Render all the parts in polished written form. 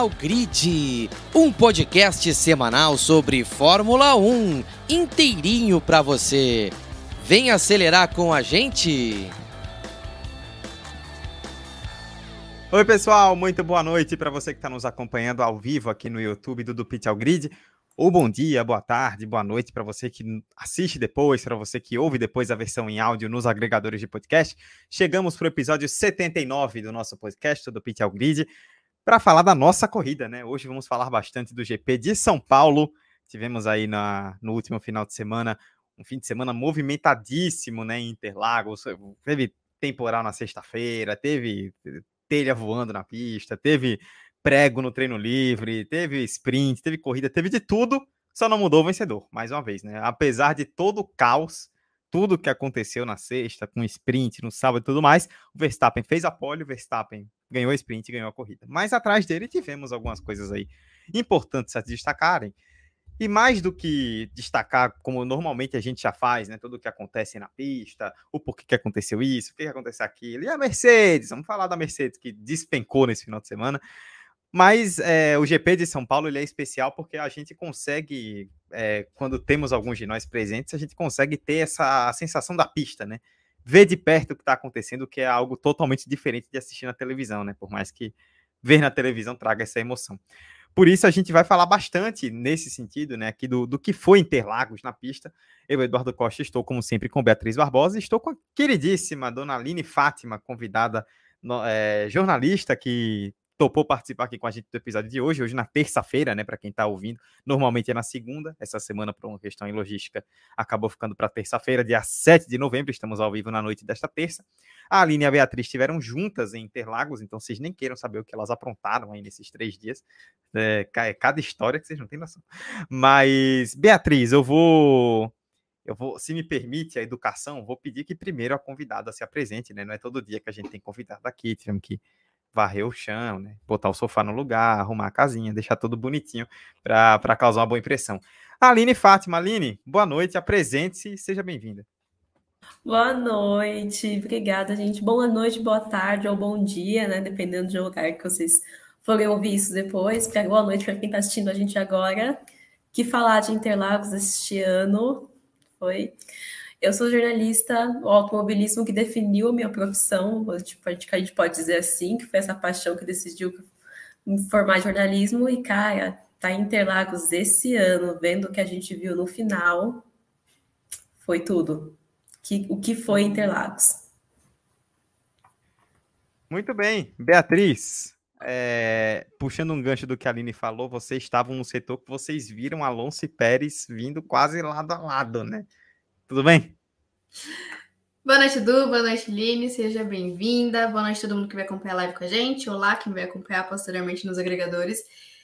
Pitch ao Grid, um podcast semanal sobre Fórmula 1, inteirinho pra você. Vem acelerar com a gente! Oi pessoal, muito boa noite para você que está nos acompanhando ao vivo aqui no YouTube do Pitch ao Grid. Ou bom dia, boa tarde, boa noite para você que assiste depois, para você que ouve depois a versão em áudio nos agregadores de podcast. Chegamos para o episódio 79 do nosso podcast, do Pitch ao Grid, para falar da nossa corrida, né? Hoje vamos falar bastante do GP de São Paulo. Tivemos aí no último final de semana, um fim de semana movimentadíssimo, né, em Interlagos. Teve temporal na sexta-feira, teve telha voando na pista, teve prego no treino livre, teve sprint, teve corrida, teve de tudo, só não mudou o vencedor, mais uma vez, né? Apesar de todo o caos, tudo que aconteceu na sexta, com sprint, no sábado e tudo mais, o Verstappen fez a pole, o Verstappen ganhou a sprint e ganhou a corrida. Mas atrás dele tivemos algumas coisas aí importantes a destacarem. E mais do que destacar, como normalmente a gente já faz, né, tudo o que acontece na pista, o porquê que aconteceu isso, o que aconteceu aquilo, e a Mercedes, vamos falar da Mercedes, que despencou nesse final de semana, mas o GP de São Paulo ele é especial porque a gente consegue, quando temos alguns de nós presentes, a gente consegue ter essa sensação da pista, né, ver de perto o que está acontecendo, que é algo totalmente diferente de assistir na televisão, né, por mais que ver na televisão traga essa emoção. Por isso, a gente vai falar bastante nesse sentido, né, aqui do que foi Interlagos na pista. Eu, Eduardo Costa, estou, como sempre, com Beatriz Barbosa e estou com a queridíssima dona Aline Fátima, convidada, jornalista que topou participar aqui com a gente do episódio de hoje na terça-feira, né, para quem está ouvindo. Normalmente é na segunda, essa semana, por uma questão em logística, acabou ficando para terça-feira, dia 7 de novembro, estamos ao vivo na noite desta terça. A Aline e a Beatriz estiveram juntas em Interlagos, então vocês nem queiram saber o que elas aprontaram aí nesses 3 dias. Cada história que vocês não têm noção. Mas, Beatriz, eu vou, se me permite a educação, vou pedir que primeiro a convidada se apresente, né? Não é todo dia que a gente tem convidado aqui, tivemos que varrer o chão, né? Botar o sofá no lugar, arrumar a casinha, deixar tudo bonitinho para causar uma boa impressão. Aline Fátima, Aline, boa noite, apresente-se e seja bem-vinda. Boa noite, obrigada, gente. Boa noite, boa tarde ou bom dia, né? Dependendo do lugar que vocês forem ouvir isso depois. Boa noite para quem está assistindo a gente agora. Que falar de Interlagos este ano foi. Eu sou jornalista, o automobilismo que definiu a minha profissão, a gente pode dizer assim, que foi essa paixão que decidiu me formar em jornalismo. E, cara, tá em Interlagos esse ano, vendo o que a gente viu no final, foi tudo. O que foi Interlagos. Muito bem. Beatriz, puxando um gancho do que a Aline falou, vocês estavam no setor que vocês viram Alonso e Pérez vindo quase lado a lado, né? Tudo bem? Boa noite, Edu. Boa noite, Line. Seja bem-vinda. Boa noite a todo mundo que vai acompanhar a live com a gente. Olá, quem vai acompanhar posteriormente nos agregadores.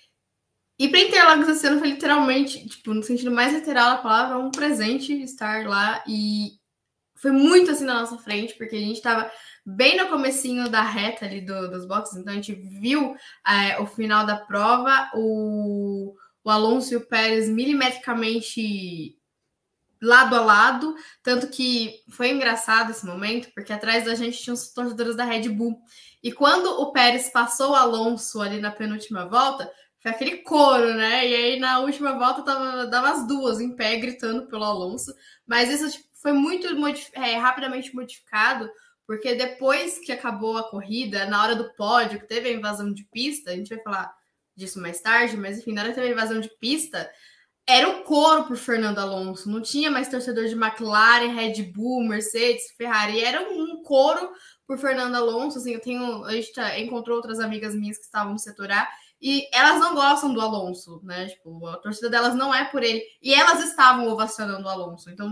E para Interlagos esse ano foi literalmente, no sentido mais literal da palavra, um presente estar lá. E foi muito assim na nossa frente, porque a gente estava bem no comecinho da reta ali dos boxes, então a gente viu o final da prova, o Alonso e o Pérez milimetricamente lado a lado, tanto que foi engraçado esse momento, porque atrás da gente tinha os torcedores da Red Bull, e quando o Pérez passou o Alonso ali na penúltima volta, foi aquele coro, né? E aí na última volta dava as duas em pé gritando pelo Alonso, mas isso foi muito rapidamente modificado, porque depois que acabou a corrida, na hora do pódio, que teve a invasão de pista, a gente vai falar disso mais tarde, mas enfim, na hora que teve a invasão de pista, era o coro por Fernando Alonso, não tinha mais torcedor de McLaren, Red Bull, Mercedes, Ferrari, era um coro por Fernando Alonso, assim, a gente encontrou outras amigas minhas que estavam no setor A, e elas não gostam do Alonso, né, a torcida delas não é por ele, e elas estavam ovacionando o Alonso, então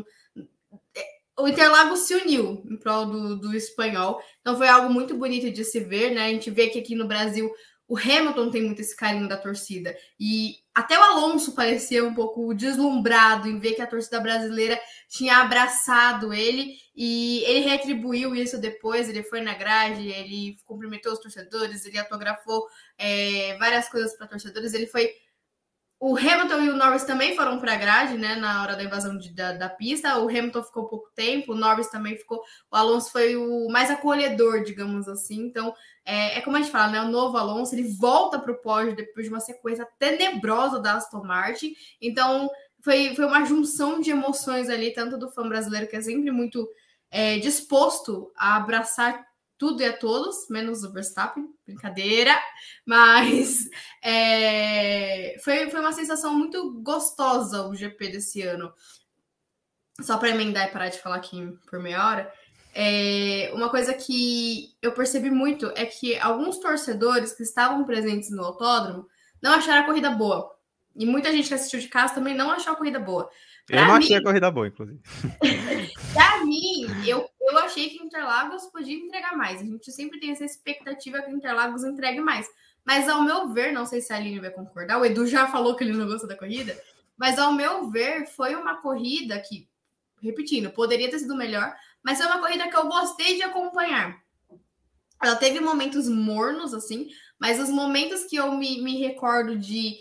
o Interlagos se uniu em prol do espanhol, então foi algo muito bonito de se ver, né, a gente vê que aqui no Brasil o Hamilton tem muito esse carinho da torcida, e até o Alonso parecia um pouco deslumbrado em ver que a torcida brasileira tinha abraçado ele, e ele retribuiu isso depois, ele foi na grade, ele cumprimentou os torcedores, ele autografou várias coisas para torcedores, ele foi... O Hamilton e o Norris também foram para a grade, né, na hora da invasão da pista. O Hamilton ficou pouco tempo, o Norris também ficou. O Alonso foi o mais acolhedor, digamos assim. Então, É como a gente fala, né? O novo Alonso, ele volta para o pódio depois de uma sequência tenebrosa da Aston Martin. Então, foi uma junção de emoções ali, tanto do fã brasileiro, que é sempre muito disposto a abraçar tudo e a todos, menos o Verstappen, brincadeira, mas foi uma sensação muito gostosa o GP desse ano. Só para emendar e parar de falar aqui por meia hora, uma coisa que eu percebi muito é que alguns torcedores que estavam presentes no autódromo não acharam a corrida boa. E muita gente que assistiu de casa também não achou a corrida boa. Eu não achei a corrida boa, inclusive. Pra mim, eu achei que Interlagos podia entregar mais. A gente sempre tem essa expectativa que Interlagos entregue mais. Mas, ao meu ver, não sei se a Aline vai concordar, o Edu já falou que ele não gostou da corrida, mas, ao meu ver, foi uma corrida que, repetindo, poderia ter sido melhor, mas foi uma corrida que eu gostei de acompanhar. Ela teve momentos mornos, assim, mas os momentos que eu me recordo de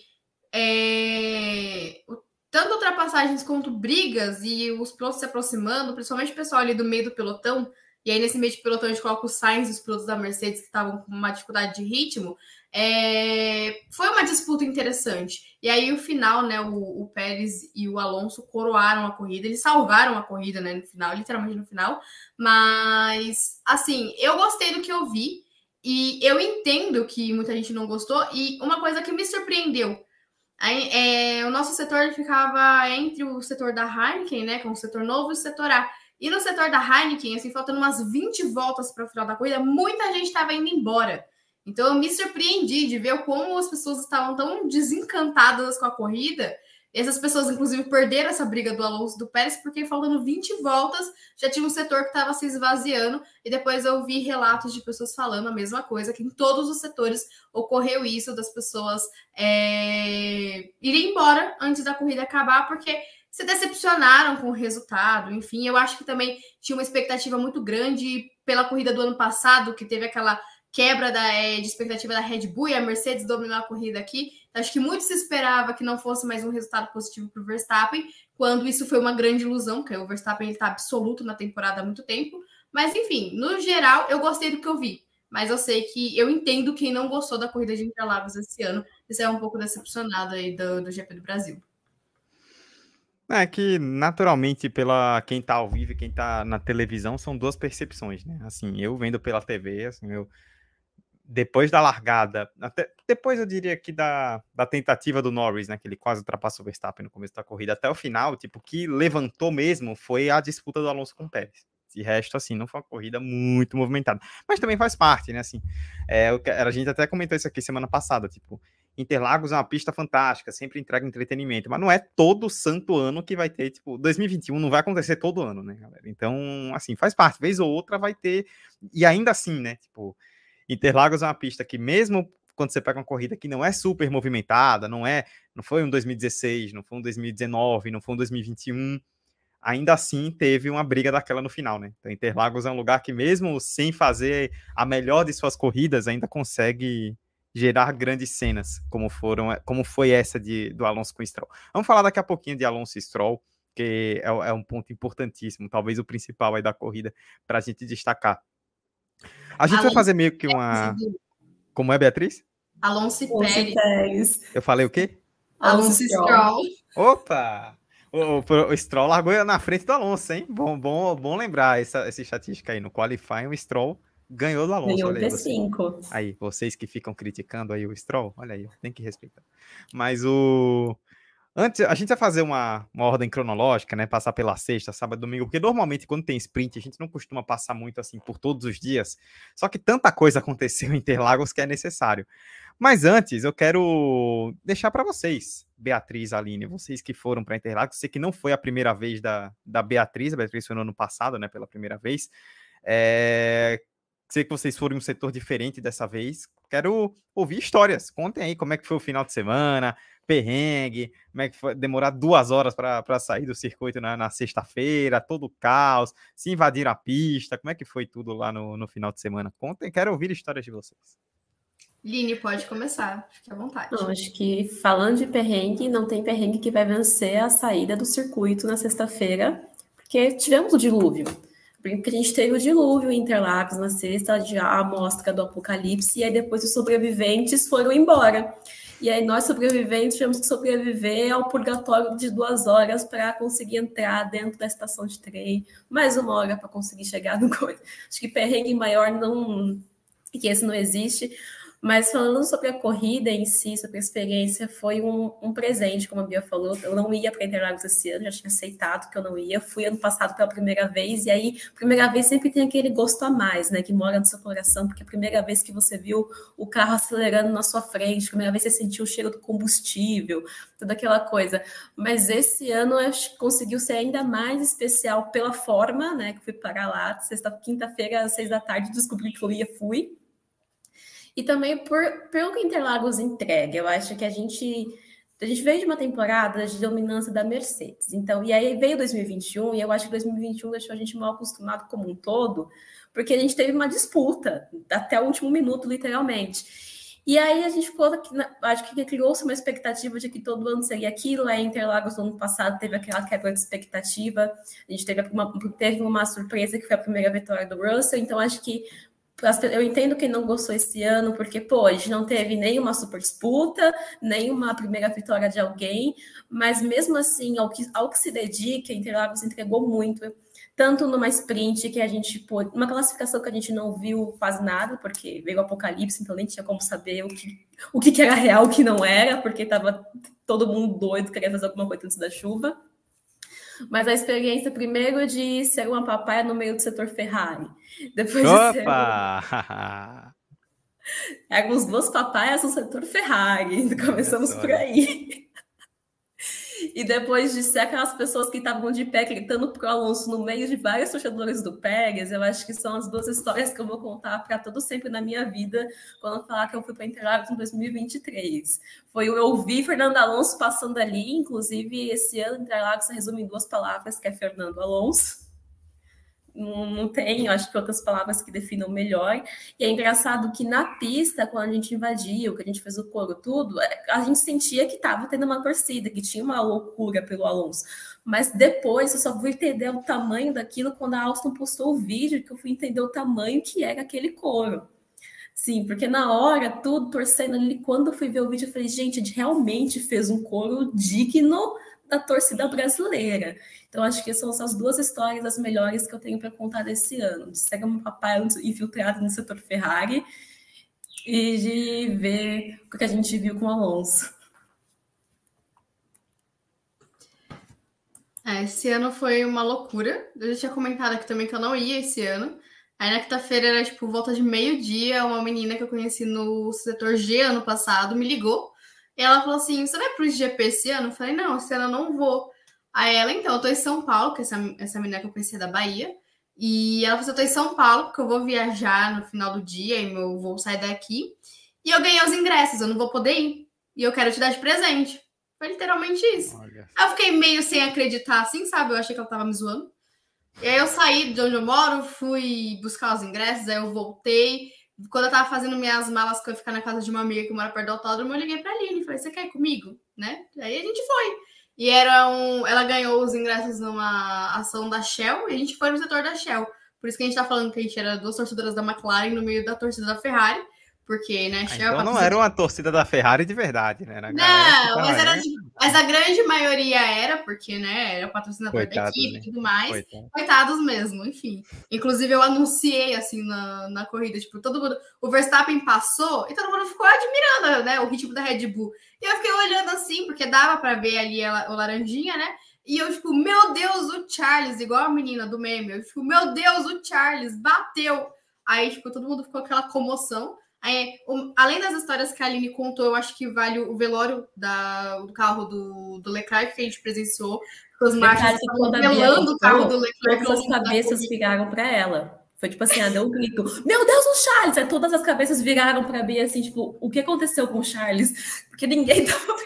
tanto ultrapassagens quanto brigas e os pilotos se aproximando, principalmente o pessoal ali do meio do pelotão, e aí nesse meio de pelotão a gente coloca os Sainz e os pilotos da Mercedes que estavam com uma dificuldade de ritmo, foi uma disputa interessante. E aí o final, né, o Pérez e o Alonso coroaram a corrida, eles salvaram a corrida, né, no final, literalmente no final, mas, assim, eu gostei do que eu vi, e eu entendo que muita gente não gostou, e uma coisa que me surpreendeu, o nosso setor ficava entre o setor da Heineken, né, com o setor novo, e o setor A. E no setor da Heineken, assim, faltando umas 20 voltas para o final da corrida, muita gente estava indo embora. Então, eu me surpreendi de ver como as pessoas estavam tão desencantadas com a corrida. Essas pessoas, inclusive, perderam essa briga do Alonso e do Pérez, porque faltando 20 voltas, já tinha um setor que estava se esvaziando, e depois eu vi relatos de pessoas falando a mesma coisa, que em todos os setores ocorreu isso, das pessoas irem embora antes da corrida acabar, porque se decepcionaram com o resultado. Enfim, eu acho que também tinha uma expectativa muito grande pela corrida do ano passado, que teve aquela quebra de expectativa da Red Bull, e a Mercedes dominou a corrida aqui. Acho que muito se esperava que não fosse mais um resultado positivo para o Verstappen, quando isso foi uma grande ilusão, porque o Verstappen está absoluto na temporada há muito tempo. Mas, enfim, no geral, eu gostei do que eu vi. Mas eu sei que eu entendo quem não gostou da corrida de Interlagos esse ano. Isso é um pouco decepcionado aí do GP do Brasil. É que, naturalmente, pela quem tá ao vivo e quem tá na televisão, são duas percepções, né? Assim, eu vendo pela TV, assim, depois da largada, até depois eu diria que da tentativa do Norris, né, que ele quase ultrapassou o Verstappen no começo da corrida, até o final, tipo, o que levantou mesmo foi a disputa do Alonso com o Pérez. De resto, assim, não foi uma corrida muito movimentada. Mas também faz parte, né, assim, a gente até comentou isso aqui semana passada, tipo, Interlagos é uma pista fantástica, sempre entrega entretenimento, mas não é todo santo ano que vai ter, tipo, 2021 não vai acontecer todo ano, né, galera? Então, assim, faz parte, vez ou outra vai ter, e ainda assim, né, tipo, Interlagos é uma pista que mesmo quando você pega uma corrida que não é super movimentada, não foi um 2016, não foi um 2019, não foi um 2021, ainda assim teve uma briga daquela no final, né? Então Interlagos é um lugar que mesmo sem fazer a melhor de suas corridas, ainda consegue gerar grandes cenas, como foi essa do Alonso com o Stroll. Vamos falar daqui a pouquinho de Alonso e Stroll, que é um ponto importantíssimo, talvez o principal aí da corrida, para a gente destacar. A gente vai fazer meio que uma... Como é, Beatriz? Alonso e Pérez. Eu falei o quê? Alonso e Stroll. Opa! O Stroll largou na frente do Alonso, hein? Bom lembrar essa estatística aí. No qualifying, o Stroll ganhou do Alonso. Ganhou olha aí, P5. Aí, vocês que ficam criticando aí o Stroll, olha aí, tem que respeitar. Mas antes, a gente vai fazer uma ordem cronológica, né? Passar pela sexta, sábado, domingo, porque normalmente quando tem sprint, a gente não costuma passar muito assim por todos os dias. Só que tanta coisa aconteceu em Interlagos que é necessário. Mas antes, eu quero deixar para vocês, Beatriz, Aline, vocês que foram para Interlagos, sei que não foi a primeira vez da Beatriz, a Beatriz foi no ano passado, né? Pela primeira vez. Sei que vocês foram em um setor diferente dessa vez. Quero ouvir histórias. Contem aí como é que foi o final de semana, perrengue, como é que foi demorar 2 horas para sair do circuito na sexta-feira, todo o caos, se invadiram a pista, como é que foi tudo lá no final de semana? Contem, quero ouvir histórias de vocês. Line, pode começar, fique à vontade. Não, acho que falando de perrengue, não tem perrengue que vai vencer a saída do circuito na sexta-feira, porque tivemos o dilúvio. Porque a gente teve o dilúvio em Interlagos na sexta, a amostra do apocalipse, e aí depois os sobreviventes foram embora. E aí nós sobreviventes tivemos que sobreviver ao purgatório de 2 horas para conseguir entrar dentro da estação de trem, mais 1 hora para conseguir chegar no coisa. Acho que perrengue maior não, que esse não existe. Mas falando sobre a corrida em si, sobre a experiência, foi um presente, como a Bia falou. Eu não ia para Interlagos esse ano, já tinha aceitado que eu não ia. Fui ano passado pela primeira vez, e aí, primeira vez sempre tem aquele gosto a mais, né? Que mora no seu coração, porque é a primeira vez que você viu o carro acelerando na sua frente, a primeira vez que você sentiu o cheiro do combustível, toda aquela coisa. Mas esse ano acho que conseguiu ser ainda mais especial pela forma, né? Que fui parar lá, quinta-feira, às 6 da tarde, descobri que eu ia, fui. E também pelo que Interlagos entrega. Eu acho que a gente veio de uma temporada de dominância da Mercedes. Então, e aí veio 2021, e eu acho que 2021 deixou a gente mal acostumado como um todo, porque a gente teve uma disputa até o último minuto, literalmente. E aí a gente ficou, acho que criou-se uma expectativa de que todo ano seria aquilo. Aí Interlagos no ano passado teve aquela quebra de expectativa. A gente teve uma surpresa que foi a primeira vitória do Russell. Então, acho que eu entendo quem não gostou esse ano, porque, a gente não teve nenhuma super disputa, nenhuma primeira vitória de alguém, mas mesmo assim, ao que se dedica, Interlagos entregou muito, tanto numa sprint que a gente pôde, uma classificação que a gente não viu quase nada, porque veio o apocalipse, então nem tinha como saber o que era real, o que não era, porque estava todo mundo doido, querendo fazer alguma coisa antes da chuva. Mas a experiência, primeiro, de ser uma papaya no meio do setor Ferrari. Depois Eram os 2 papaias no setor Ferrari. Começamos por aí. E depois de ser aquelas pessoas que estavam de pé gritando pro Alonso no meio de vários torcedores do Pérez, eu acho que são as 2 histórias que eu vou contar para todo sempre na minha vida quando eu falar que eu fui para Interlagos em 2023. Foi eu ouvir Fernando Alonso passando ali, inclusive esse ano Interlagos se resume em 2 palavras, que é Fernando Alonso. Não tem, eu acho que outras palavras que definam melhor. E é engraçado que na pista, quando a gente invadiu, que a gente fez o coro tudo, a gente sentia que estava tendo uma torcida, que tinha uma loucura pelo Alonso. Mas depois eu só fui entender o tamanho daquilo quando a Austin postou o vídeo, que eu fui entender o tamanho que era aquele coro. Sim, porque na hora, tudo torcendo ali, quando eu fui ver o vídeo, eu falei, gente, a gente realmente fez um coro digno da torcida brasileira. Então, acho que são essas 2 histórias as melhores que eu tenho para contar desse ano. De ser um papai infiltrado no setor Ferrari e de ver o que a gente viu com o Alonso. Esse ano foi uma loucura. Eu já tinha comentado aqui também que eu não ia esse ano. Aí na quinta-feira era tipo volta de meio-dia, uma menina que eu conheci no setor G ano passado me ligou. E ela falou assim, você vai pro GP esse ano? Eu falei, não, esse ano eu não vou. Aí ela, então, eu tô em São Paulo, que essa menina que eu conheci é da Bahia. E ela falou, eu tô em São Paulo, porque eu vou viajar no final do dia, e meu voo sai daqui. E eu ganhei os ingressos, eu não vou poder ir. E eu quero te dar de presente. Foi literalmente isso. Olha. Aí eu fiquei meio sem acreditar, assim, sabe? Eu achei que ela tava me zoando. E aí eu saí de onde eu moro, fui buscar os ingressos, aí eu voltei. Quando eu tava fazendo minhas malas que eu ia ficar na casa de uma amiga que mora perto do autódromo, eu liguei pra Aline e falei, você quer ir comigo? Né? Aí a gente foi. E ela ganhou os ingressos numa ação da Shell, e a gente foi no setor da Shell. Por isso que a gente tá falando que a gente era 2 torcedoras da McLaren no meio da torcida da Ferrari. Porque, né, Shell... Então não era uma torcida da Ferrari de verdade, né? Não, mas a grande maioria era, porque, né, era patrocinador da equipe e tudo mais. Coitados mesmo, enfim. Inclusive, eu anunciei, assim, na corrida, tipo, todo mundo... O Verstappen passou e todo mundo ficou admirando, né, o ritmo da Red Bull. E eu fiquei olhando assim, porque dava pra ver ali o laranjinha, né? E eu, tipo, meu Deus, o Charles, igual a menina do meme. Eu, tipo, meu Deus, o Charles bateu. Aí, tipo, todo mundo ficou com aquela comoção. Aí, além das histórias que a Aline contou, eu acho que vale o velório do carro do Leclerc que a gente presenciou. Os marchas estavam velando o carro do Leclerc. Todas as cabeças viraram para ela. Foi tipo assim, deu um grito, meu Deus, o Charles! Aí todas as cabeças viraram para Bia, assim, tipo, o que aconteceu com o Charles? Porque ninguém tava...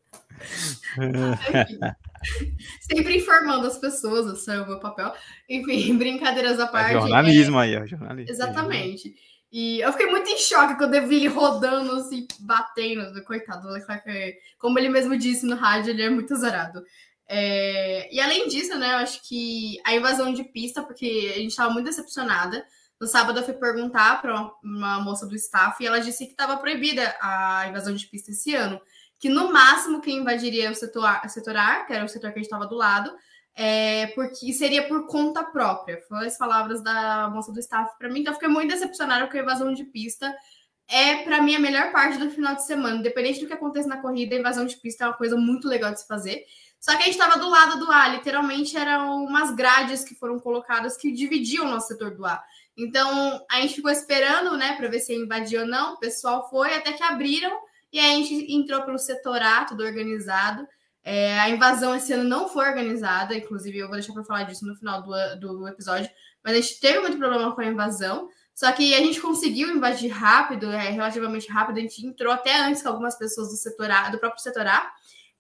Sempre informando as pessoas, esse é o meu papel. Enfim, brincadeiras à parte. Jornalismo aí, ó, jornalismo. Exatamente. E eu fiquei muito em choque quando eu vi ele rodando, assim, batendo. Coitado do Leclerc. Como ele mesmo disse no rádio, ele é muito azarado. E além disso, né, eu acho que a invasão de pista, porque a gente estava muito decepcionada. No sábado eu fui perguntar para uma moça do staff e ela disse que estava proibida a invasão de pista esse ano. Que no máximo quem invadiria o setor A, que era o setor que a gente estava do lado, porque seria por conta própria. Foram as palavras da moça do staff para mim. Então eu fiquei muito decepcionada com a invasão de pista. Para mim, a melhor parte do final de semana. Independente do que aconteça na corrida, a invasão de pista é uma coisa muito legal de se fazer. Só que a gente estava do lado do A, literalmente eram umas grades que foram colocadas que dividiam o nosso setor do A. Então, a gente ficou esperando, né, para ver se ia invadir ou não. O pessoal foi, até que abriram, e aí a gente entrou pelo setor A, tudo organizado. A invasão esse ano não foi organizada, inclusive eu vou deixar para falar disso no final do episódio, mas a gente teve muito problema com a invasão. Só que a gente conseguiu invadir rápido, relativamente rápido. A gente entrou até antes que algumas pessoas do setor A, do próprio setor A.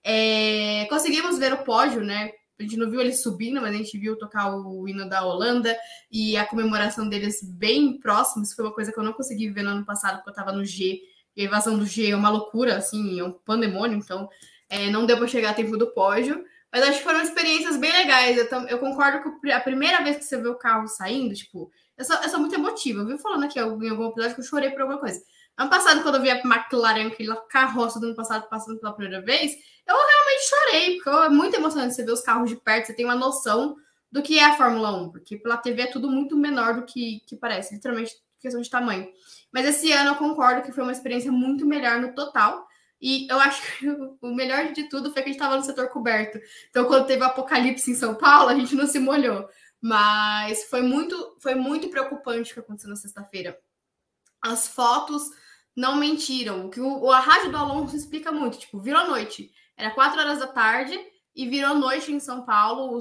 Conseguimos ver o pódio, né? A gente não viu eles subindo, mas a gente viu tocar o hino da Holanda e a comemoração deles bem próximos. Foi uma coisa que eu não consegui ver no ano passado, porque eu estava no G. E a invasão do G é uma loucura, assim, é um pandemônio. Então, não deu para chegar a tempo do pódio. Mas acho que foram experiências bem legais. Eu concordo que a primeira vez que você vê o carro saindo, tipo... Eu sou muito emotiva. Eu vi falando aqui em algum episódio que eu chorei por alguma coisa. Ano passado, quando eu vi a McLaren, aquela carroça do ano passado passando pela primeira vez, eu realmente chorei, porque é muito emocionante você ver os carros de perto, você tem uma noção do que é a Fórmula 1, porque pela TV é tudo muito menor do que parece, literalmente questão de tamanho. Mas esse ano eu concordo que foi uma experiência muito melhor no total, e eu acho que o melhor de tudo foi que a gente estava no setor coberto. Então, quando teve o apocalipse em São Paulo, a gente não se molhou. Mas foi muito preocupante o que aconteceu na sexta-feira. As fotos não mentiram. O que a rádio do Alonso explica muito. Tipo, virou noite. Era 4 horas da tarde e virou noite em São Paulo.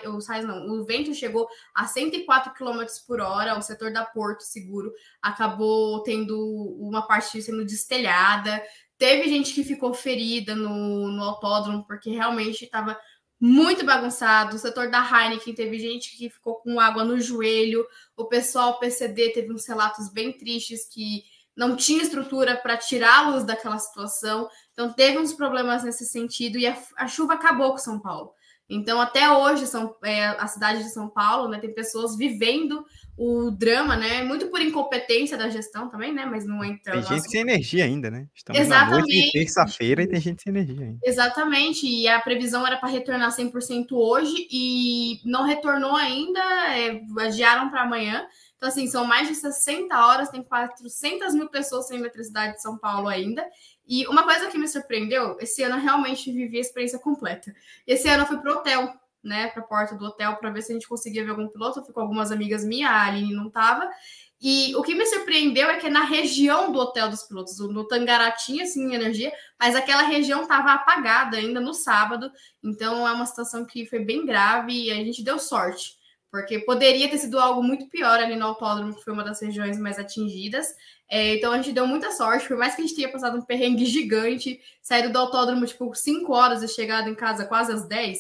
O vento chegou a 104 km por hora. O setor da Porto Seguro acabou tendo uma parte sendo destelhada. Teve gente que ficou ferida no autódromo, porque realmente estava muito bagunçado. O setor da Heineken teve gente que ficou com água no joelho. O pessoal PCD teve uns relatos bem tristes que não tinha estrutura para tirá-los daquela situação. Então, teve uns problemas nesse sentido e a chuva acabou com São Paulo. Então, até hoje, a cidade de São Paulo, né, tem pessoas vivendo o drama, né? Muito por incompetência da gestão também, né? Mas não entra. Tem gente sem energia ainda, né? Estamos Exatamente. na noite de terça-feira e tem gente sem energia ainda. Exatamente. E a previsão era para retornar 100% hoje e não retornou ainda. Adiaram para amanhã. Então, assim, são mais de 60 horas, tem 400 mil pessoas sem eletricidade de São Paulo ainda. E uma coisa que me surpreendeu, esse ano eu realmente vivi a experiência completa. Esse ano eu fui pro hotel, né, pra porta do hotel, para ver se a gente conseguia ver algum piloto. Eu fui com algumas amigas minhas, a Aline não tava. E o que me surpreendeu é que na região do hotel dos pilotos, no Tangará tinha, assim, energia, mas aquela região estava apagada ainda no sábado. Então, é uma situação que foi bem grave e a gente deu sorte. Porque poderia ter sido algo muito pior ali no autódromo, que foi uma das regiões mais atingidas. Então, a gente deu muita sorte. Por mais que a gente tenha passado um perrengue gigante, saído do autódromo, tipo, 5 horas e chegado em casa quase às 10.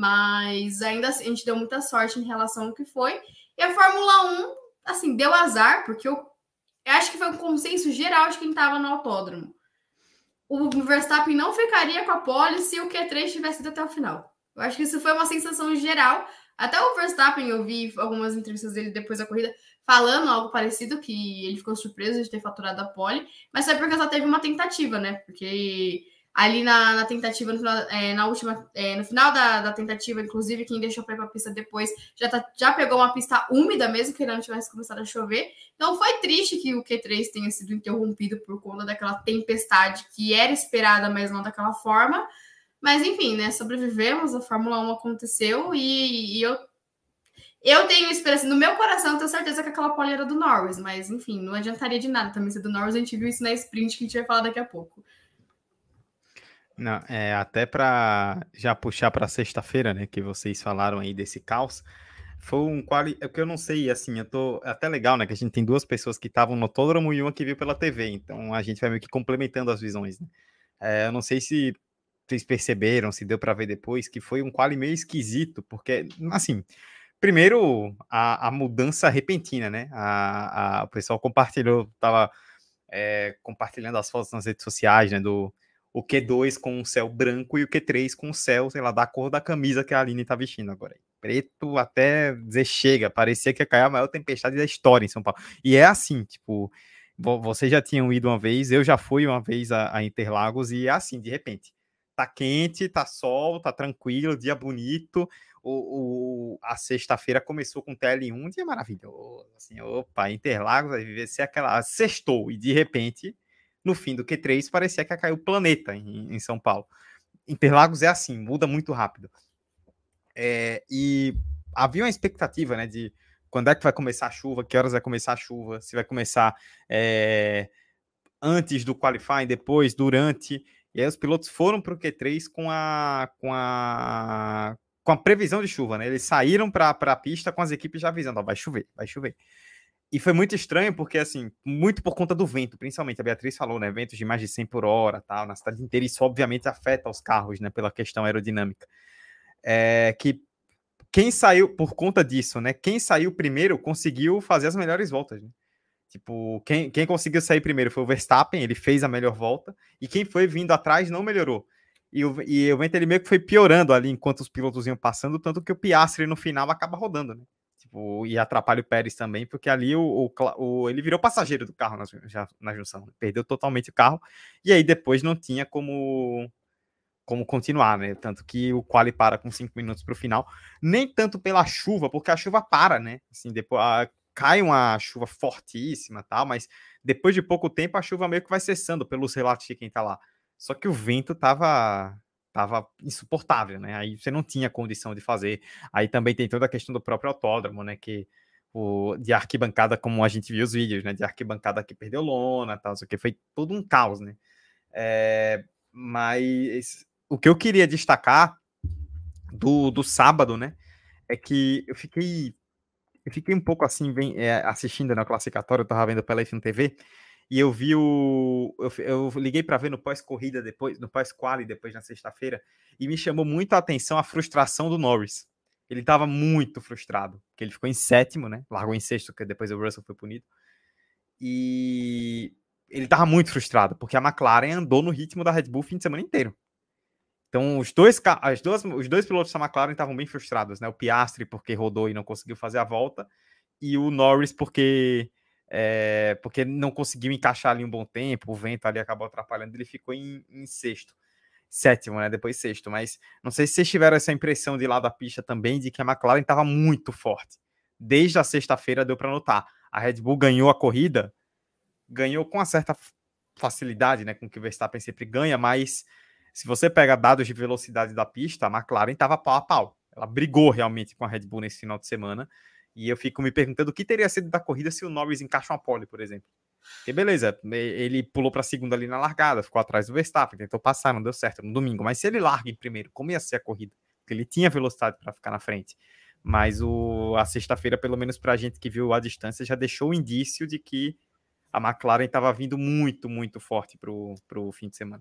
Mas ainda assim, a gente deu muita sorte em relação ao que foi. E a Fórmula 1, assim, deu azar, porque eu acho que foi um consenso geral de quem estava no autódromo. O Verstappen não ficaria com a pole se o Q3 tivesse ido até o final. Eu acho que isso foi uma sensação geral. Até o Verstappen, eu vi algumas entrevistas dele depois da corrida, falando algo parecido, que ele ficou surpreso de ter faturado a pole, mas foi porque só teve uma tentativa, né? Porque ali na tentativa, no final da tentativa, inclusive, quem deixou para ir para a pista depois já pegou uma pista úmida, mesmo que não tivesse começado a chover. Então foi triste que o Q3 tenha sido interrompido por conta daquela tempestade que era esperada, mas não daquela forma. Mas, enfim, né? Sobrevivemos, a Fórmula 1 aconteceu e eu tenho esperança. No meu coração, eu tenho certeza que aquela pole era do Norris, mas, enfim, não adiantaria de nada também ser do Norris. A gente viu isso na sprint, que a gente vai falar daqui a pouco. Não, até para já puxar para sexta-feira, né, que vocês falaram aí desse caos, foi um quali... É que eu não sei, assim, é até legal, né, que a gente tem 2 pessoas que estavam no autódromo e uma que viu pela TV, então a gente vai meio que complementando as visões, né? Eu não sei se vocês perceberam, se deu para ver depois, que foi um quali meio esquisito, porque, assim, primeiro, a mudança repentina, né? O pessoal compartilhou, tava compartilhando as fotos nas redes sociais, né, o Q2 com um céu branco e o Q3 com o céu, sei lá, da cor da camisa que a Aline tá vestindo agora. Preto até dizer chega, parecia que ia cair a maior tempestade da história em São Paulo. E é assim, tipo, vocês já tinham ido uma vez, eu já fui uma vez a Interlagos, e é assim, de repente, tá quente, tá sol, tá tranquilo, dia bonito, a sexta-feira começou com TL1, dia maravilhoso, assim, opa, Interlagos, vai viver ser aquela, sextou, e de repente, no fim do Q3, parecia que ia cair o planeta em São Paulo. Interlagos é assim, muda muito rápido. E havia uma expectativa, né, de quando é que vai começar a chuva, que horas vai começar a chuva, se vai começar antes do qualifying, depois, durante, e aí os pilotos foram para o Q3 com a previsão de chuva, né, eles saíram para a pista com as equipes já avisando, ó, vai chover. E foi muito estranho, porque, assim, muito por conta do vento, principalmente, a Beatriz falou, né, ventos de mais de 100 por hora, tal, na cidade inteira, isso obviamente afeta os carros, né, pela questão aerodinâmica. Que quem saiu, por conta disso, né, quem saiu primeiro conseguiu fazer as melhores voltas, né? Tipo, quem conseguiu sair primeiro foi o Verstappen, ele fez a melhor volta, e quem foi vindo atrás não melhorou. E o vento, ele meio que foi piorando ali enquanto os pilotos iam passando, tanto que o Piastri no final acaba rodando, né? Tipo, e atrapalha o Pérez também, porque ali ele virou passageiro do carro na junção, né? Perdeu totalmente o carro, e aí depois não tinha como continuar, né? Tanto que o quali para com 5 minutos para o final, nem tanto pela chuva, porque a chuva para, né? Assim, depois cai uma chuva fortíssima, tal, mas depois de pouco tempo a chuva meio que vai cessando pelos relatos de quem tá lá. Só que o vento tava insuportável, né? Aí você não tinha condição de fazer. Aí também tem toda a questão do próprio autódromo, né? Que de arquibancada, como a gente viu os vídeos, né? De arquibancada que perdeu lona, tal, isso aqui foi todo um caos, né? Mas o que eu queria destacar do sábado, né? É que eu fiquei um pouco assim, assistindo na classificatória, eu tava vendo pela F1 TV, e eu vi eu liguei para ver no pós-corrida, no pós-quali, depois na sexta-feira, e me chamou muito a atenção a frustração do Norris. Ele tava muito frustrado, porque ele ficou em sétimo, né? Largou em sexto, porque depois o Russell foi punido. E ele tava muito frustrado, porque a McLaren andou no ritmo da Red Bull o fim de semana inteiro. Então, os dois pilotos da McLaren estavam bem frustrados, né? O Piastri, porque rodou e não conseguiu fazer a volta, e o Norris, porque não conseguiu encaixar ali um bom tempo, o vento ali acabou atrapalhando, ele ficou em sétimo, né? Depois sexto. Mas não sei se vocês tiveram essa impressão de lá da pista também, de que a McLaren estava muito forte. Desde a sexta-feira deu para notar. A Red Bull ganhou a corrida, ganhou com uma certa facilidade, né? Com que o Verstappen sempre ganha, mas se você pega dados de velocidade da pista, a McLaren estava pau a pau. Ela brigou realmente com a Red Bull nesse final de semana. E eu fico me perguntando o que teria sido da corrida se o Norris encaixa uma pole, por exemplo. Porque beleza, ele pulou para a segunda ali na largada, ficou atrás do Verstappen, tentou passar, não deu certo no domingo. Mas se ele larga em primeiro, como ia ser a corrida? Porque ele tinha velocidade para ficar na frente. Mas a sexta-feira, pelo menos para a gente que viu a distância, já deixou o indício de que a McLaren estava vindo muito, muito forte para o fim de semana.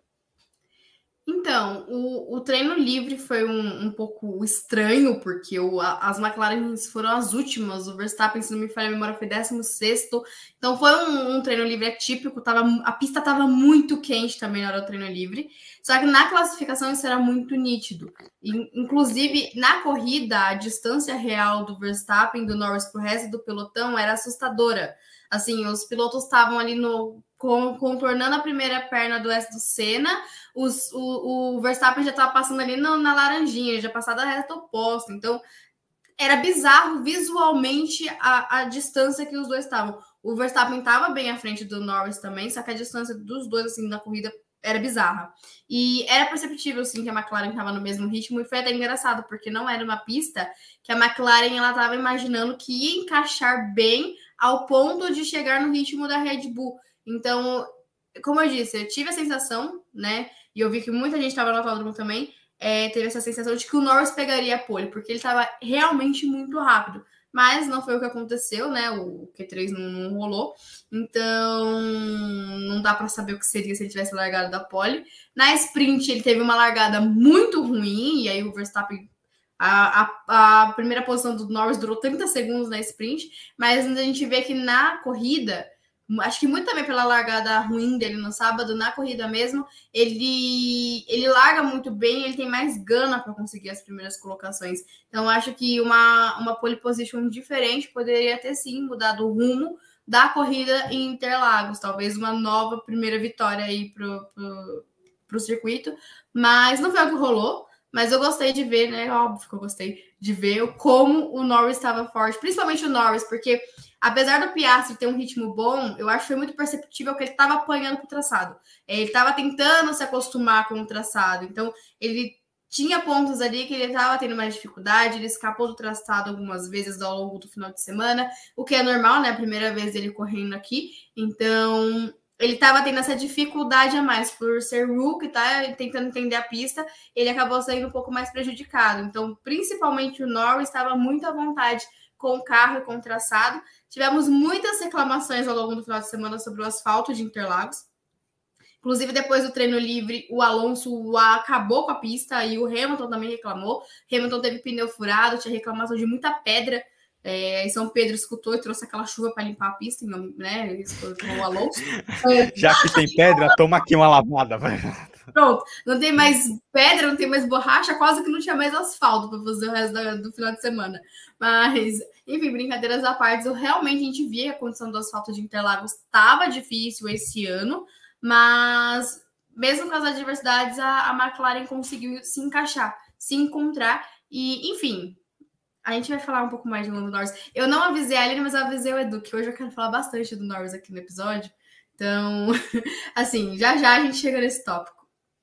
Então, o treino livre foi um pouco estranho, porque as McLaren foram as últimas, o Verstappen, se não me falha a memória, foi 16º, então foi um treino livre atípico, a pista estava muito quente também na hora do treino livre, só que na classificação isso era muito nítido, inclusive na corrida, a distância real do Verstappen, do Norris para o resto do pelotão era assustadora, assim, os pilotos estavam ali contornando a primeira perna do Senna, o Verstappen já estava passando ali na laranjinha, já passado a reta oposta. Então, era bizarro visualmente a distância que os dois estavam. O Verstappen estava bem à frente do Norris também, só que a distância dos dois, assim, na corrida era bizarra. E era perceptível, assim, que a McLaren estava no mesmo ritmo, e foi até engraçado, porque não era uma pista que a McLaren estava imaginando que ia encaixar bem ao ponto de chegar no ritmo da Red Bull. Então, como eu disse, eu tive a sensação, né, e eu vi que muita gente estava no autódromo também, teve essa sensação de que o Norris pegaria a pole, porque ele estava realmente muito rápido. Mas não foi o que aconteceu, né? O Q3 não rolou. Então, não dá para saber o que seria se ele tivesse largado da pole. Na sprint, ele teve uma largada muito ruim, e aí o Verstappen... A primeira posição do Norris durou 30 segundos na sprint, mas a gente vê que na corrida... acho que muito também pela largada ruim dele no sábado, na corrida mesmo, ele larga muito bem, ele tem mais gana para conseguir as primeiras colocações. Então, acho que uma pole position diferente poderia ter, sim, mudado o rumo da corrida em Interlagos. Talvez uma nova primeira vitória aí pro circuito, mas não foi o que rolou. Mas eu gostei de ver, né? Óbvio que eu gostei de ver como o Norris estava forte, principalmente o Norris, porque apesar do Piastri ter um ritmo bom, eu acho que foi muito perceptível que ele estava apanhando para o traçado. Ele estava tentando se acostumar com o traçado. Então, ele tinha pontos ali que ele estava tendo mais dificuldade, ele escapou do traçado algumas vezes ao longo do final de semana, o que é normal, né? A primeira vez dele correndo aqui. Então, ele estava tendo essa dificuldade a mais por ser rookie, tá? Tentando entender a pista, ele acabou saindo um pouco mais prejudicado. Então, principalmente o Norris estava muito à vontade com o carro e com o traçado. Tivemos muitas reclamações ao longo do final de semana sobre o asfalto de Interlagos. Inclusive, depois do treino livre, o Alonso acabou com a pista e o Hamilton também reclamou. Hamilton teve pneu furado, tinha reclamação de muita pedra. Em São Pedro escutou e trouxe aquela chuva para limpar a pista, né? Com o Alonso. Já que tem pedra, toma aqui uma lavada. Pronto, não tem mais pedra, não tem mais borracha, quase que não tinha mais asfalto para fazer o resto do final de semana. Mas, enfim, brincadeiras à parte, realmente a gente via que a condição do asfalto de Interlagos estava difícil esse ano, mas mesmo com as adversidades, a McLaren conseguiu se encaixar, se encontrar e, enfim, a gente vai falar um pouco mais de Lando Norris. Eu não avisei a Aline, mas eu avisei o Edu, que hoje eu quero falar bastante do Norris aqui no episódio. Então, assim, já a gente chega nesse tópico.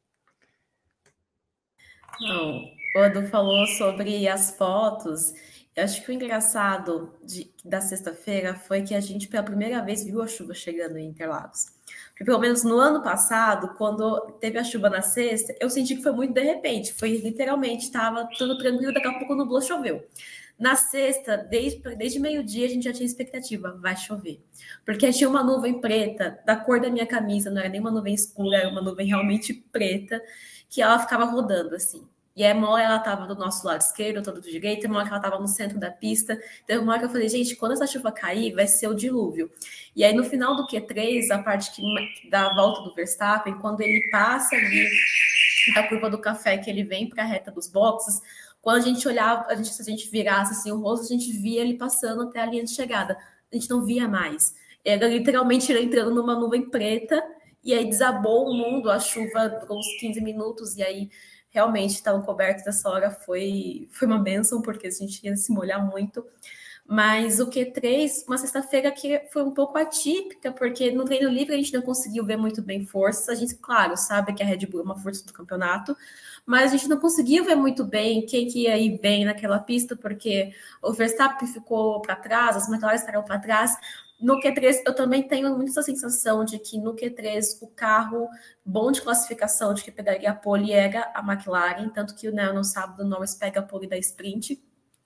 Não, o Edu falou sobre as fotos. Eu acho que o engraçado da sexta-feira foi que a gente, pela primeira vez, viu a chuva chegando em Interlagos. Porque, pelo menos no ano passado, quando teve a chuva na sexta, eu senti que foi muito de repente. Foi literalmente, estava tudo tranquilo, daqui a pouco nublou, choveu. Na sexta, desde meio-dia, a gente já tinha expectativa, vai chover. Porque tinha uma nuvem preta, da cor da minha camisa, não era nem uma nuvem escura, era uma nuvem realmente preta, que ela ficava rodando, assim. E aí, uma hora ela estava do nosso lado esquerdo, outra do direito, uma hora que ela estava no centro da pista. Então, uma hora que eu falei, gente, quando essa chuva cair, vai ser o dilúvio. E aí, no final do Q3, a parte que dá a volta do Verstappen, quando ele passa ali da curva do café, que ele vem para a reta dos boxes, quando a gente olhava, se a gente virasse assim o rosto, a gente via ele passando até a linha de chegada. A gente não via mais. Era literalmente ele entrando numa nuvem preta, e aí desabou o mundo, a chuva durou uns 15 minutos, e aí realmente estavam cobertos dessa hora, foi uma bênção, porque a gente ia se molhar muito. Mas o Q3, uma sexta-feira que foi um pouco atípica, porque no treino livre a gente não conseguiu ver muito bem forças. A gente, claro, sabe que a Red Bull é uma força do campeonato, mas a gente não conseguiu ver muito bem quem que ia ir bem naquela pista, porque o Verstappen ficou para trás, as McLaren estavam para trás. No Q3, eu também tenho muito essa sensação de que no Q3 o carro bom de classificação, de que pegaria a pole, era a McLaren, tanto que, né, no sábado o Norris pega a pole da sprint.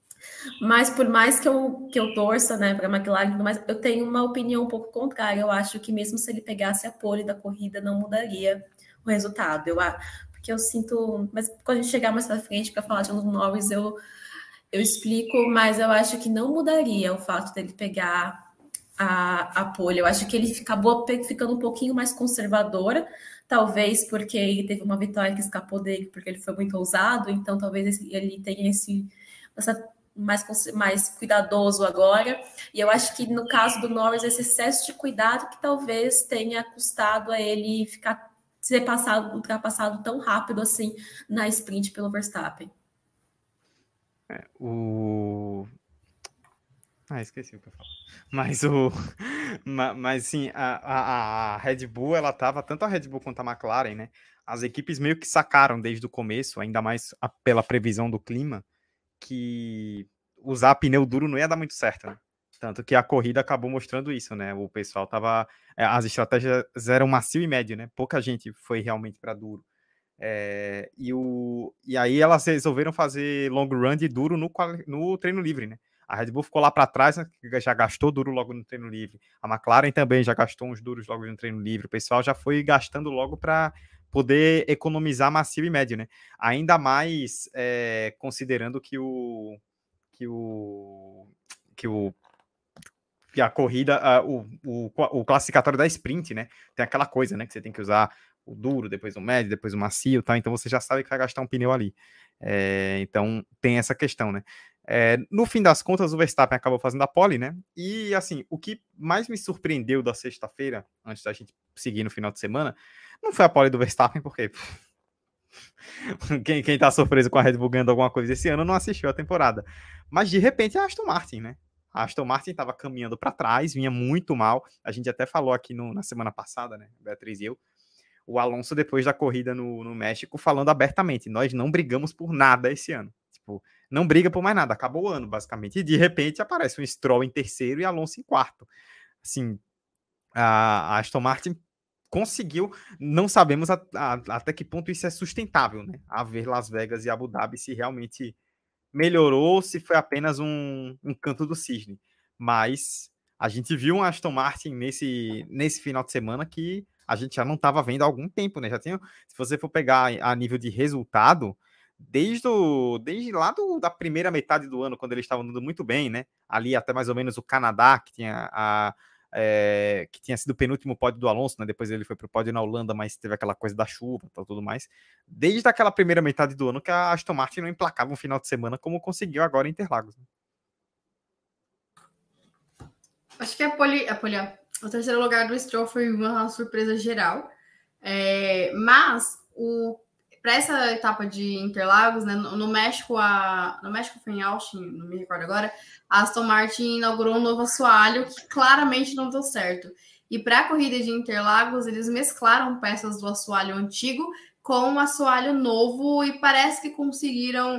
Mas por mais que eu torça, né, para a McLaren, mas eu tenho uma opinião um pouco contrária. Eu acho que mesmo se ele pegasse a pole da corrida, não mudaria o resultado. Porque eu sinto... Mas quando a gente chegar mais para frente para falar de Lando Norris, eu explico, mas eu acho que não mudaria o fato dele pegar a pole. Eu acho que ele acabou ficando um pouquinho mais conservadora, talvez porque ele teve uma vitória que escapou dele, porque ele foi muito ousado, então talvez ele tenha essa mais cuidadoso agora, e eu acho que no caso do Norris, esse excesso de cuidado que talvez tenha custado a ele ser ultrapassado tão rápido assim na sprint pelo Verstappen. Esqueci o que eu falo. Mas sim, a Red Bull, ela tava, tanto a Red Bull quanto a McLaren, né? As equipes meio que sacaram desde o começo, ainda mais pela previsão do clima, que usar pneu duro não ia dar muito certo, né? Tanto que a corrida acabou mostrando isso, né? O pessoal tava... As estratégias eram macio e médio, né? Pouca gente foi realmente para duro. E aí elas resolveram fazer long run de duro no treino livre, né? A Red Bull ficou lá para trás, né? Já gastou duro logo no treino livre. A McLaren também já gastou uns duros logo no treino livre. O pessoal já foi gastando logo para poder economizar macio e médio, né? Ainda mais considerando que o a corrida, o classificatório da sprint, né? Tem aquela coisa, né? Que você tem que usar o duro, depois o médio, depois o macio, tá? Então você já sabe que vai gastar um pneu ali. Então tem essa questão, né? No fim das contas, o Verstappen acabou fazendo a pole, né? E assim, o que mais me surpreendeu da sexta-feira, antes da gente seguir no final de semana, não foi a pole do Verstappen, porque quem tá surpreso com a Red Bull ganhando alguma coisa esse ano não assistiu a temporada. Mas de repente a Aston Martin, né? A Aston Martin estava caminhando para trás, vinha muito mal. A gente até falou aqui na semana passada, né? Beatriz e eu. O Alonso, depois da corrida no México, falando abertamente: nós não brigamos por nada esse ano. Tipo, não briga por mais nada. Acabou o ano, basicamente. E de repente aparece um Stroll em terceiro e Alonso em quarto. Assim, a Aston Martin conseguiu, não sabemos até que ponto isso é sustentável, né? A ver Las Vegas e Abu Dhabi se realmente melhorou, se foi apenas um canto do cisne. Mas a gente viu um Aston Martin nesse final de semana que a gente já não estava vendo há algum tempo, né? Já tinha, se você for pegar a nível de resultado, desde lá da primeira metade do ano, quando eles estavam andando muito bem, né? Ali até mais ou menos o Canadá, que tinha sido o penúltimo pódio do Alonso, né? Depois ele foi para o pódio na Holanda, mas teve aquela coisa da chuva e tudo mais. Desde aquela primeira metade do ano que a Aston Martin não emplacava um final de semana como conseguiu agora em Interlagos. Acho que o terceiro lugar do Stroll foi uma surpresa geral. Mas para essa etapa de Interlagos, né, no México foi em Austin, não me recordo agora, a Aston Martin inaugurou um novo assoalho que claramente não deu certo. E para a corrida de Interlagos, eles mesclaram peças do assoalho antigo com um assoalho novo e parece que conseguiram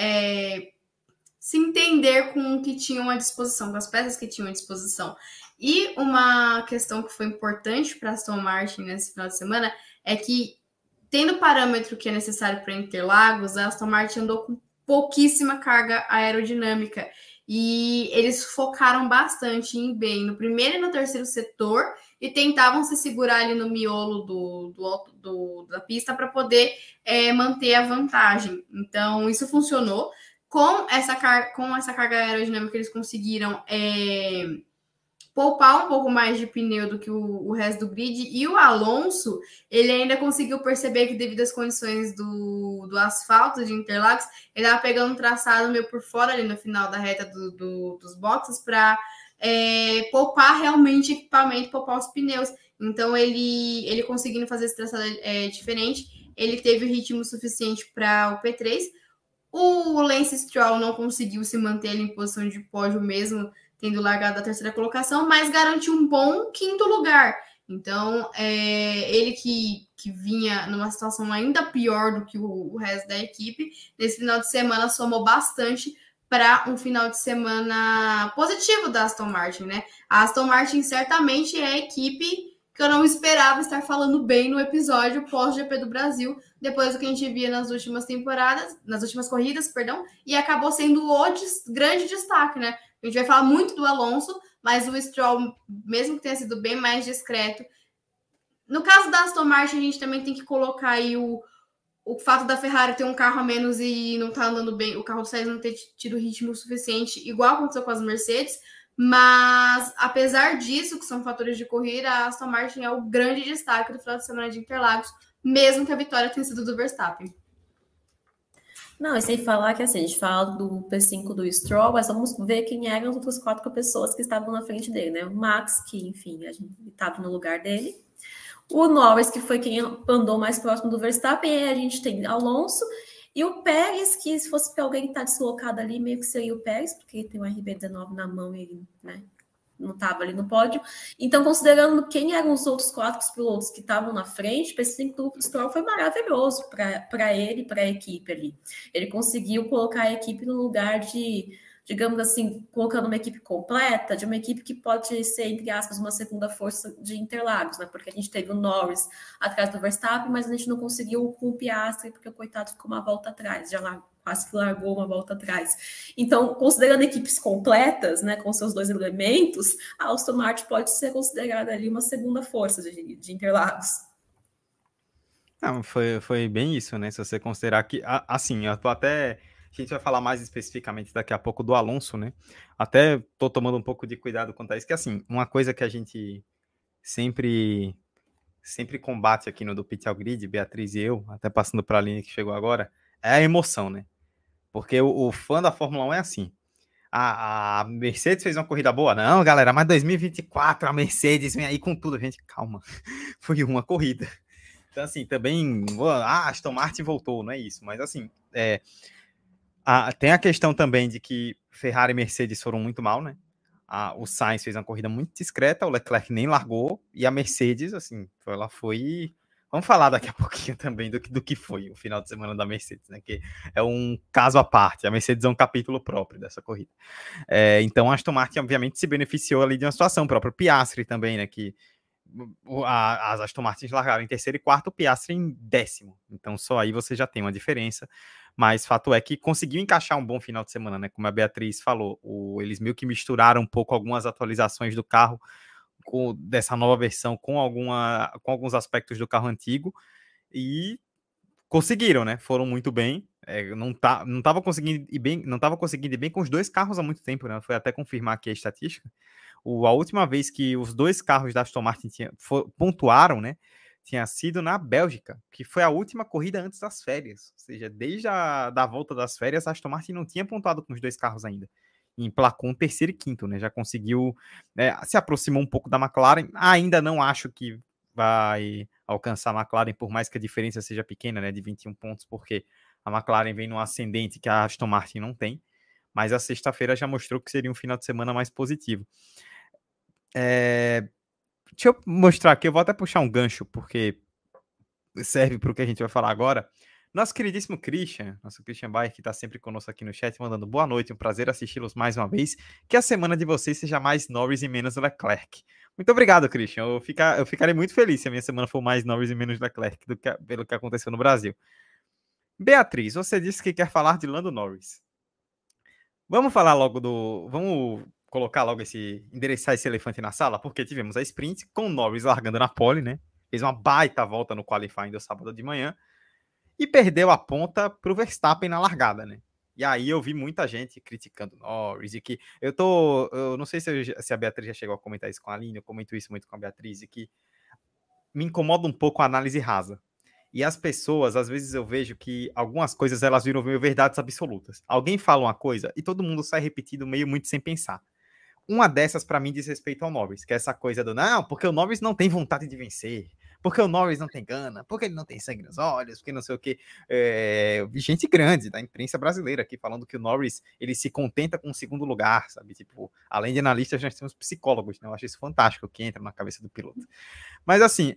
se entender com o que tinham à disposição, com as peças que tinham à disposição. E uma questão que foi importante para a Aston Martin nesse final de semana é que, tendo o parâmetro que é necessário para Interlagos, a Aston Martin andou com pouquíssima carga aerodinâmica. E eles focaram bastante em bem no primeiro e no terceiro setor e tentavam se segurar ali no miolo da pista para poder manter a vantagem. Então, isso funcionou. Com essa carga aerodinâmica, eles conseguiram poupar um pouco mais de pneu do que o resto do grid. E o Alonso, ele ainda conseguiu perceber que, devido às condições do asfalto de Interlagos, ele estava pegando um traçado meio por fora ali no final da reta dos boxes para poupar realmente equipamento, poupar os pneus. Então, ele conseguindo fazer esse traçado diferente, ele teve ritmo suficiente para o P3. O Lance Stroll não conseguiu se manter ali em posição de pódio mesmo, tendo largado a terceira colocação, mas garantiu um bom quinto lugar. Então, ele que vinha numa situação ainda pior do que o resto da equipe, nesse final de semana somou bastante para um final de semana positivo da Aston Martin, né? A Aston Martin certamente é a equipe que eu não esperava estar falando bem no episódio pós-GP do Brasil, depois do que a gente via nas últimas corridas, e acabou sendo o grande destaque, né? A gente vai falar muito do Alonso, mas o Stroll, mesmo que tenha sido bem mais discreto. No caso da Aston Martin, a gente também tem que colocar aí o fato da Ferrari ter um carro a menos e não estar andando bem, o carro do Sainz não ter tido ritmo suficiente, igual aconteceu com as Mercedes. Mas, apesar disso, que são fatores de corrida, a Aston Martin é o grande destaque do final de semana de Interlagos, mesmo que a vitória tenha sido do Verstappen. Não, e sem falar que assim, a gente fala do P5 do Stroll, mas vamos ver quem eram as outras 4 pessoas que estavam na frente dele, né? O Max, que, enfim, a gente estava no lugar dele. O Norris, que foi quem andou mais próximo do Verstappen. E aí a gente tem Alonso. E o Pérez, que se fosse para alguém que está deslocado ali, meio que seria o Pérez, porque ele tem o RB19 na mão e ele, né, não estava ali no pódio. Então, considerando quem eram os outros 4 pilotos que estavam na frente, esse 5 do Stroll foi maravilhoso para ele e para a equipe ali. Ele conseguiu colocar a equipe no lugar de, digamos assim, colocando uma equipe completa, de uma equipe que pode ser, entre aspas, uma segunda força de Interlagos, né? Porque a gente teve o Norris atrás do Verstappen, mas a gente não conseguiu com o Piastri, porque o coitado ficou uma volta atrás, quase que largou uma volta atrás. Então, considerando equipes completas, né, com seus 2 elementos, a Aston Martin pode ser considerada ali uma segunda força de Interlagos. Não, foi bem isso, né? Se você considerar que, assim, eu tô até A gente vai falar mais especificamente daqui a pouco do Alonso, né? Até tô tomando um pouco de cuidado quanto a isso, que assim, uma coisa que a gente sempre combate aqui no do Pit ao Grid, Beatriz e eu, até passando para a linha que chegou agora, é a emoção, né? Porque o fã da Fórmula 1 é assim. A Mercedes fez uma corrida boa? Não, galera, mas 2024 a Mercedes vem aí com tudo. Gente, calma. Foi uma corrida. Então, assim, também... a Aston Martin voltou, não é isso. Mas, assim, tem a questão também de que Ferrari e Mercedes foram muito mal, né? O Sainz fez uma corrida muito discreta, o Leclerc nem largou, e a Mercedes, assim, ela foi... Vamos falar daqui a pouquinho também do que foi o final de semana da Mercedes, né? Que é um caso à parte. A Mercedes é um capítulo próprio dessa corrida. Então, a Aston Martin, obviamente, se beneficiou ali de uma situação. O próprio Piastri também, né? Que as Aston Martins largaram em terceiro e quarto, o Piastri em 10º. Então, só aí você já tem uma diferença. Mas fato é que conseguiu encaixar um bom final de semana, né? Como a Beatriz falou, eles meio que misturaram um pouco algumas atualizações do carro dessa nova versão com alguns aspectos do carro antigo e conseguiram, né? Foram muito bem. Não estava conseguindo ir bem com os dois carros há muito tempo, né? Foi até confirmar aqui a estatística. A última vez que os dois carros da Aston Martin pontuaram, né? Tinha sido na Bélgica, que foi a última corrida antes das férias. Ou seja, desde da volta das férias, a Aston Martin não tinha pontuado com os dois carros ainda. E emplacou um terceiro e quinto, né? Já conseguiu, se aproximou um pouco da McLaren. Ainda não acho que vai alcançar a McLaren, por mais que a diferença seja pequena, né? De 21 pontos, porque a McLaren vem num ascendente que a Aston Martin não tem. Mas a sexta-feira já mostrou que seria um final de semana mais positivo. Deixa eu mostrar aqui, eu vou até puxar um gancho, porque serve para o que a gente vai falar agora. Nosso queridíssimo Christian Bayer, que está sempre conosco aqui no chat, mandando boa noite, um prazer assisti-los mais uma vez. Que a semana de vocês seja mais Norris e menos Leclerc. Muito obrigado, Christian. Eu ficarei muito feliz se a minha semana for mais Norris e menos Leclerc pelo que aconteceu no Brasil. Beatriz, você disse que quer falar de Lando Norris. Vamos falar logo Vamos colocar logo endereçar esse elefante na sala, porque tivemos a sprint com o Norris largando na pole, né? Fez uma baita volta no qualifying do sábado de manhã e perdeu a ponta pro Verstappen na largada, né? E aí eu vi muita gente criticando Norris, e que eu não sei se a Beatriz já chegou a comentar isso com a Aline, eu comento isso muito com a Beatriz, e que me incomoda um pouco a análise rasa. E as pessoas, às vezes eu vejo que algumas coisas elas viram meio verdades absolutas. Alguém fala uma coisa e todo mundo sai repetindo meio muito sem pensar. Uma dessas, para mim, diz respeito ao Norris, que é essa coisa não, porque o Norris não tem vontade de vencer, porque o Norris não tem gana, porque ele não tem sangue nos olhos, porque não sei o quê. Gente grande da imprensa brasileira aqui falando que o Norris, ele se contenta com o segundo lugar, sabe? Tipo, além de analistas, nós temos psicólogos, né? Eu acho isso fantástico, que entra na cabeça do piloto. Mas assim,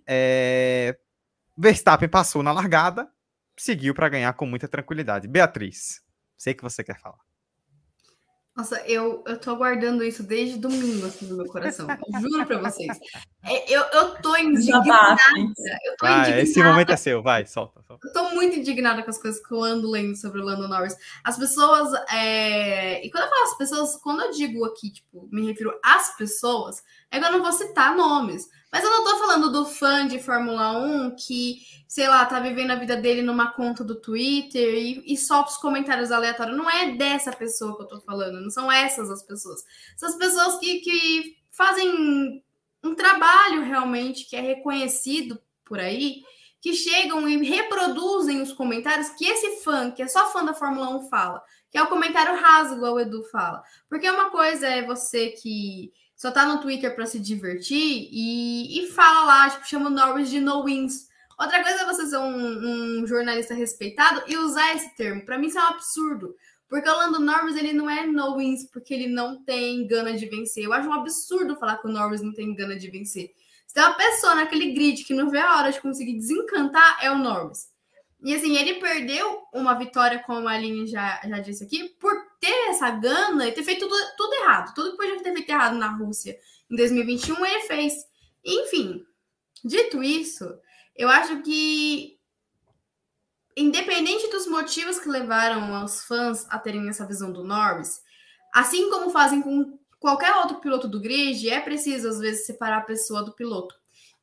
Verstappen passou na largada, seguiu para ganhar com muita tranquilidade. Beatriz, sei que você quer falar. Nossa, eu tô aguardando isso desde domingo, assim, no meu coração. Eu juro pra vocês. Eu tô indignada. Esse momento é seu, vai, solta. Eu tô muito indignada com as coisas que eu ando lendo sobre o Lando Norris. As pessoas... E quando eu falo as pessoas, quando eu digo aqui, tipo, me refiro às pessoas, é que eu não vou citar nomes. Mas eu não tô falando do fã de Fórmula 1 que, sei lá, tá vivendo a vida dele numa conta do Twitter e solta os comentários aleatórios. Não é dessa pessoa que eu tô falando, não são essas as pessoas. São as pessoas que fazem um trabalho realmente que é reconhecido por aí, que chegam e reproduzem os comentários que esse fã, que é só fã da Fórmula 1, fala. Que é o comentário raso, igual o Edu fala. Porque uma coisa é você que só tá no Twitter para se divertir e fala lá, tipo, chama o Norris de no wins. Outra coisa é você ser um jornalista respeitado e usar esse termo. Para mim isso é um absurdo. Porque o Lando Norris, ele não é no wins porque ele não tem gana de vencer. Eu acho um absurdo falar que o Norris não tem gana de vencer. Se tem uma pessoa naquele grid que não vê a hora de conseguir desencantar, é o Norris. E assim, ele perdeu uma vitória, como a Aline já disse aqui, por ter essa gana e ter feito tudo errado. Tudo que podia ter feito errado na Rússia em 2021, ele fez. Enfim, dito isso, eu acho que, independente dos motivos que levaram os fãs a terem essa visão do Norris, assim como fazem com qualquer outro piloto do grid, é preciso, às vezes, separar a pessoa do piloto.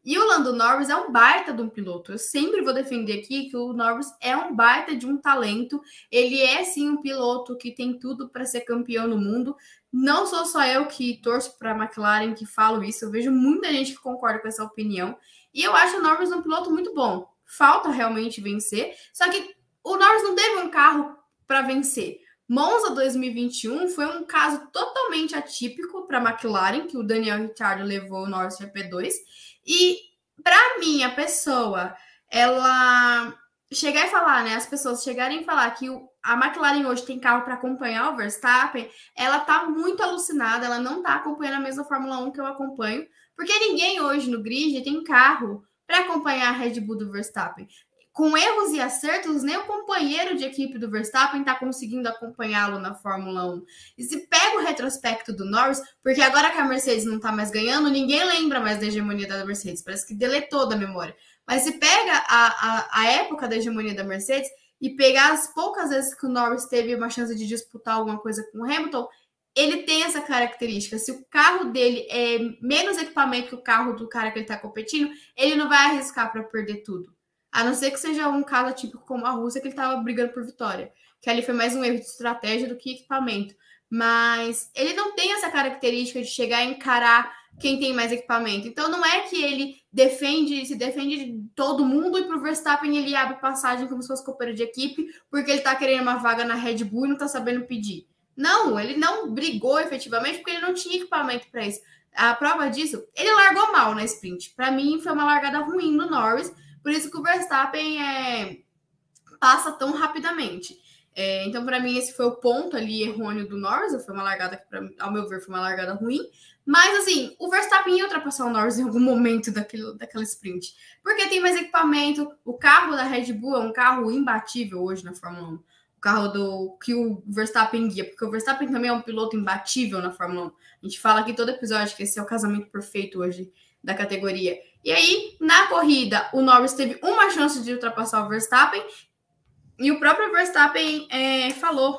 E o Lando Norris é um baita de um piloto. Eu sempre vou defender aqui que o Norris é um baita de um talento. Ele é, sim, um piloto que tem tudo para ser campeão no mundo. Não sou só eu que torço para a McLaren que falo isso. Eu vejo muita gente que concorda com essa opinião. E eu acho o Norris um piloto muito bom. Falta realmente vencer. Só que o Norris não teve um carro para vencer. Monza 2021 foi um caso totalmente atípico para a McLaren, que o Daniel Ricciardo levou o Norris GP2. E, para mim, a pessoa, ela chegar e falar, né? As pessoas chegarem e falar que a McLaren hoje tem carro para acompanhar o Verstappen, ela tá muito alucinada, ela não tá acompanhando a mesma Fórmula 1 que eu acompanho, porque ninguém hoje no grid tem carro para acompanhar a Red Bull do Verstappen. Com erros e acertos, nem o companheiro de equipe do Verstappen está conseguindo acompanhá-lo na Fórmula 1. E se pega o retrospecto do Norris, porque agora que a Mercedes não está mais ganhando, ninguém lembra mais da hegemonia da Mercedes, parece que deletou da memória. Mas se pega a época da hegemonia da Mercedes e pegar as poucas vezes que o Norris teve uma chance de disputar alguma coisa com o Hamilton, ele tem essa característica. Se o carro dele é menos equipamento que o carro do cara que ele está competindo, ele não vai arriscar para perder tudo. A não ser que seja um caso atípico como a Rússia, que ele estava brigando por vitória. Que ali foi mais um erro de estratégia do que equipamento. Mas ele não tem essa característica de chegar e encarar quem tem mais equipamento. Então não é que ele se defende de todo mundo e para o Verstappen ele abre passagem como se fosse companheiro de equipe, porque ele está querendo uma vaga na Red Bull e não está sabendo pedir. Não, ele não brigou efetivamente porque ele não tinha equipamento para isso. A prova disso, ele largou mal na sprint. Para mim foi uma largada ruim do Norris. Por isso que o Verstappen passa tão rapidamente. Então, para mim, esse foi o ponto ali errôneo do Norris. Foi uma largada que, ao meu ver, foi uma largada ruim. Mas, assim, o Verstappen ia ultrapassar o Norris em algum momento daquela sprint. Porque tem mais equipamento. O carro da Red Bull é um carro imbatível hoje na Fórmula 1. O carro que o Verstappen guia. Porque o Verstappen também é um piloto imbatível na Fórmula 1. A gente fala aqui todo episódio que esse é o casamento perfeito hoje da categoria. E aí, na corrida, o Norris teve uma chance de ultrapassar o Verstappen e o próprio Verstappen falou.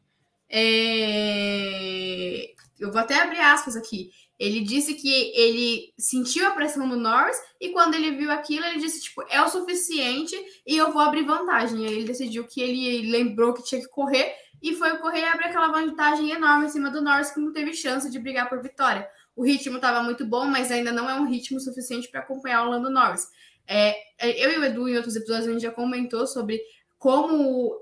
Eu vou até abrir aspas aqui. Ele disse que ele sentiu a pressão do Norris e quando ele viu aquilo, ele disse, tipo, é o suficiente e eu vou abrir vantagem. E aí ele decidiu que ele lembrou que tinha que correr e foi correr e abrir aquela vantagem enorme em cima do Norris que não teve chance de brigar por vitória. O ritmo estava muito bom, mas ainda não é um ritmo suficiente para acompanhar o Lando Norris. Eu e o Edu, em outros episódios, a gente já comentou sobre como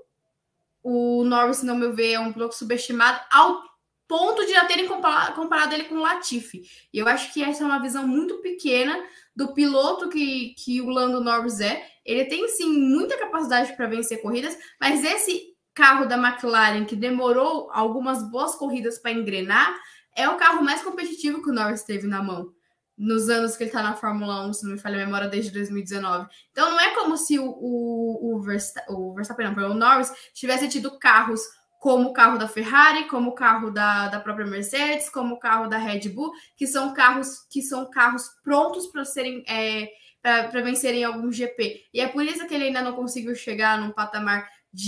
o Norris, no meu ver, é um piloto subestimado ao ponto de já terem comparado ele com o Latifi. E eu acho que essa é uma visão muito pequena do piloto que o Lando Norris é. Ele tem, sim, muita capacidade para vencer corridas, mas esse carro da McLaren, que demorou algumas boas corridas para engrenar, é o carro mais competitivo que o Norris teve na mão nos anos que ele está na Fórmula 1, se não me falha a memória, desde 2019. Então não é como se o Verstappen, não, o Norris tivesse tido carros como o carro da Ferrari, como o carro da própria Mercedes, como o carro da Red Bull, que são carros prontos para serem para vencerem algum GP. E é por isso que ele ainda não conseguiu chegar num patamar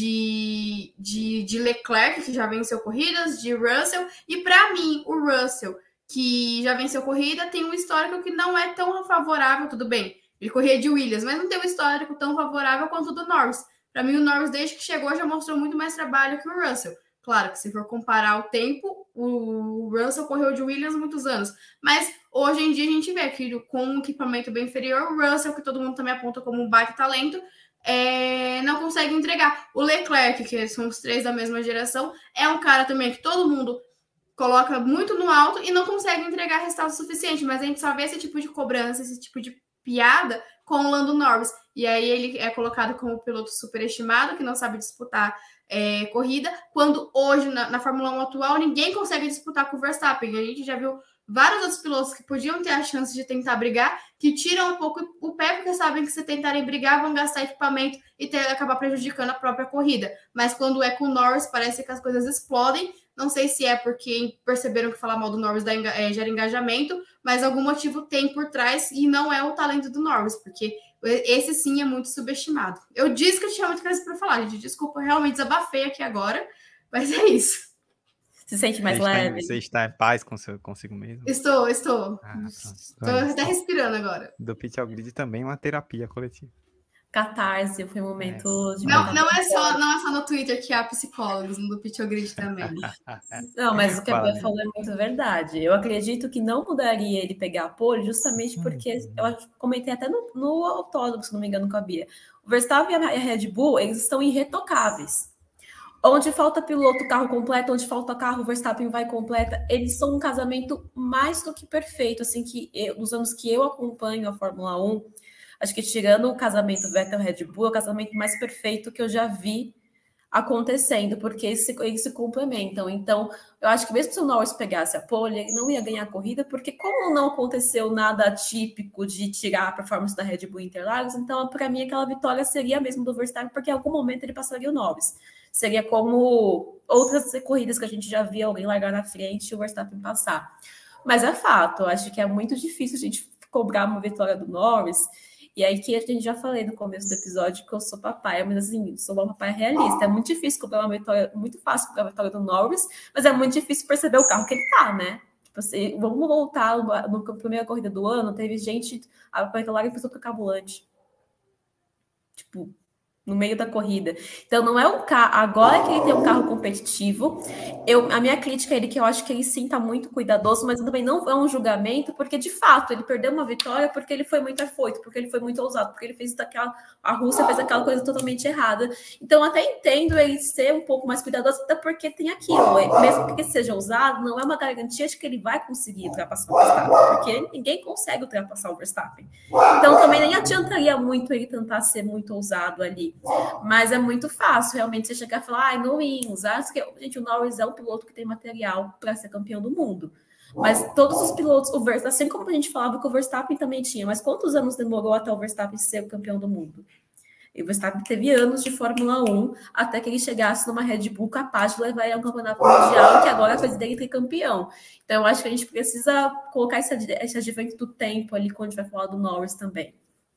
de Leclerc, que já venceu corridas, de Russell, e para mim, o Russell, que já venceu corrida, tem um histórico que não é tão favorável, tudo bem, ele corria de Williams, mas não tem um histórico tão favorável quanto o do Norris. Para mim, o Norris, desde que chegou, já mostrou muito mais trabalho que o Russell. Claro que se for comparar o tempo, o Russell correu de Williams há muitos anos, mas hoje em dia a gente vê que com um equipamento bem inferior, o Russell, que todo mundo também aponta como um baita talento, não consegue entregar. O Leclerc, que são os três da mesma geração, é um cara também que todo mundo coloca muito no alto e não consegue entregar resultado suficiente, mas a gente só vê esse tipo de cobrança, esse tipo de piada com o Lando Norris, e aí ele é colocado como piloto superestimado, que não sabe disputar corrida, quando hoje na Fórmula 1 atual ninguém consegue disputar com o Verstappen. A gente já viu vários outros pilotos que podiam ter a chance de tentar brigar, que tiram um pouco o pé, porque sabem que se tentarem brigar, vão gastar equipamento e acabar prejudicando a própria corrida. Mas quando é com o Norris, parece que as coisas explodem. Não sei se é porque perceberam que falar mal do Norris gera engajamento, mas algum motivo tem por trás e não é o talento do Norris, porque esse sim é muito subestimado. Eu disse que eu tinha muita coisa para falar, gente. Desculpa, eu realmente desabafei aqui agora, mas é isso. Se sente mais leve? Você está em paz consigo mesmo? Estou. Estou Até respirando agora. Do Pitch ao Grid também uma terapia coletiva. Catarse, foi um momento de... Não é só no Twitter que há psicólogos, no Pitch ao Grid também. Não, mas o que a Bia falou é muito verdade. Eu acredito que não mudaria ele pegar a pole, justamente porque eu comentei até no autódromo, se não me engano, com a Bia. O Verstappen e a Red Bull, eles estão irretocáveis. Onde falta piloto, carro completo, onde falta carro, o Verstappen vai completa. Eles são um casamento mais do que perfeito, assim, nos anos que eu acompanho a Fórmula 1, acho que tirando o casamento Vettel-Red Bull, é o casamento mais perfeito que eu já vi acontecendo, porque eles se complementam. Então, eu acho que mesmo se o Norris pegasse a pole, ele não ia ganhar a corrida, porque como não aconteceu nada atípico de tirar a performance da Red Bull em Interlagos, então, para mim, aquela vitória seria mesmo do Verstappen, porque em algum momento ele passaria o Norris. Seria como outras corridas que a gente já via alguém largar na frente e o Verstappen passar. Mas é fato, eu acho que é muito difícil a gente cobrar uma vitória do Norris. E aí que a gente já falei no começo do episódio que eu sou papai, mas assim, sou uma papai realista. É muito difícil cobrar uma vitória, muito fácil cobrar a vitória do Norris, mas é muito difícil perceber o carro que ele tá, né? Tipo assim, vamos voltar na primeira corrida do ano, teve gente, a McLaren precisou trocar volante. Tipo, no meio da corrida. Então, não é um carro... Agora que ele tem um carro competitivo, a minha crítica é ele, que eu acho que ele sim tá muito cuidadoso, mas também não é um julgamento, porque, de fato, ele perdeu uma vitória porque ele foi muito afoito, porque ele foi muito ousado, porque ele fez a Rússia fez aquela coisa totalmente errada. Então, até entendo ele ser um pouco mais cuidadoso, até porque tem aquilo. Mesmo que seja ousado, não é uma garantia de que ele vai conseguir ultrapassar o Verstappen, porque ninguém consegue ultrapassar o Verstappen. Então, também nem adiantaria muito ele tentar ser muito ousado ali. Mas é muito fácil, realmente, você chegar e falar, no Wins, acho que, gente, o Norris é um piloto que tem material para ser campeão do mundo. Mas todos os pilotos, o Verstappen, assim como a gente falava que o Verstappen também tinha, mas quantos anos demorou até o Verstappen ser o campeão do mundo? E o Verstappen teve anos de Fórmula 1 até que ele chegasse numa Red Bull capaz de levar ele a um campeonato mundial, que agora é a coisa dele ter campeão. Então, eu acho que a gente precisa colocar esse advento do tempo ali quando a gente vai falar do Norris também.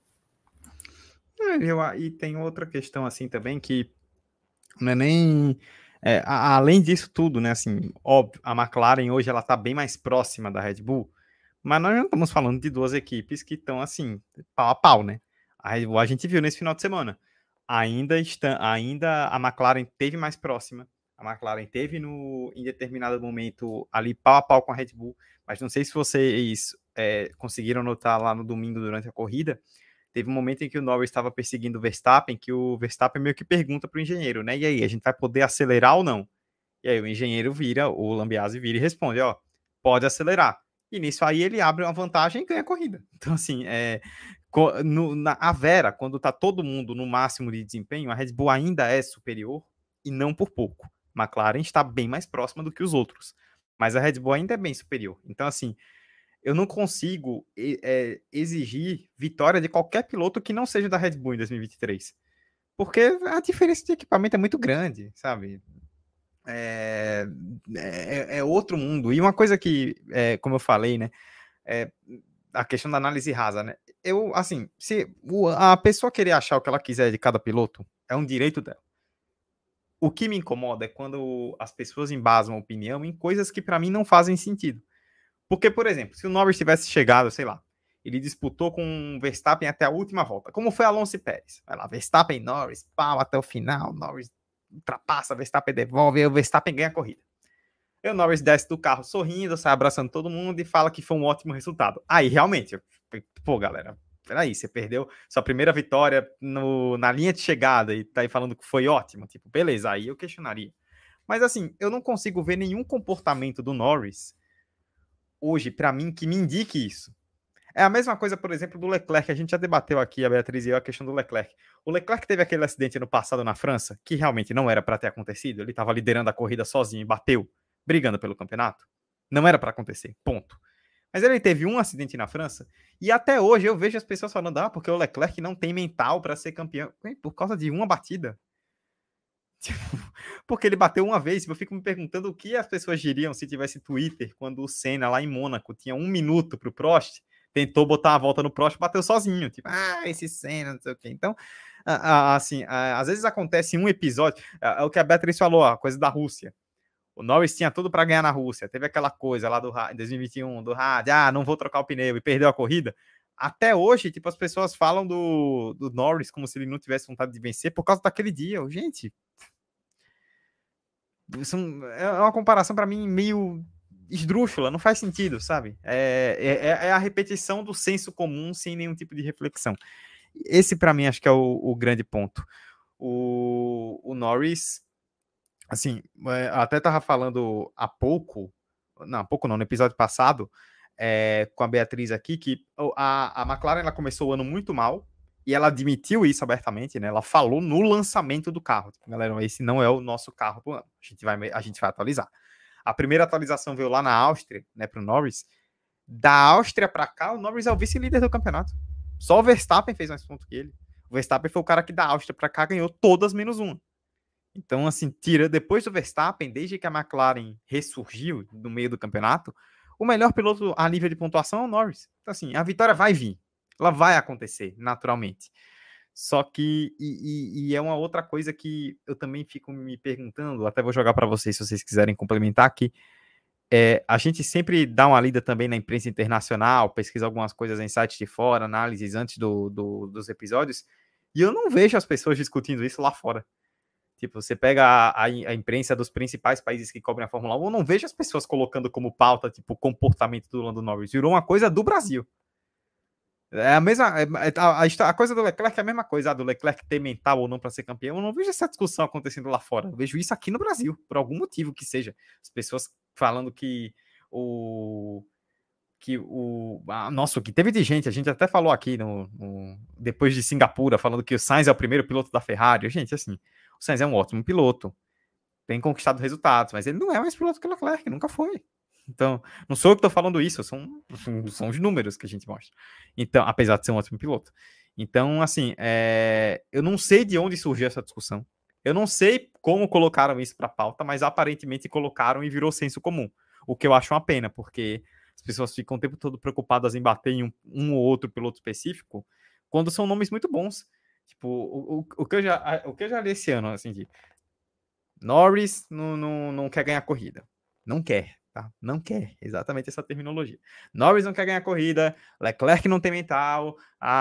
E tem outra questão assim também que não é nem além disso tudo, né? Assim, óbvio, a McLaren hoje ela tá bem mais próxima da Red Bull, mas nós não estamos falando de duas equipes que estão assim pau a pau, né? A Red Bull a gente viu nesse final de semana. Ainda a McLaren teve mais próxima. A McLaren teve em determinado momento ali pau a pau com a Red Bull, mas não sei se vocês conseguiram notar lá no domingo durante a corrida. Teve um momento em que o Norris estava perseguindo o Verstappen, que o Verstappen meio que pergunta para o engenheiro, né? E aí, a gente vai poder acelerar ou não? E aí o engenheiro o Lambiase vira e responde, pode acelerar. E nisso aí ele abre uma vantagem e ganha a corrida. Então, assim, a Vera, quando tá todo mundo no máximo de desempenho, a Red Bull ainda é superior e não por pouco. A McLaren está bem mais próxima do que os outros, mas a Red Bull ainda é bem superior. Então, assim, eu não consigo exigir vitória de qualquer piloto que não seja da Red Bull em 2023. Porque a diferença de equipamento é muito grande, sabe? É outro mundo. E uma coisa que, como eu falei, né? A questão da análise rasa, né? Assim, se a pessoa querer achar o que ela quiser de cada piloto, é um direito dela. O que me incomoda é quando as pessoas embasam a opinião em coisas que para mim não fazem sentido. Porque, por exemplo, se o Norris tivesse chegado, sei lá, ele disputou com o Verstappen até a última volta, como foi Alonso e Pérez. Vai lá, Verstappen e Norris, pau até o final, Norris ultrapassa, Verstappen devolve, e o Verstappen ganha a corrida. E o Norris desce do carro sorrindo, sai abraçando todo mundo e fala que foi um ótimo resultado. Aí, realmente, galera, peraí, você perdeu sua primeira vitória na linha de chegada e tá aí falando que foi ótimo. Tipo, beleza, aí eu questionaria. Mas, assim, eu não consigo ver nenhum comportamento do Norris hoje, para mim, que me indique isso. É a mesma coisa, por exemplo, do Leclerc. A gente já debateu aqui, a Beatriz e eu, a questão do Leclerc. O Leclerc teve aquele acidente no passado na França, que realmente não era para ter acontecido. Ele estava liderando a corrida sozinho e bateu, brigando pelo campeonato. Não era para acontecer, ponto. Mas ele teve um acidente na França, e até hoje eu vejo as pessoas falando, porque o Leclerc não tem mental para ser campeão. Por causa de uma batida. Porque ele bateu uma vez. Eu fico me perguntando o que as pessoas diriam se tivesse Twitter, quando o Senna lá em Mônaco tinha 1 minuto pro Prost, tentou botar uma volta no Prost, bateu sozinho, tipo, esse Senna, não sei o quê. Então, assim, às vezes acontece um episódio, é o que a Beatriz falou, a coisa da Rússia. O Norris tinha tudo para ganhar na Rússia. Teve aquela coisa lá em 2021, do rádio, não vou trocar o pneu, e perdeu a corrida. Até hoje, tipo, as pessoas falam do Norris como se ele não tivesse vontade de vencer por causa daquele dia. Gente, é uma comparação para mim meio esdrúxula, não faz sentido, sabe? É a repetição do senso comum sem nenhum tipo de reflexão. Esse, para mim, acho que é o grande ponto. O Norris, assim, até tava falando há pouco não, no episódio passado, com a Beatriz aqui, que a McLaren ela começou o ano muito mal, e ela admitiu isso abertamente, né? Ela falou no lançamento do carro. Tipo, galera, esse não é o nosso carro pro ano. A gente vai atualizar. A primeira atualização veio lá na Áustria, né, pro Norris. Da Áustria para cá, o Norris é o vice-líder do campeonato. Só o Verstappen fez mais pontos que ele. O Verstappen foi o cara que da Áustria para cá ganhou todas menos uma. Então, assim, depois do Verstappen, desde que a McLaren ressurgiu no meio do campeonato, o melhor piloto a nível de pontuação é o Norris. Então, assim, a vitória vai vir. Ela vai acontecer, naturalmente. Só que, e é uma outra coisa que eu também fico me perguntando, até vou jogar para vocês, se vocês quiserem complementar aqui, a gente sempre dá uma lida também na imprensa internacional, pesquisa algumas coisas em sites de fora, análises antes dos episódios, e eu não vejo as pessoas discutindo isso lá fora. Tipo, você pega a imprensa dos principais países que cobrem a Fórmula 1, eu não vejo as pessoas colocando como pauta, tipo, o comportamento do Lando Norris. Virou uma coisa do Brasil. É a mesma. A coisa do Leclerc é a mesma coisa, do Leclerc ter mental ou não para ser campeão. Eu não vejo essa discussão acontecendo lá fora. Eu vejo isso aqui no Brasil, por algum motivo que seja. As pessoas falando que nossa, o que teve de gente, a gente até falou aqui depois de Singapura, falando que o Sainz é o primeiro piloto da Ferrari. Gente, assim, o Sainz é um ótimo piloto, tem conquistado resultados, mas ele não é mais piloto que o Leclerc, nunca foi. Então, não sou eu que estou falando isso, são os números que a gente mostra. Então, apesar de ser um ótimo piloto. Então, assim, eu não sei de onde surgiu essa discussão. Eu não sei como colocaram isso para a pauta, mas aparentemente colocaram e virou senso comum. O que eu acho uma pena, porque as pessoas ficam o tempo todo preocupadas em bater em um ou outro piloto específico, quando são nomes muito bons. Tipo, o que eu já li esse ano, assim, de Norris não quer ganhar corrida. Não quer, tá? Não quer. Exatamente essa terminologia. Norris não quer ganhar corrida, Leclerc não tem mental,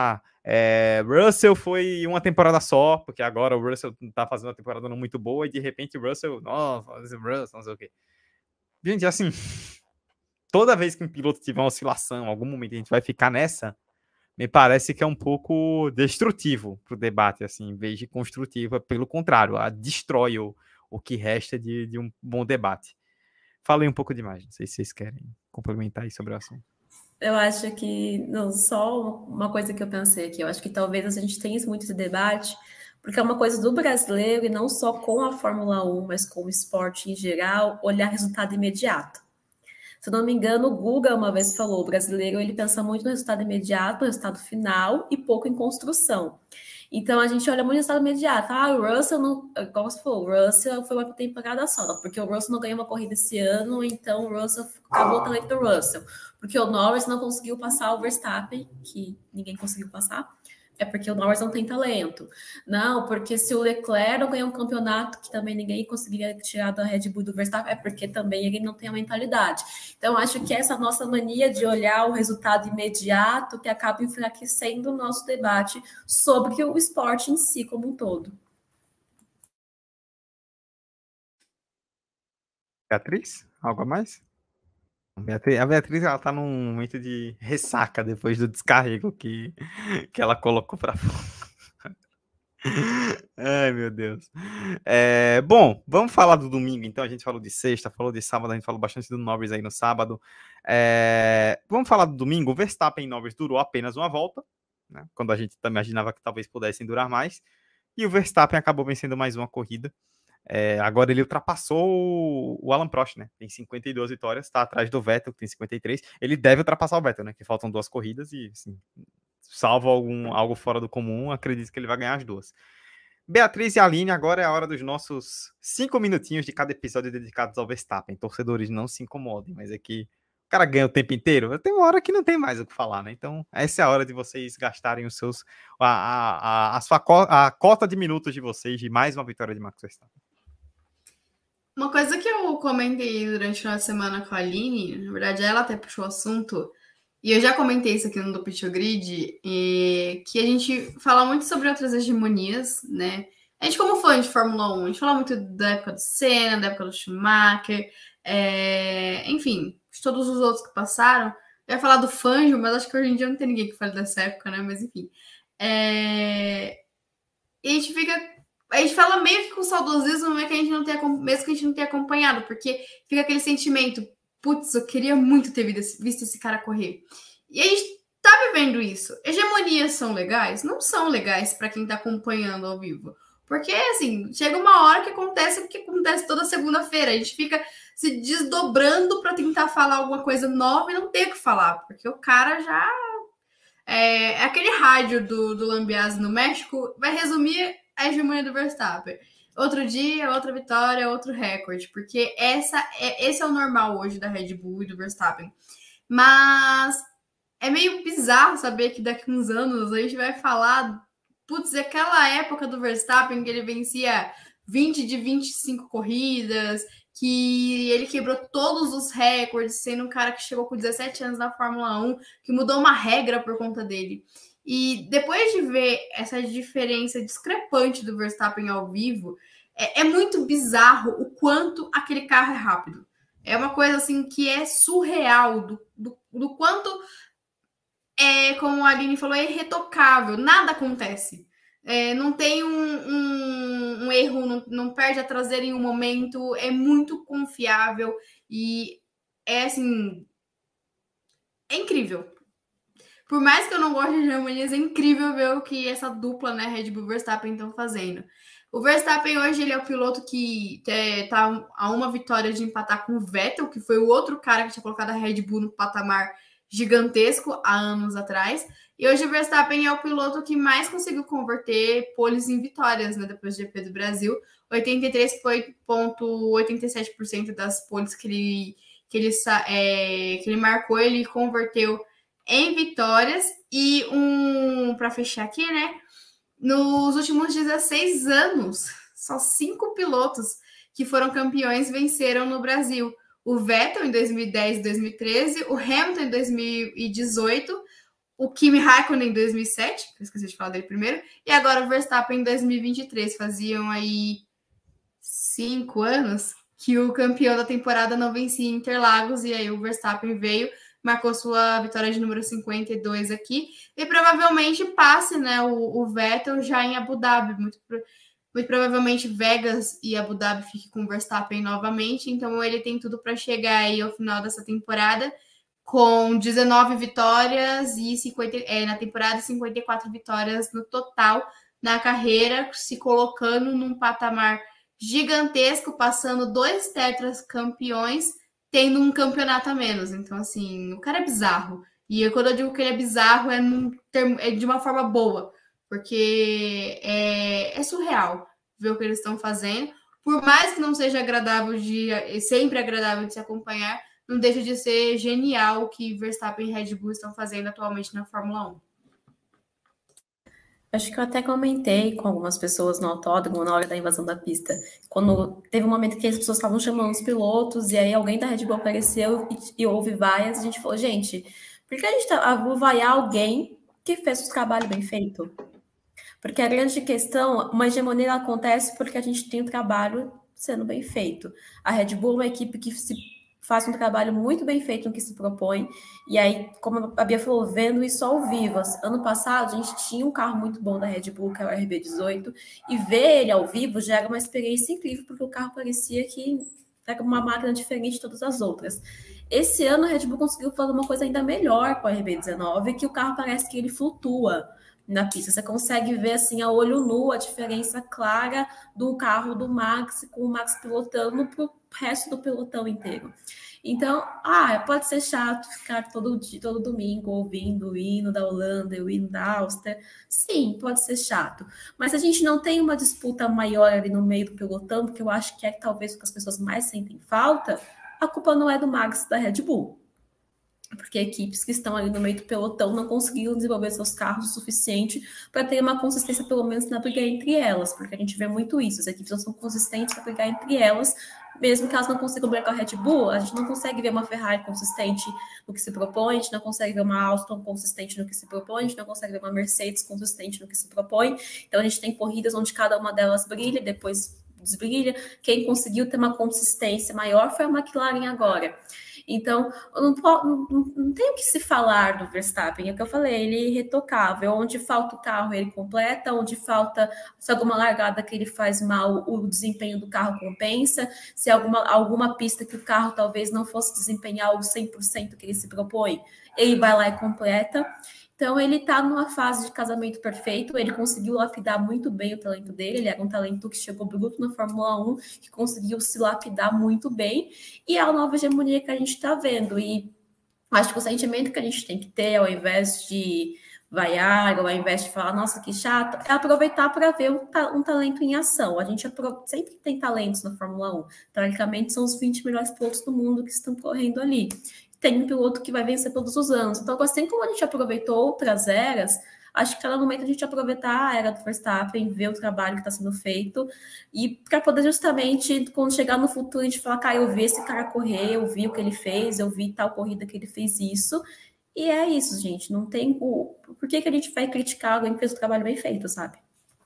Russell foi uma temporada só, porque agora o Russell tá fazendo uma temporada não muito boa, e de repente o Russell, Russell, não sei o quê. Gente, assim, toda vez que um piloto tiver uma oscilação, em algum momento a gente vai ficar nessa, me parece que é um pouco destrutivo pro debate, assim, em vez de construtivo, pelo contrário, destrói o que resta de um bom debate. Falei um pouco demais, não sei se vocês querem complementar aí sobre o assunto. Eu acho que, não, só uma coisa que eu pensei aqui, eu acho que talvez a gente tenha muito esse debate, porque é uma coisa do brasileiro, e não só com a Fórmula 1, mas com o esporte em geral, olhar resultado imediato. Se eu não me engano, o Guga uma vez falou, o brasileiro ele pensa muito no resultado imediato, no resultado final, e pouco em construção. Então, a gente olha muito o resultado imediato. O Russell, não, como você falou, o Russell foi uma temporada só, porque o Russell não ganhou uma corrida esse ano, então o Russell acabou o talento do Russell. Porque o Norris não conseguiu passar o Verstappen, que ninguém conseguiu passar, é porque o Norris não tem talento. Não, porque se o Leclerc não ganhar um campeonato, que também ninguém conseguiria tirar da Red Bull do Verstappen, é porque também ele não tem a mentalidade. Então, acho que essa nossa mania de olhar o resultado imediato que acaba enfraquecendo o nosso debate sobre o esporte em si como um todo. Beatriz, algo a mais? A Beatriz, ela tá num momento de ressaca depois do descarrego que ela colocou pra fora. Ai, meu Deus. Bom, vamos falar do domingo, então. A gente falou de sexta, falou de sábado, a gente falou bastante do Norris aí no sábado. Vamos falar do domingo. O Verstappen e Norris durou apenas uma volta, né, quando a gente imaginava que talvez pudessem durar mais. E o Verstappen acabou vencendo mais uma corrida. Agora ele ultrapassou o Alan Prost, né? Tem 52 vitórias, está atrás do Vettel, que tem 53. Ele deve ultrapassar o Vettel, né? Que faltam 2 corridas e, assim, salvo algo fora do comum, acredito que ele vai ganhar as 2. Beatriz e Aline, agora é a hora dos nossos 5 minutinhos de cada episódio dedicados ao Verstappen. Torcedores, não se incomodem, mas é que o cara ganha o tempo inteiro. Tem uma hora que não tem mais o que falar, né? Então, essa é a hora de vocês gastarem os seus a cota de minutos de vocês de mais uma vitória de Max Verstappen. Uma coisa que eu comentei durante o final de semana com a Aline, na verdade ela até puxou o assunto, e eu já comentei isso aqui no do Pitch Grid, que a gente fala muito sobre outras hegemonias, né? A gente, como fã de Fórmula 1, a gente fala muito da época do Senna, da época do Schumacher, enfim, de todos os outros que passaram. Eu ia falar do Fangio, mas acho que hoje em dia não tem ninguém que fale dessa época, né? Mas enfim. E a gente fala meio que com saudosismo, mesmo que a gente não tenha acompanhado, porque fica aquele sentimento, putz, eu queria muito ter visto esse cara correr. E a gente tá vivendo isso. Hegemonias são legais? Não são legais para quem tá acompanhando ao vivo. Porque, assim, chega uma hora que acontece o que acontece toda segunda-feira. A gente fica se desdobrando para tentar falar alguma coisa nova e não ter o que falar, porque o cara já... aquele rádio do Lambiase no México vai resumir a hegemonia do Verstappen. Outro dia, outra vitória, outro recorde, porque esse é o normal hoje da Red Bull e do Verstappen. Mas é meio bizarro saber que daqui a uns anos a gente vai falar, putz, aquela época do Verstappen que ele vencia 20 de 25 corridas, que ele quebrou todos os recordes, sendo um cara que chegou com 17 anos na Fórmula 1, que mudou uma regra por conta dele. E depois de ver essa diferença discrepante do Verstappen ao vivo, é muito bizarro o quanto aquele carro é rápido. É uma coisa assim que é surreal do quanto, como a Aline falou, é irretocável. Nada acontece. Não tem um erro, não perde a traseira em um momento, é muito confiável e assim, é incrível. Por mais que eu não goste de hegemonias, é incrível ver o que essa dupla, né, Red Bull e Verstappen estão fazendo. O Verstappen hoje ele é o piloto que está a uma vitória de empatar com o Vettel, que foi o outro cara que tinha colocado a Red Bull no patamar gigantesco há anos atrás. E hoje o Verstappen é o piloto que mais conseguiu converter poles em vitórias, né, depois do GP do Brasil. 83,87% das poles que ele marcou, ele converteu em vitórias. E para fechar aqui, né, nos últimos 16 anos, só 5 pilotos que foram campeões venceram no Brasil. O Vettel em 2010 e 2013, o Hamilton em 2018, o Kimi Raikkonen em 2007, eu esqueci de falar dele primeiro, e agora o Verstappen em 2023. Faziam aí 5 anos que o campeão da temporada não vencia em Interlagos, e aí o Verstappen veio, marcou sua vitória de número 52 aqui, e provavelmente passe, né, o Vettel já em Abu Dhabi. Muito provavelmente Vegas e Abu Dhabi fique com o Verstappen novamente, então ele tem tudo para chegar aí ao final dessa temporada com 19 vitórias e na temporada 54 vitórias no total na carreira, se colocando num patamar gigantesco, passando 2 tetras campeões, tendo um campeonato a menos. Então, assim, o cara é bizarro. E quando eu digo que ele é bizarro, é de uma forma boa, porque é surreal ver o que eles estão fazendo. Por mais que não seja sempre agradável de se acompanhar, não deixa de ser genial o que Verstappen e Red Bull estão fazendo atualmente na Fórmula 1. Acho que eu até comentei com algumas pessoas no autódromo na hora da invasão da pista. Quando teve um momento que as pessoas estavam chamando os pilotos, e aí alguém da Red Bull apareceu e houve vaias, a gente falou, gente, por que a gente vai vaiar alguém que fez o trabalho bem feito? Porque a grande questão, uma hegemonia acontece porque a gente tem o trabalho sendo bem feito. A Red Bull é uma equipe que faz um trabalho muito bem feito no que se propõe, e aí, como a Bia falou, vendo isso ao vivo. Ano passado, a gente tinha um carro muito bom da Red Bull, que é o RB18, e ver ele ao vivo já era uma experiência incrível, porque o carro parecia que era uma máquina diferente de todas as outras. Esse ano, a Red Bull conseguiu fazer uma coisa ainda melhor com o RB19, que o carro parece que ele flutua na pista. Você consegue ver assim a olho nu a diferença clara do carro do Max, com o Max pilotando para o resto do pelotão inteiro. Então, pode ser chato ficar todo domingo ouvindo o hino da Holanda e o hino da Áustria. Sim, pode ser chato. Mas a gente não tem uma disputa maior ali no meio do pelotão, porque eu acho que talvez o que as pessoas mais sentem falta, a culpa não é do Max, da Red Bull. porque equipes que estão ali no meio do pelotão não conseguiram desenvolver seus carros o suficiente para ter uma consistência, pelo menos, na briga entre elas, porque a gente vê muito isso, as equipes não são consistentes para brigar entre elas, mesmo que elas não consigam brigar com a Red Bull, a gente não consegue ver uma Ferrari consistente no que se propõe, a gente não consegue ver uma Aston consistente no que se propõe, a gente não consegue ver uma Mercedes consistente no que se propõe, então a gente tem corridas onde cada uma delas brilha, depois desbrilha, quem conseguiu ter uma consistência maior foi a McLaren agora. Então, não tem o que se falar do Verstappen, é o que eu falei, ele é irretocável, onde falta o carro ele completa, onde falta, se alguma largada que ele faz mal, o desempenho do carro compensa, se alguma pista que o carro talvez não fosse desempenhar o 100% que ele se propõe, ele vai lá e completa. Então, ele está numa fase de casamento perfeito, ele conseguiu lapidar muito bem o talento dele, ele era um talento que chegou bruto na Fórmula 1, que conseguiu se lapidar muito bem, e é a nova hegemonia que a gente está vendo, e acho que o sentimento que a gente tem que ter, ao invés de vaiar, ou ao invés de falar, nossa, que chato, é aproveitar para ver um talento em ação. A gente sempre tem talentos na Fórmula 1, teoricamente são os 20 melhores pilotos do mundo que estão correndo ali. Tem um piloto que vai vencer todos os anos. Então, assim como a gente aproveitou outras eras, acho que cada momento a gente aproveitar a era do Verstappen, ver o trabalho que está sendo feito, e para poder justamente, quando chegar no futuro, a gente falar, cara, eu vi esse cara correr, eu vi o que ele fez, eu vi tal corrida que ele fez isso, e é isso, gente. Não tem por que a gente vai criticar alguém que fez o trabalho bem feito, sabe?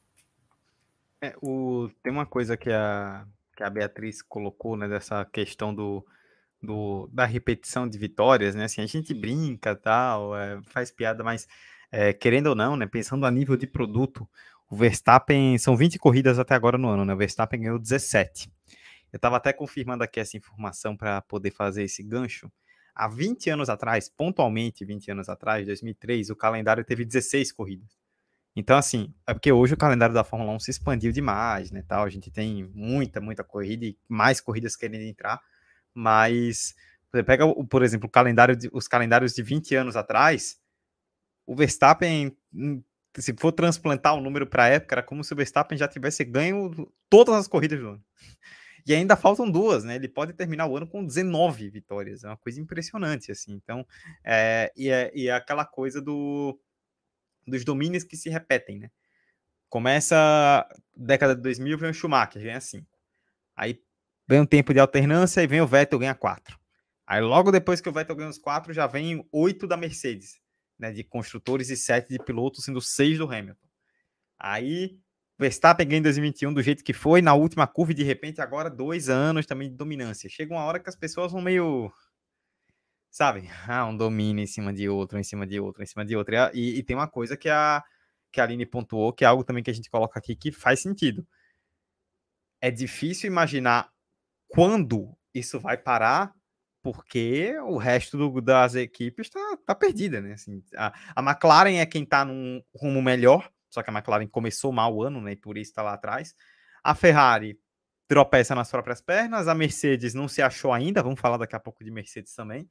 Tem uma coisa que a Beatriz colocou, né, dessa questão da repetição de vitórias, né? Assim, a gente brinca, tal, faz piada, mas querendo ou não, né? Pensando a nível de produto, o Verstappen, são 20 corridas até agora no ano, né? O Verstappen ganhou 17. Eu estava até confirmando aqui essa informação para poder fazer esse gancho. Há 20 anos atrás, pontualmente 20 anos atrás, 2003, o calendário teve 16 corridas. Então, assim, é porque hoje o calendário da Fórmula 1 se expandiu demais, né, tal, a gente tem muita corrida e mais corridas querendo entrar, mas você pega, por exemplo, os calendários de 20 anos atrás, o Verstappen, se for transplantar o número para a época, era como se o Verstappen já tivesse ganho todas as corridas do ano. E ainda faltam 2, né? Ele pode terminar o ano com 19 vitórias, é uma coisa impressionante, assim. Então, é aquela coisa dos domínios que se repetem, né? Começa década de 2000, vem o Schumacher, ganha 5. Aí vem um tempo de alternância e vem o Vettel, ganha 4. Aí logo depois que o Vettel ganha os 4, já vem 8 da Mercedes, né, de construtores e 7 de pilotos, sendo 6 do Hamilton. Aí Verstappen ganha em 2021 do jeito que foi, na última curva, e de repente agora 2 anos também de dominância. Chega uma hora que as pessoas vão meio, sabe, um domínio em cima de outro, em cima de outro, em cima de outro. E tem uma coisa que a Aline pontuou, que é algo também que a gente coloca aqui que faz sentido. É difícil imaginar quando isso vai parar, porque o resto das equipes tá perdida, né? Assim, a McLaren é quem tá num rumo melhor, só que a McLaren começou mal o ano, né? E por isso tá lá atrás. A Ferrari tropeça nas próprias pernas, a Mercedes não se achou ainda, vamos falar daqui a pouco de Mercedes também.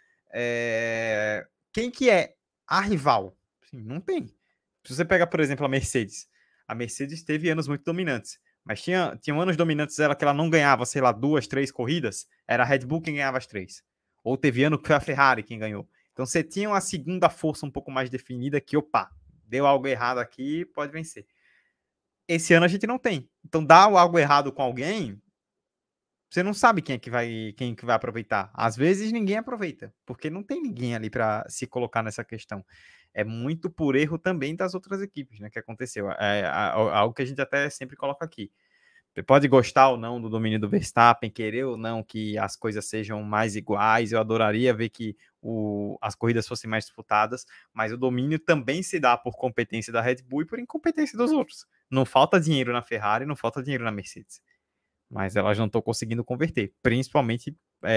Quem que é a rival? Assim, não tem. Se você pegar, por exemplo, a Mercedes teve anos muito dominantes, mas tinha anos dominantes dela que ela não ganhava, sei lá, 2, 3 corridas, era a Red Bull quem ganhava as 3. Ou teve ano que foi a Ferrari quem ganhou. Então você tinha uma segunda força um pouco mais definida que, opa, deu algo errado aqui, pode vencer. Esse ano a gente não tem. Então dá algo errado com alguém, você não sabe quem que vai aproveitar. Às vezes ninguém aproveita, porque não tem ninguém ali para se colocar nessa questão. É muito por erro também das outras equipes, né, que aconteceu. Algo que a gente até sempre coloca aqui. Você pode gostar ou não do domínio do Verstappen, querer ou não que as coisas sejam mais iguais. Eu adoraria ver que as corridas fossem mais disputadas, mas o domínio também se dá por competência da Red Bull e por incompetência dos outros. Não falta dinheiro na Ferrari, não falta dinheiro na Mercedes. Mas elas não estão conseguindo converter, principalmente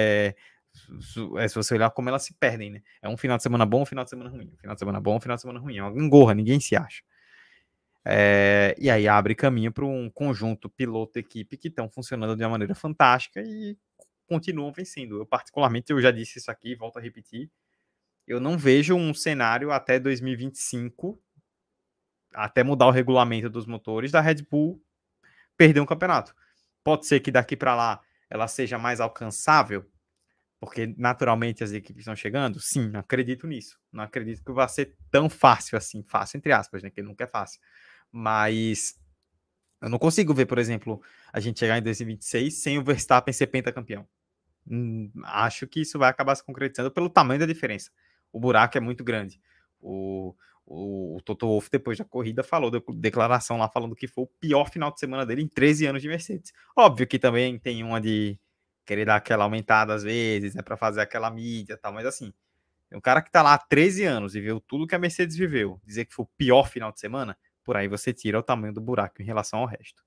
se você olhar como elas se perdem, né? É um final de semana bom, um final de semana ruim, um final de semana bom, um final de semana ruim, é uma gangorra, ninguém se acha. E aí abre caminho para um conjunto piloto-equipe que estão funcionando de uma maneira fantástica e continuam vencendo. Eu particularmente, eu já disse isso aqui, volto a repetir, eu não vejo um cenário até 2025, até mudar o regulamento dos motores, da Red Bull perder um campeonato. Pode ser que daqui para lá ela seja mais alcançável? porque naturalmente as equipes estão chegando? Sim, acredito nisso. Não acredito que vai ser tão fácil assim, fácil entre aspas, né? Que nunca é fácil. Mas eu não consigo ver, por exemplo, a gente chegar em 2026 sem o Verstappen ser pentacampeão. Acho que isso vai acabar se concretizando pelo tamanho da diferença. O buraco é muito grande. O Toto Wolff, depois da corrida, falou, deu declaração lá falando que foi o pior final de semana dele em 13 anos de Mercedes. Óbvio que também tem uma de querer dar aquela aumentada às vezes, né, para fazer aquela mídia e tal, mas assim, um cara que tá lá há 13 anos e viu tudo que a Mercedes viveu, dizer que foi o pior final de semana, por aí você tira o tamanho do buraco em relação ao resto.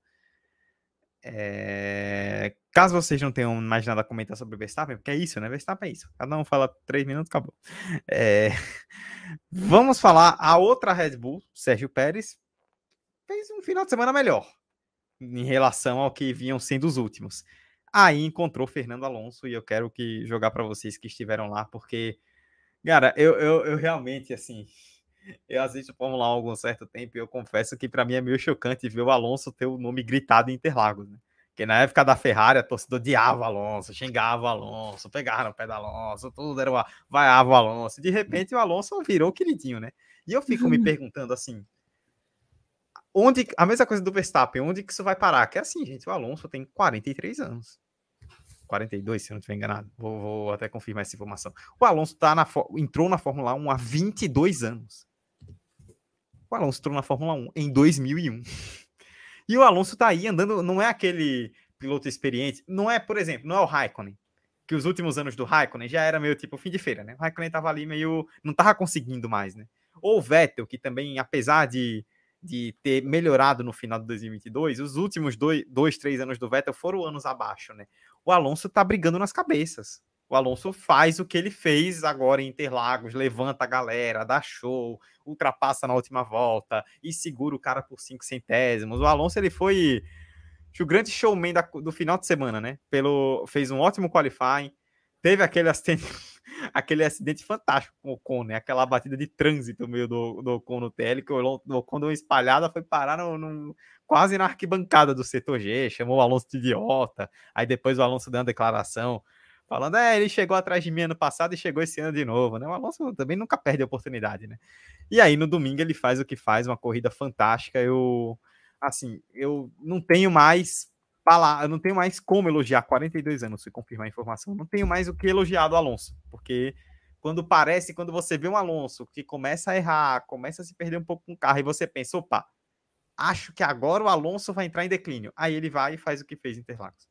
Caso vocês não tenham mais nada a comentar sobre o Verstappen, porque é isso, né? Verstappen é isso. Cada um fala 3 minutos, acabou. Vamos falar a outra Red Bull, Sérgio Pérez, fez um final de semana melhor em relação ao que vinham sendo os últimos. Aí encontrou Fernando Alonso e eu quero jogar para vocês que estiveram lá, porque, cara, eu realmente, assim, eu assisto Fórmula 1 há algum certo tempo e eu confesso que para mim é meio chocante ver o Alonso ter o nome gritado em Interlagos, né? Porque na época da Ferrari, a torcida odiava o Alonso, xingava o Alonso, pegava no pé do Alonso, tudo era vaiava o Alonso. De repente o Alonso virou queridinho, né? E eu fico me perguntando assim, a mesma coisa do Verstappen, onde que isso vai parar? Que é assim, gente, o Alonso tem 43 anos. 42, se eu não estiver enganado. Vou até confirmar essa informação. O Alonso entrou na Fórmula 1 há 22 anos. O Alonso entrou na Fórmula 1 em 2001. E o Alonso tá aí andando, não é aquele piloto experiente, não é, por exemplo, não é o Raikkonen, que os últimos anos do Raikkonen já era meio tipo fim de feira, né? O Raikkonen tava ali meio, não tava conseguindo mais, né? Ou o Vettel, que também, apesar de ter melhorado no final de 2022, os últimos 3 anos do Vettel foram anos abaixo, né? O Alonso tá brigando nas cabeças. O Alonso faz o que ele fez agora em Interlagos, levanta a galera, dá show, ultrapassa na última volta e segura o cara por 5 centésimos. O Alonso, ele foi o grande showman do final de semana, né? Fez um ótimo qualifying, teve aquele acidente fantástico com o Ocon, né? Aquela batida de trânsito meio do Ocon no TL, que o Ocon deu uma espalhada, foi parar quase na arquibancada do setor G, chamou o Alonso de idiota, aí depois o Alonso deu uma declaração falando, ele chegou atrás de mim ano passado e chegou esse ano de novo, né? O Alonso também nunca perde a oportunidade, né? E aí, no domingo, ele faz o que faz, uma corrida fantástica. Eu não tenho mais eu não tenho mais como elogiar 42 anos, se confirmar a informação, não tenho mais o que elogiar do Alonso, porque quando você vê um Alonso que começa a errar, começa a se perder um pouco com o carro, e você pensa, opa, acho que agora o Alonso vai entrar em declínio. Aí ele vai e faz o que fez em Interlagos.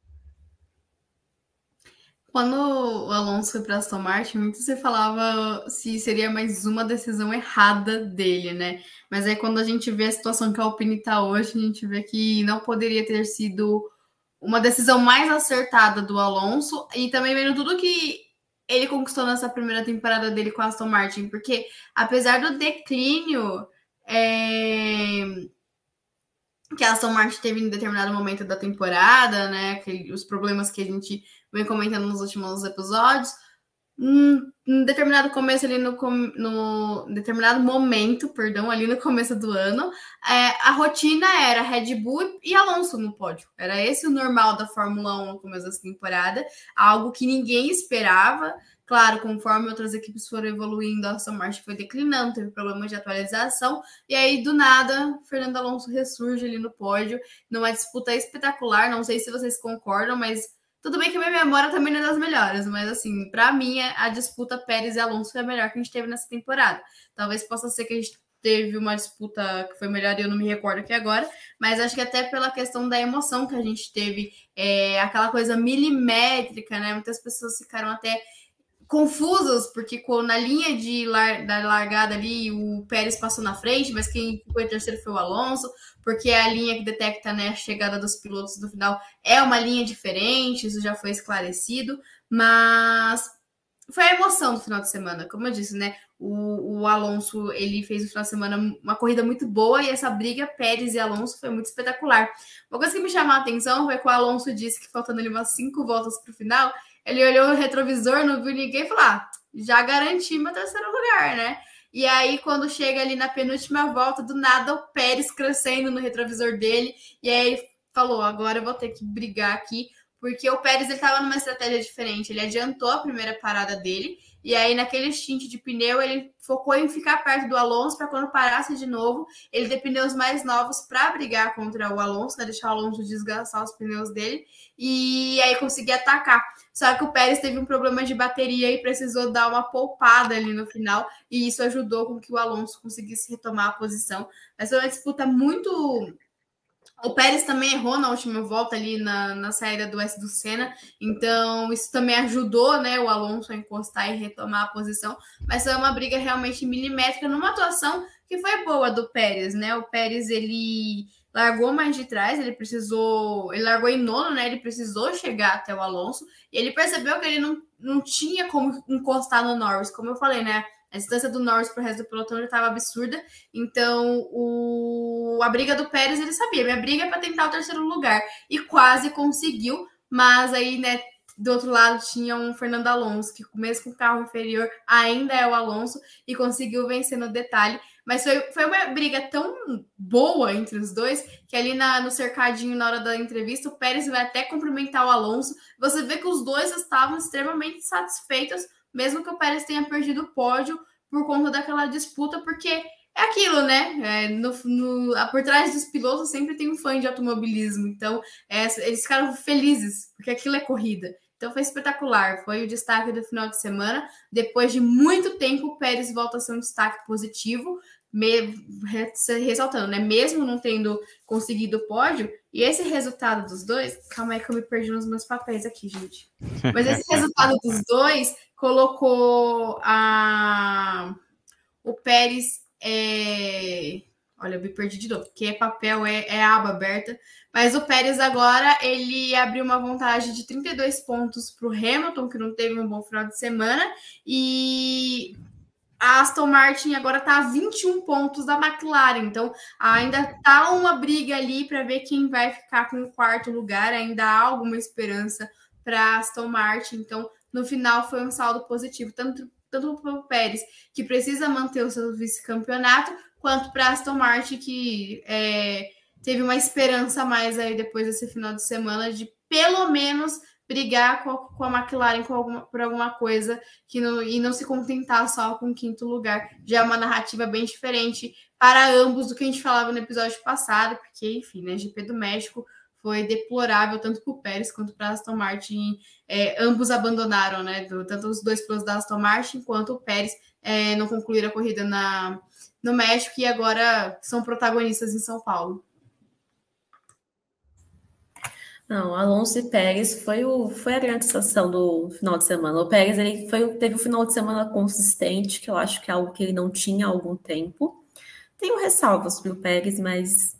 Quando o Alonso foi para Aston Martin, muito se falava se seria mais uma decisão errada dele, né? Mas aí quando a gente vê a situação que a Alpine está hoje, a gente vê que não poderia ter sido uma decisão mais acertada do Alonso, e também vendo tudo que ele conquistou nessa primeira temporada dele com a Aston Martin, porque apesar do declínio que a Aston Martin teve em determinado momento da temporada, né? Os problemas que a gente vem comentando nos últimos episódios, em determinado começo ali no determinado momento, perdão, ali no começo do ano, a rotina era Red Bull e Alonso no pódio. Era esse o normal da Fórmula 1 no começo dessa temporada, algo que ninguém esperava. Claro, conforme outras equipes foram evoluindo, a Aston Martin foi declinando, teve problemas de atualização, e aí, do nada, Fernando Alonso ressurge ali no pódio, numa disputa espetacular. Não sei se vocês concordam, mas tudo bem que a minha memória também não é das melhores, mas assim, para mim, a disputa Pérez e Alonso foi a melhor que a gente teve nessa temporada. Talvez possa ser que a gente teve uma disputa que foi melhor e eu não me recordo aqui agora, mas acho que até pela questão da emoção que a gente teve, aquela coisa milimétrica, né? Muitas pessoas ficaram até confusas, porque na linha da largada ali, o Pérez passou na frente, mas quem ficou em terceiro foi o Alonso, porque a linha que detecta, né, a chegada dos pilotos no final é uma linha diferente, isso já foi esclarecido, mas foi a emoção do final de semana, como eu disse, né, o Alonso, ele fez no final de semana uma corrida muito boa, e essa briga Pérez e Alonso foi muito espetacular. Uma coisa que me chamou a atenção foi que o Alonso disse que faltando ali umas 5 voltas para o final, ele olhou o retrovisor, não viu ninguém e falou, já garanti meu terceiro lugar, né? E aí, quando chega ali na penúltima volta, do nada, o Pérez crescendo no retrovisor dele, e aí falou, agora eu vou ter que brigar aqui, porque o Pérez estava numa estratégia diferente. Ele adiantou a primeira parada dele, e aí naquele stint de pneu ele focou em ficar perto do Alonso para quando parasse de novo, ele ter pneus mais novos para brigar contra o Alonso, né, deixar o Alonso desgastar os pneus dele, e aí conseguir atacar. Só que o Pérez teve um problema de bateria e precisou dar uma poupada ali no final, e isso ajudou com que o Alonso conseguisse retomar a posição. Mas foi uma disputa muito... O Pérez também errou na última volta ali na saída do S do Senna, então isso também ajudou, né, o Alonso a encostar e retomar a posição, mas foi uma briga realmente milimétrica, numa atuação que foi boa do Pérez, né? O Pérez, ele largou mais de trás, ele largou em nono, né? Ele precisou chegar até o Alonso, e ele percebeu que ele não tinha como encostar no Norris, como eu falei, né? A distância do Norris para o resto do pelotão já estava absurda. Então, a briga do Pérez, ele sabia. Minha briga é para tentar o terceiro lugar. E quase conseguiu. Mas aí, né, do outro lado tinha um Fernando Alonso, que mesmo com o carro inferior ainda é o Alonso, e conseguiu vencer no detalhe. Mas foi uma briga tão boa entre os dois, que ali no cercadinho, na hora da entrevista, o Pérez vai até cumprimentar o Alonso. Você vê que os dois estavam extremamente satisfeitos, mesmo que o Pérez tenha perdido o pódio por conta daquela disputa, porque é aquilo, né? Por trás dos pilotos sempre tem um fã de automobilismo, então eles ficaram felizes, porque aquilo é corrida. Então foi espetacular, foi o destaque do final de semana. Depois de muito tempo, o Pérez volta a ser um destaque positivo, ressaltando, né? Mesmo não tendo conseguido o pódio, e esse resultado dos dois... Calma aí que eu me perdi nos meus papéis aqui, gente. Mas esse resultado dos dois colocou o Pérez... Olha, eu me perdi de novo, porque papel é aba aberta. Mas o Pérez agora, ele abriu uma vantagem de 32 pontos para o Hamilton, que não teve um bom final de semana, e a Aston Martin agora está a 21 pontos da McLaren, então ainda está uma briga ali para ver quem vai ficar com o quarto lugar, ainda há alguma esperança para a Aston Martin, então no final foi um saldo positivo, tanto para o Pérez, que precisa manter o seu vice-campeonato, quanto para a Aston Martin, que teve uma esperança a mais aí depois desse final de semana de pelo menos brigar com a McLaren por alguma coisa e não se contentar só com o quinto lugar. Já é uma narrativa bem diferente para ambos do que a gente falava no episódio passado, porque, enfim, né, GP do México foi deplorável tanto para o Pérez quanto para a Aston Martin. Ambos abandonaram, né? Tanto os dois pilotos da Aston Martin quanto o Pérez não concluíram a corrida no México e agora são protagonistas em São Paulo. Não, Alonso e Pérez foi a grande sensação do final de semana. O Pérez teve um final de semana consistente, que eu acho que é algo que ele não tinha há algum tempo. Tenho ressalvas para o Pérez, mas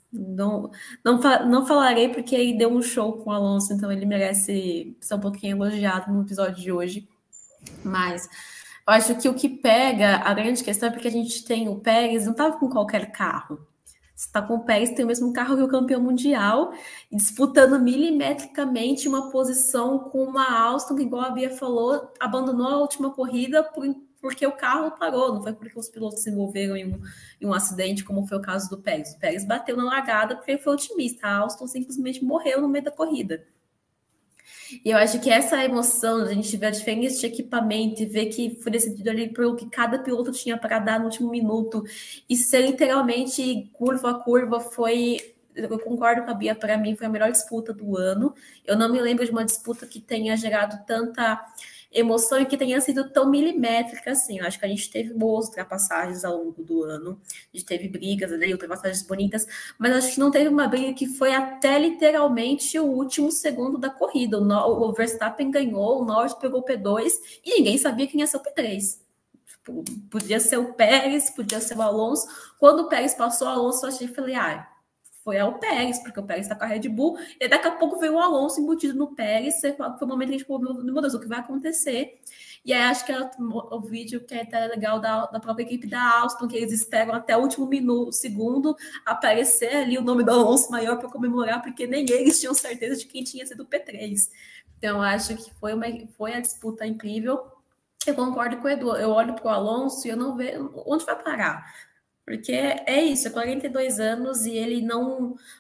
não falarei porque ele deu um show com o Alonso, então ele merece ser um pouquinho elogiado no episódio de hoje. Mas eu acho que o que pega, a grande questão é porque a gente tem o Pérez, não estava com qualquer carro. Você está com o Pérez, tem o mesmo carro que o campeão mundial, disputando milimetricamente uma posição com uma Aston, que, igual a Bia falou, abandonou a última corrida porque o carro parou, não foi porque os pilotos se envolveram em um acidente, como foi o caso do Pérez. O Pérez bateu na largada porque ele foi otimista, a Aston simplesmente morreu no meio da corrida. E eu acho que essa emoção, a gente ver a diferença de equipamento e ver que foi decidido ali pelo que cada piloto tinha para dar no último minuto e ser literalmente curva a curva eu concordo com a Bia, para mim foi a melhor disputa do ano. Eu não me lembro de uma disputa que tenha gerado tanta emoção e que tenha sido tão milimétrica assim. Eu acho que a gente teve boas ultrapassagens ao longo do ano, a gente teve brigas ali, ultrapassagens bonitas, mas acho que não teve uma briga que foi até literalmente o último segundo da corrida. O Verstappen ganhou, o Norris pegou o P2 e ninguém sabia quem ia ser o P3. Tipo, podia ser o Pérez, podia ser o Alonso. Quando o Pérez passou, o Alonso, eu falei, foi ao Pérez, porque o Pérez está com a Red Bull, e daqui a pouco veio o Alonso embutido no Pérez, foi o momento que a gente falou, meu Deus, o que vai acontecer? E aí acho que o vídeo que é até legal da própria equipe da Aston, que eles esperam até o último segundo aparecer ali o nome do Alonso maior para comemorar, porque nem eles tinham certeza de quem tinha sido o P3. Então acho que foi a disputa incrível. Eu concordo com o Edu, eu olho para o Alonso e eu não vejo onde vai parar. Porque é isso, é 42 anos e ele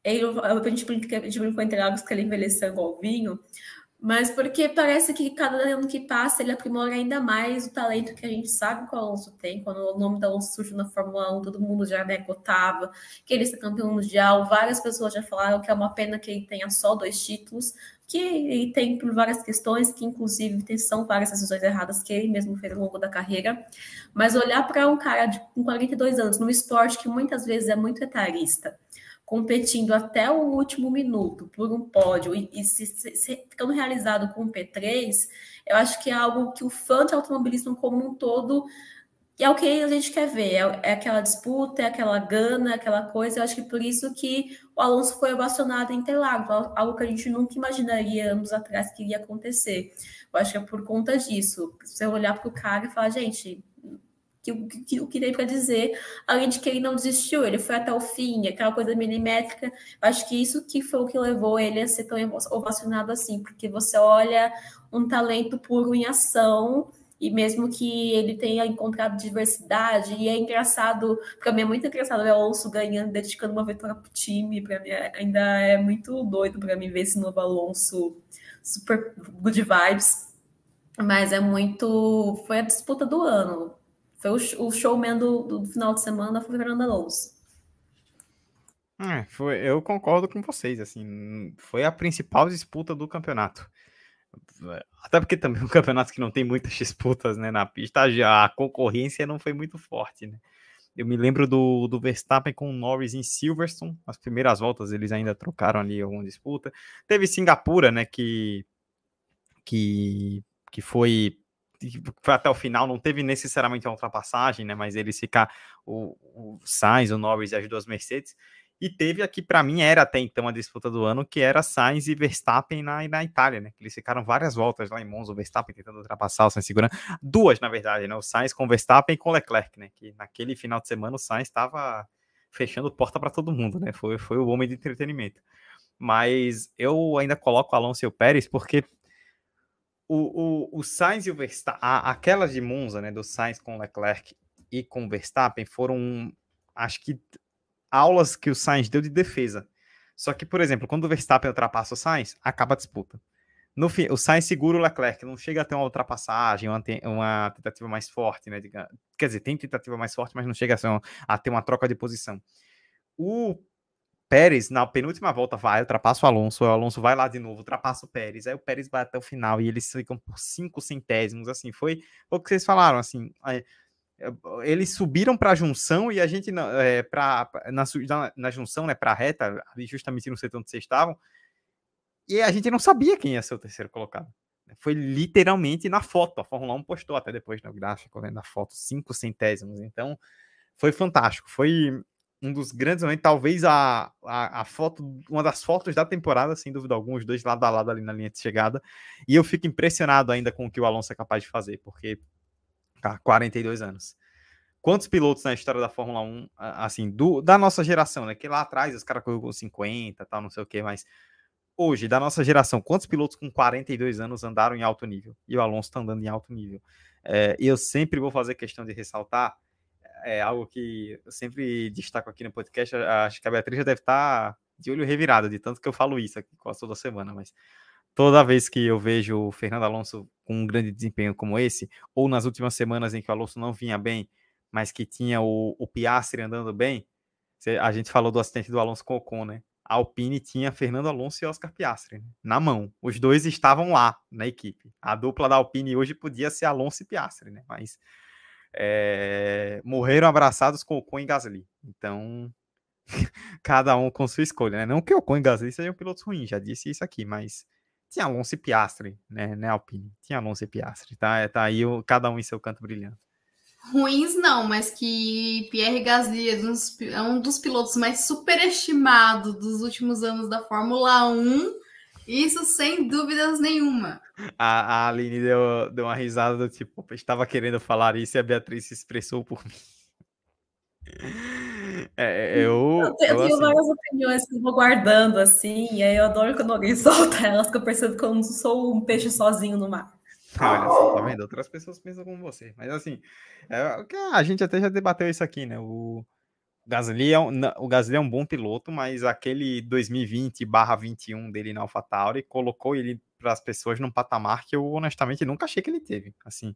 A gente brincou entre Lagos que ele envelheceu igual vinho, mas porque parece que cada ano que passa ele aprimora ainda mais o talento que a gente sabe que o Alonso tem. Quando o nome do Alonso surgiu na Fórmula 1, todo mundo já cotava que ele é campeão mundial. Várias pessoas já falaram que é uma pena que ele tenha só 2 títulos, que ele tem por várias questões, que inclusive são várias decisões erradas que ele mesmo fez ao longo da carreira. Mas olhar para um cara com 42 anos, num esporte que muitas vezes é muito etarista, competindo até o último minuto por um pódio e ficando realizado com um P3, eu acho que é algo que o fã de automobilismo como um todo é o que a gente quer ver, é aquela disputa, é aquela gana, aquela coisa. Eu acho que por isso que o Alonso foi ovacionado em Interlagos, algo que a gente nunca imaginaria anos atrás que iria acontecer. Eu acho que é por conta disso. Você olhar para o cara e falar, gente, o que tem para dizer, além de que ele não desistiu, ele foi até o fim, aquela coisa milimétrica. Eu acho que isso que foi o que levou ele a ser tão ovacionado assim, porque você olha um talento puro em ação, e mesmo que ele tenha encontrado diversidade, e é engraçado, para mim é muito engraçado ver o Alonso ganhando, dedicando uma vitória para o time, para mim ainda é muito doido para mim ver esse novo Alonso super good vibes, mas foi a disputa do ano. Foi o showman do final de semana, foi o Fernando Alonso. Eu concordo com vocês, assim, foi a principal disputa do campeonato. Até porque também é um campeonato que não tem muitas disputas, né, na pista, a concorrência não foi muito forte, né. Eu me lembro do Verstappen com o Norris em Silverstone, as primeiras voltas eles ainda trocaram ali alguma disputa. Teve Singapura, né, que foi até o final, não teve necessariamente uma ultrapassagem, né, mas eles ficaram, o Sainz, o Norris e as 2 Mercedes, e teve aqui, para mim, era até então a disputa do ano, que era Sainz e Verstappen na Itália, né, que eles ficaram várias voltas lá em Monza, o Verstappen tentando ultrapassar o Sainz segurando, 2, na verdade, né, o Sainz com o Verstappen e com o Leclerc, né, que naquele final de semana o Sainz estava fechando porta para todo mundo, né, foi o homem de entretenimento. Mas eu ainda coloco o Alonso e o Pérez, porque o Sainz e o Verstappen, aquelas de Monza, né, do Sainz com o Leclerc e com o Verstappen, foram, acho que, aulas que o Sainz deu de defesa. Só que, por exemplo, quando o Verstappen ultrapassa o Sainz, acaba a disputa. No fim, o Sainz segura o Leclerc, não chega a ter uma ultrapassagem, uma tentativa mais forte, né? Quer dizer, tem tentativa mais forte, mas não chega a ter uma troca de posição. O Pérez, na penúltima volta, ultrapassa o Alonso vai lá de novo, ultrapassa o Pérez, aí o Pérez vai até o final e eles ficam por 5 centésimos, assim, foi o que vocês falaram, assim, eles subiram para a junção e a gente, na junção, né, para a reta, justamente no setor onde vocês estavam, e a gente não sabia quem ia ser o terceiro colocado. Foi literalmente na foto, a Fórmula 1 postou até depois no gráfico, né, na foto, 5 centésimos, então foi fantástico, foi um dos grandes momentos, talvez a foto, uma das fotos da temporada, sem dúvida alguma, os dois lado a lado ali na linha de chegada, e eu fico impressionado ainda com o que o Alonso é capaz de fazer, porque, 42 anos. Quantos pilotos na história da Fórmula 1, assim, da nossa geração, né, que lá atrás os caras correram com 50, tal, não sei o que, mas hoje, da nossa geração, quantos pilotos com 42 anos andaram em alto nível? E o Alonso está andando em alto nível. E eu sempre vou fazer questão de ressaltar, algo que eu sempre destaco aqui no podcast, acho que a Beatriz já deve estar de olho revirado, de tanto que eu falo isso aqui quase toda semana, mas toda vez que eu vejo o Fernando Alonso com um grande desempenho como esse, ou nas últimas semanas em que o Alonso não vinha bem, mas que tinha o Piastri andando bem, a gente falou do acidente do Alonso com o Ocon, né? A Alpine tinha Fernando Alonso e Oscar Piastri, né, na mão. Os dois estavam lá na equipe. A dupla da Alpine hoje podia ser Alonso e Piastri, né? Mas morreram abraçados com Ocon e Gasly. Então, cada um com sua escolha, né? Não que Ocon e Gasly sejam pilotos ruins, já disse isso aqui, mas tinha Alonso e Piastri, né, Alpine? Tinha Alonso e Piastri, tá aí cada um em seu canto brilhando. Ruins não, mas que Pierre Gasly é um dos pilotos mais superestimados dos últimos anos da Fórmula 1, isso sem dúvidas nenhuma. A Aline deu uma risada do tipo, estava querendo falar isso e a Beatriz se expressou por mim. Eu tenho assim, várias opiniões que eu vou guardando, assim, e aí eu adoro quando alguém solta elas, que eu percebo que eu não sou um peixe sozinho no mar. Olha só, tá vendo? Outras pessoas pensam como você. Mas assim, a gente até já debateu isso aqui, né? O O Gasly é um bom piloto, mas aquele 2020/21 dele na AlphaTauri colocou ele para as pessoas num patamar que eu honestamente nunca achei que ele teve. Assim,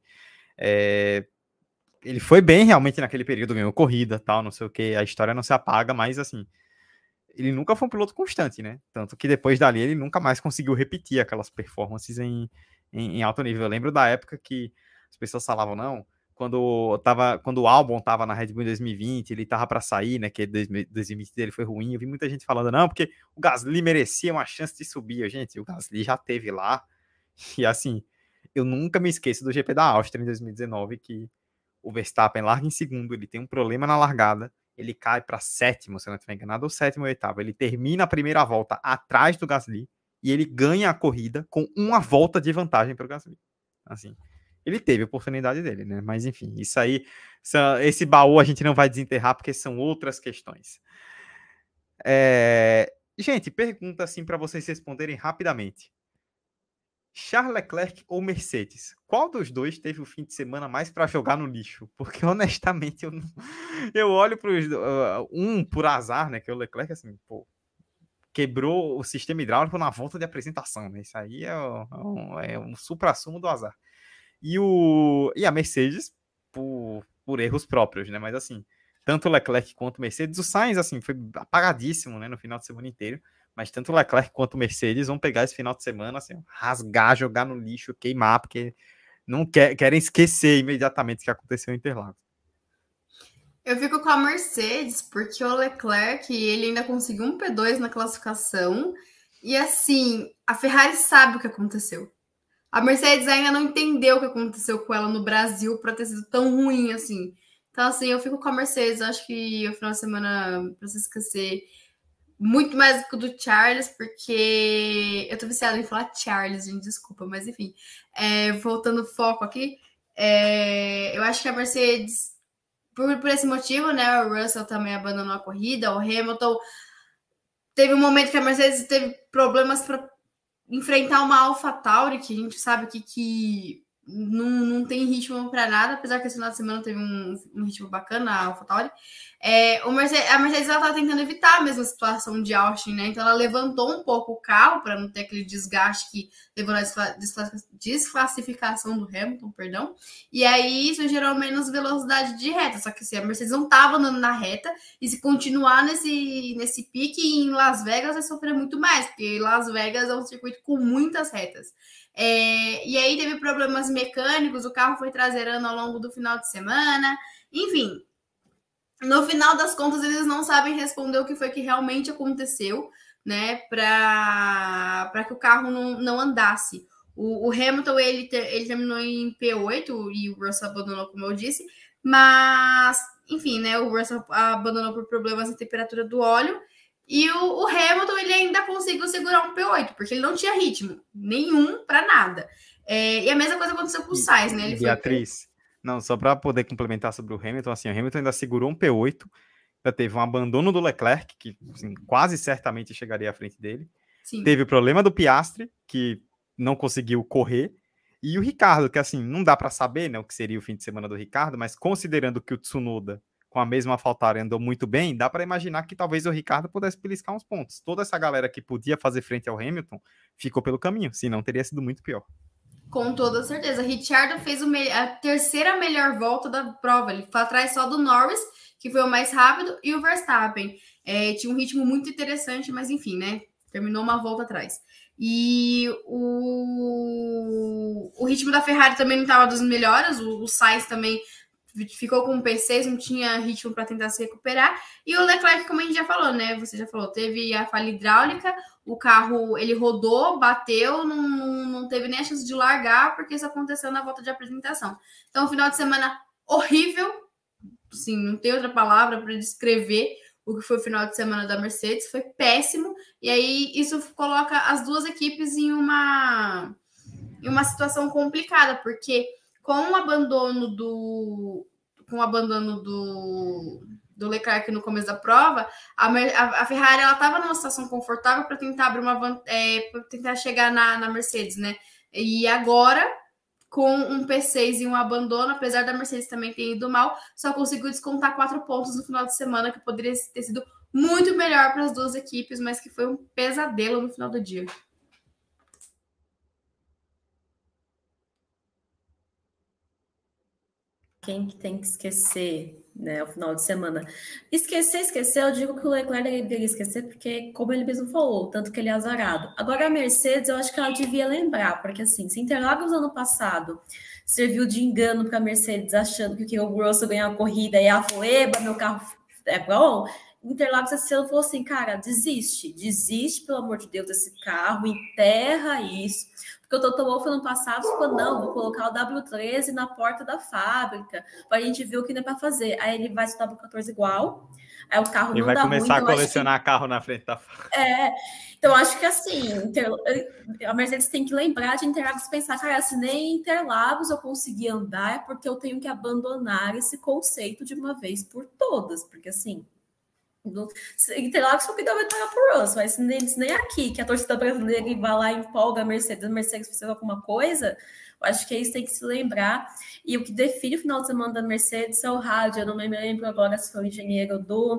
ele foi bem realmente naquele período, ganhou corrida, tal, não sei o que, a história não se apaga, mas assim, ele nunca foi um piloto constante, né? Tanto que depois dali ele nunca mais conseguiu repetir aquelas performances em alto nível. Eu lembro da época que as pessoas falavam, não, quando o Albon estava na Red Bull em 2020, ele estava para sair, né? Que 2020 dele foi ruim. Eu vi muita gente falando, não, porque o Gasly merecia uma chance de subir. Gente, o Gasly já teve lá. E assim, eu nunca me esqueço do GP da Áustria em 2019, que o Verstappen larga em segundo, ele tem um problema na largada, ele cai para sétimo, se eu não estiver enganado, ou sétimo ou oitavo. Ele termina a primeira volta atrás do Gasly e ele ganha a corrida com uma volta de vantagem para o Gasly. Assim, ele teve a oportunidade dele, né? Mas enfim, isso aí, esse baú a gente não vai desenterrar porque são outras questões. Gente, pergunta assim para vocês responderem rapidamente. Charles Leclerc ou Mercedes? Qual dos dois teve o fim de semana mais para jogar no lixo? Porque honestamente eu olho para os por azar, né? Que é o Leclerc, assim, pô, quebrou o sistema hidráulico na volta de apresentação, né? Isso aí é um supra-sumo do azar. E a Mercedes por erros próprios, né? Mas assim, tanto o Leclerc quanto o Mercedes, o Sainz assim foi apagadíssimo, né? No final de semana inteiro. Mas tanto o Leclerc quanto o Mercedes vão pegar esse final de semana, assim, rasgar, jogar no lixo, queimar, porque não querem esquecer imediatamente o que aconteceu em Interlagos. Eu fico com a Mercedes, porque o Leclerc, ele ainda conseguiu um P2 na classificação, e assim, a Ferrari sabe o que aconteceu. A Mercedes ainda não entendeu o que aconteceu com ela no Brasil para ter sido tão ruim assim. Então, assim, eu fico com a Mercedes, acho que o final de semana, pra você esquecer, muito mais do que o do Charles, porque eu tô viciada em falar Charles, gente, desculpa, mas enfim. Voltando foco aqui, eu acho que a Mercedes, por esse motivo, né, o Russell também abandonou a corrida, o Hamilton teve um momento que a Mercedes teve problemas para enfrentar uma AlphaTauri, que a gente sabe que não tem ritmo para nada, apesar que esse final de semana teve um ritmo bacana, a AlphaTauri. A Mercedes ela tá tentando evitar a mesma situação de Austin, né? Então ela levantou um pouco o carro para não ter aquele desgaste que levou na desclassificação do Hamilton, perdão. E aí isso gerou menos velocidade de reta. Só que assim, a Mercedes não estava andando na reta, e se continuar nesse pique em Las Vegas vai sofrer muito mais, porque Las Vegas é um circuito com muitas retas. E aí teve problemas mecânicos, o carro foi traseirando ao longo do final de semana, enfim. No final das contas, eles não sabem responder o que foi que realmente aconteceu, né, para que o carro não andasse. O Hamilton, ele terminou em P8 e o Russell abandonou, como eu disse, mas, enfim, né, o Russell abandonou por problemas na temperatura do óleo, e o Hamilton, ele ainda conseguiu segurar um P8, porque ele não tinha ritmo nenhum para nada. E a mesma coisa aconteceu com o Sainz, né? Beatriz, não, só para poder complementar sobre o Hamilton, assim, o Hamilton ainda segurou um P8, ainda teve um abandono do Leclerc, que assim, quase certamente chegaria à frente dele. Sim. Teve o problema do Piastri, que não conseguiu correr, e o Ricciardo, que assim, não dá para saber, né, o que seria o fim de semana do Ricciardo, mas considerando que o Tsunoda, com a mesma AlphaTauri, andou muito bem, dá para imaginar que talvez o Ricciardo pudesse beliscar uns pontos. Toda essa galera que podia fazer frente ao Hamilton ficou pelo caminho, senão teria sido muito pior. Com toda certeza. Ricciardo fez a terceira melhor volta da prova. Ele foi atrás só do Norris, que foi o mais rápido, e o Verstappen. Tinha um ritmo muito interessante, mas enfim, né? Terminou uma volta atrás. E o ritmo da Ferrari também não estava dos melhores. O Sainz também ficou com um P6, não tinha ritmo para tentar se recuperar. E o Leclerc, como a gente já falou, né? Você já falou, teve a falha hidráulica, o carro, ele rodou, bateu, não teve nem a chance de largar, porque isso aconteceu na volta de apresentação. Então, final de semana horrível, assim, não tem outra palavra para descrever o que foi o final de semana da Mercedes, foi péssimo, e aí isso coloca as duas equipes em uma situação complicada, porque com o abandono do Leclerc no começo da prova, a Ferrari ela estava numa situação confortável para tentar abrir para tentar chegar na Mercedes, né? E agora, com um P6 e um abandono, apesar da Mercedes também ter ido mal, só conseguiu descontar 4 pontos no final de semana, que poderia ter sido muito melhor para as duas equipes, mas que foi um pesadelo no final do dia. Quem que tem que esquecer, né, o final de semana? Esquecer, eu digo que o Leclerc deveria esquecer, porque, como ele mesmo falou, tanto que ele é azarado. Agora, a Mercedes, eu acho que ela devia lembrar, porque, assim, se Interlagos ano passado serviu de engano para a Mercedes, achando que o Russell ganhou a corrida e ela falou, eba, meu carro é bom, Interlagos esse ano falou assim, cara, desiste, pelo amor de Deus, desse carro, enterra isso. Porque o Toto Wolff, ano passado, falou, não, vou colocar o W13 na porta da fábrica, para a gente ver o que não é para fazer. Aí ele vai estudar o W14 igual, aí o carro e não vai dá começar ruim, a colecionar carro na frente da fábrica. Então, acho que assim, a Mercedes tem que lembrar de Interlagos, pensar, cara, se nem Interlagos eu consegui andar, é porque eu tenho que abandonar esse conceito de uma vez por todas, porque assim, Interlagos foi o que deu a vitória pro Russell, mas nem aqui, que a torcida brasileira vai lá e empolga a Mercedes fez alguma coisa, eu acho que isso tem que se lembrar, e o que define o final de semana da Mercedes é o rádio, eu não me lembro agora se foi o engenheiro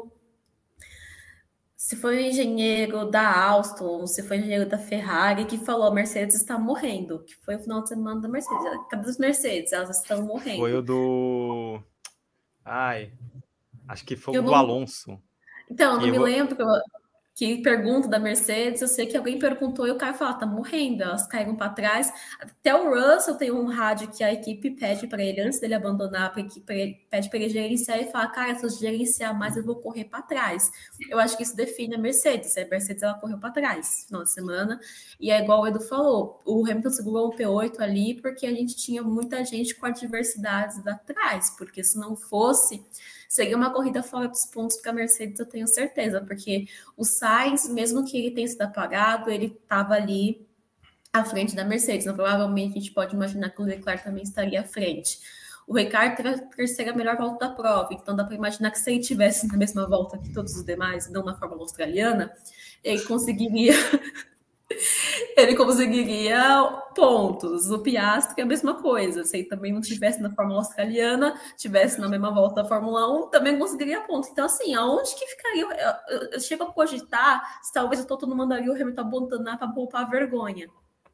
da Alstom, se foi o engenheiro da Ferrari, que falou a Mercedes está morrendo, que foi o final de semana da Mercedes. Cadê as Mercedes? Elas estão morrendo. Foi o do... acho que foi o do Alonso. Então, eu não me lembro que pergunta da Mercedes, eu sei que alguém perguntou e o cara falou, tá morrendo, elas caíram para trás. Até o Russell tem um rádio que a equipe pede para ele, antes dele abandonar, pede para ele gerenciar e fala, cara, se eu gerenciar mais, eu vou correr para trás. Eu acho que isso define a Mercedes. A Mercedes, ela correu para trás no final de semana, e é igual o Edu falou, o Hamilton segurou um P8 ali, porque a gente tinha muita gente com adversidades atrás, porque se não fosse... seria uma corrida fora dos pontos para a Mercedes, eu tenho certeza, porque o Sainz, mesmo que ele tenha sido apagado, ele estava ali à frente da Mercedes. Então, provavelmente a gente pode imaginar que o Leclerc também estaria à frente. O Ricciardo teve a terceira melhor volta da prova, então dá para imaginar que se ele tivesse na mesma volta que todos os demais, não na Fórmula Australiana, ele conseguiria pontos. O Piastri é a mesma coisa. Se ele também não estivesse na Fórmula Australiana, estivesse na mesma volta da Fórmula 1, também conseguiria pontos. Então, assim, aonde que ficaria? Eu chego a cogitar se talvez o Toto não mandaria o Hamilton abandonar para poupar a vergonha.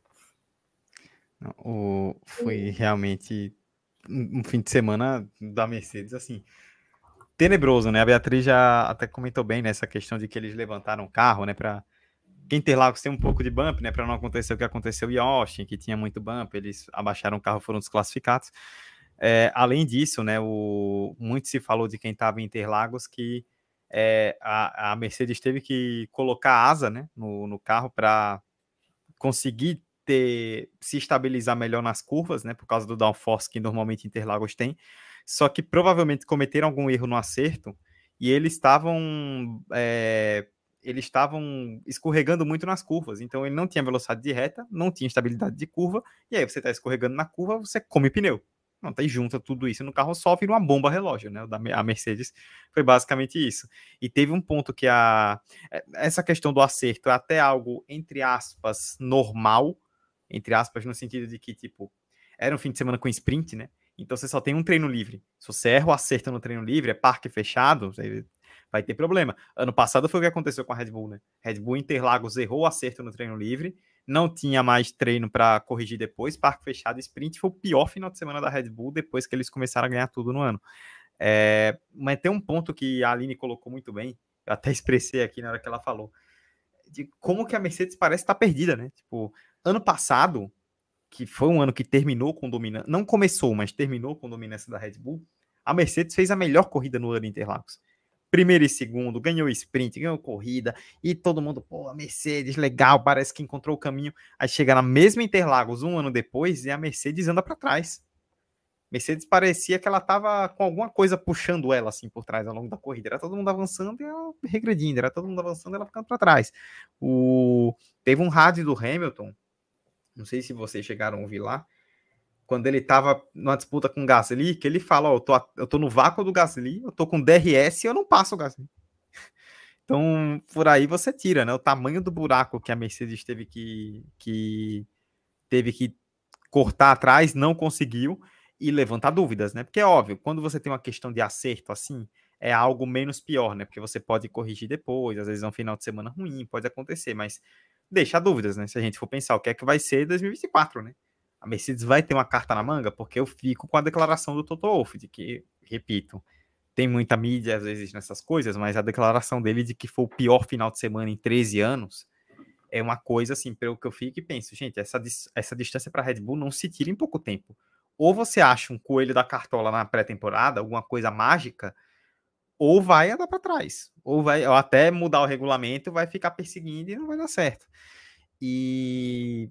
Foi realmente um fim de semana da Mercedes, assim, tenebroso, né? A Beatriz já até comentou bem nessa questão de que eles levantaram o carro, né, para Interlagos tem um pouco de bump, né, para não acontecer o que aconteceu em Austin, que tinha muito bump, eles abaixaram o carro, foram desclassificados. Além disso, né, muito se falou de quem estava em Interlagos que a Mercedes teve que colocar asa, né, no carro para conseguir se estabilizar melhor nas curvas, né, por causa do downforce que normalmente Interlagos tem, só que provavelmente cometeram algum erro no acerto e eles estavam escorregando muito nas curvas, então ele não tinha velocidade de reta, não tinha estabilidade de curva, e aí você está escorregando na curva, você come pneu. Não, tá, e junta tudo isso no carro só, vira uma bomba relógio, né? A Mercedes foi basicamente isso. E teve um ponto que essa questão do acerto é até algo, entre aspas, normal, entre aspas, no sentido de que, tipo, era um fim de semana com sprint, né? Então você só tem um treino livre. Se você erra o acerto no treino livre, é parque fechado, vai ter problema. Ano passado foi o que aconteceu com a Red Bull, né? Red Bull Interlagos errou o acerto no treino livre, não tinha mais treino para corrigir depois, parque fechado, sprint, foi o pior final de semana da Red Bull depois que eles começaram a ganhar tudo no ano. Mas tem um ponto que a Aline colocou muito bem, eu até expressei aqui na hora que ela falou, de como que a Mercedes parece estar perdida, né? Tipo, ano passado, que foi um ano que terminou com dominância, não começou, mas terminou com dominância da Red Bull, a Mercedes fez a melhor corrida no ano de Interlagos. Primeiro e segundo, ganhou sprint, ganhou corrida, e todo mundo, pô, a Mercedes, legal, parece que encontrou o caminho. Aí chega na mesma Interlagos um ano depois e a Mercedes anda para trás. Mercedes parecia que ela tava com alguma coisa puxando ela assim por trás ao longo da corrida. Era todo mundo avançando e ela regredindo, era todo mundo avançando e ela ficando para trás. Teve um rádio do Hamilton, não sei se vocês chegaram a ouvir lá, quando ele tava numa disputa com o Gasly, que ele fala, eu tô no vácuo do Gasly, eu tô com DRS e eu não passo o Gasly. Então, por aí você tira, né? O tamanho do buraco que a Mercedes teve que cortar atrás, não conseguiu, e levanta dúvidas, né? Porque é óbvio, quando você tem uma questão de acerto assim, é algo menos pior, né? Porque você pode corrigir depois, às vezes é um final de semana ruim, pode acontecer, mas deixa dúvidas, né? Se a gente for pensar o que é que vai ser 2024, né? A Mercedes vai ter uma carta na manga, porque eu fico com a declaração do Toto Wolff, de que, repito, tem muita mídia às vezes nessas coisas, mas a declaração dele de que foi o pior final de semana em 13 anos é uma coisa assim, pelo que eu fico e penso, gente, essa distância para a Red Bull não se tira em pouco tempo. Ou você acha um coelho da cartola na pré-temporada, alguma coisa mágica, ou vai andar para trás, ou até mudar o regulamento, vai ficar perseguindo e não vai dar certo. E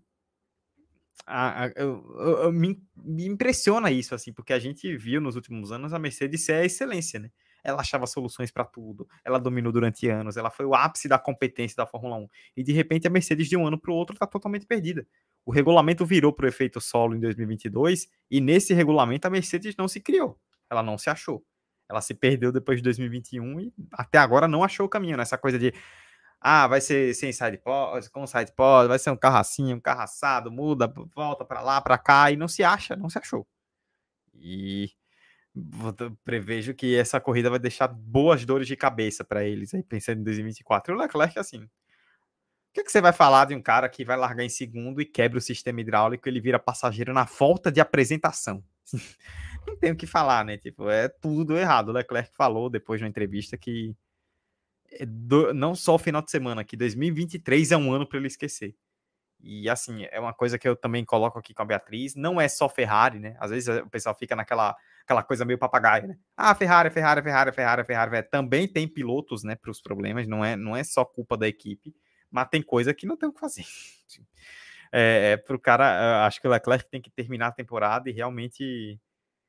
me impressiona isso, assim, porque a gente viu nos últimos anos a Mercedes ser a excelência, né? Ela achava soluções para tudo, ela dominou durante anos, ela foi o ápice da competência da Fórmula 1. E de repente a Mercedes de um ano para o outro está totalmente perdida. O regulamento virou para o efeito solo em 2022 e nesse regulamento a Mercedes não se criou, ela não se achou. Ela se perdeu depois de 2021 e até agora não achou o caminho, nessa coisa de vai ser sem side pod, com side pod, vai ser um carro assim, um carro assado, muda, volta para lá, para cá, e não se acha, não se achou. E prevejo que essa corrida vai deixar boas dores de cabeça para eles, aí pensando em 2024. E o Leclerc, assim, o que você vai falar de um cara que vai largar em segundo e quebra o sistema hidráulico, ele vira passageiro na volta de apresentação? Não tem o que falar, né? Tipo, é tudo errado. O Leclerc falou depois de uma entrevista que não só o final de semana, que 2023 é um ano para ele esquecer. E assim, é uma coisa que eu também coloco aqui com a Beatriz, não é só Ferrari, né? Às vezes o pessoal fica naquela coisa meio papagaio, né? Ferrari. Também tem pilotos, né, para os problemas, não é só culpa da equipe, mas tem coisa que não tem o que fazer. Pro cara, acho que o Leclerc tem que terminar a temporada e realmente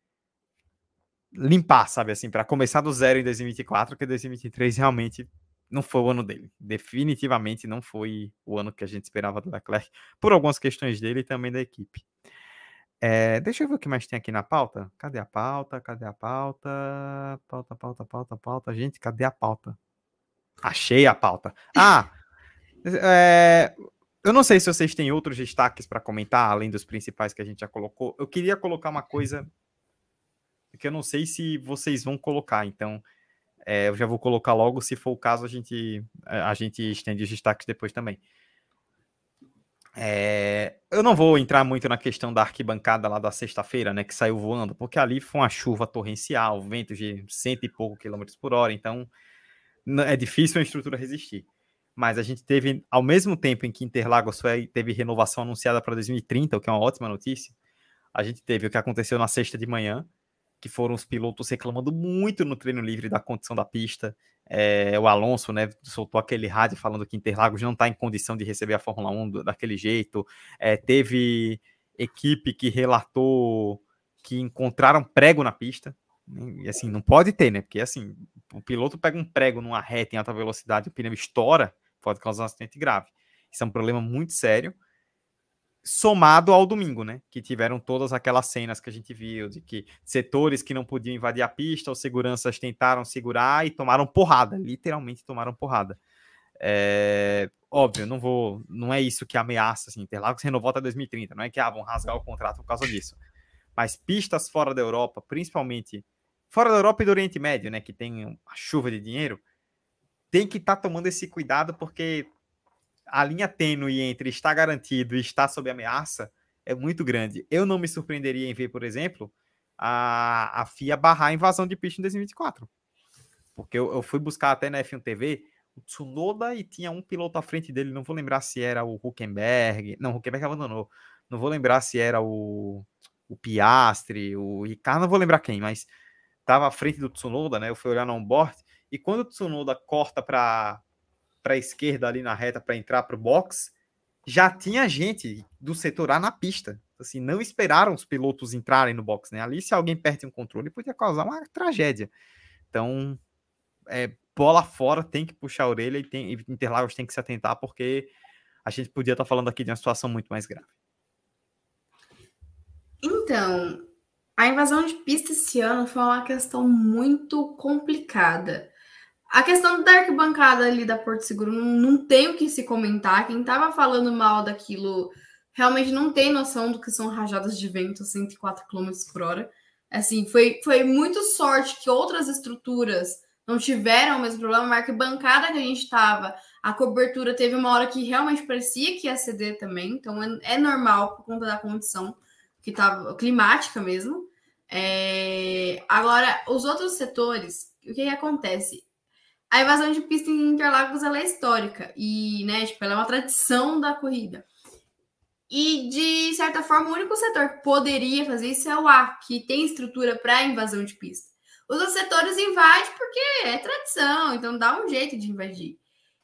limpar, sabe, assim, para começar do zero em 2024, porque 2023 realmente não foi o ano dele. Definitivamente não foi o ano que a gente esperava do Leclerc, por algumas questões dele e também da equipe. Deixa eu ver o que mais tem aqui na pauta. Cadê a pauta? Pauta. Gente, cadê a pauta? Achei a pauta. Eu não sei se vocês têm outros destaques para comentar, além dos principais que a gente já colocou. Eu queria colocar uma coisa que eu não sei se vocês vão colocar, então eu já vou colocar logo, se for o caso a gente estende os destaques depois também. Eu não vou entrar muito na questão da arquibancada lá da sexta-feira, né, que saiu voando, porque ali foi uma chuva torrencial, ventos de 100 e pouco quilômetros por hora, então é difícil a estrutura resistir. Mas a gente teve, ao mesmo tempo em que Interlagos teve renovação anunciada para 2030, o que é uma ótima notícia, a gente teve o que aconteceu na sexta de manhã, que foram os pilotos reclamando muito no treino livre da condição da pista. O Alonso, né, soltou aquele rádio falando que Interlagos não está em condição de receber a Fórmula 1 daquele jeito. Teve equipe que relatou que encontraram prego na pista. E assim, não pode ter, né? Porque assim, o piloto pega um prego numa reta em alta velocidade, o pneu estoura, pode causar um acidente grave. Isso é um problema muito sério. Somado ao domingo, né? Que tiveram todas aquelas cenas que a gente viu, de que setores que não podiam invadir a pista, os seguranças tentaram segurar e tomaram porrada, literalmente tomaram porrada. Óbvio, não é isso que ameaça, assim, Interlagos renovou até 2030, não é que vão rasgar o contrato por causa disso. Mas pistas fora da Europa, principalmente fora da Europa e do Oriente Médio, né? Que tem uma chuva de dinheiro, tem que estar tomando esse cuidado, porque a linha tênue entre estar garantido e estar sob ameaça é muito grande. Eu não me surpreenderia em ver, por exemplo, a FIA barrar a invasão de pista em 2024. Porque eu fui buscar até na F1 TV o Tsunoda e tinha um piloto à frente dele, não vou lembrar se era o Hülkenberg. Não, o Hülkenberg abandonou. Não vou lembrar se era o Piastri, o Ricardo, não vou lembrar quem, mas estava à frente do Tsunoda, né? Eu fui olhar no onboard e quando o Tsunoda corta para a esquerda ali na reta para entrar para o box, já tinha gente do setor A na pista. Assim, não esperaram os pilotos entrarem no box, né? Ali, se alguém perde um controle, podia causar uma tragédia. Então, bola fora, tem que puxar a orelha e Interlagos tem que se atentar, porque a gente podia estar falando aqui de uma situação muito mais grave. Então, a invasão de pista esse ano foi uma questão muito complicada. A questão da arquibancada ali da Porto Seguro não tem o que se comentar. Quem estava falando mal daquilo realmente não tem noção do que são rajadas de vento a 104 km por hora. Assim, foi muito sorte que outras estruturas não tiveram o mesmo problema. A arquibancada que a gente estava, a cobertura teve uma hora que realmente parecia que ia ceder também. Então, é normal por conta da condição que estava climática mesmo. Agora, os outros setores, o que acontece? A invasão de pista em Interlagos ela é histórica e, né, tipo, ela é uma tradição da corrida. E, de certa forma, o único setor que poderia fazer isso é o A, que tem estrutura para invasão de pista. Os outros setores invadem porque é tradição, então dá um jeito de invadir.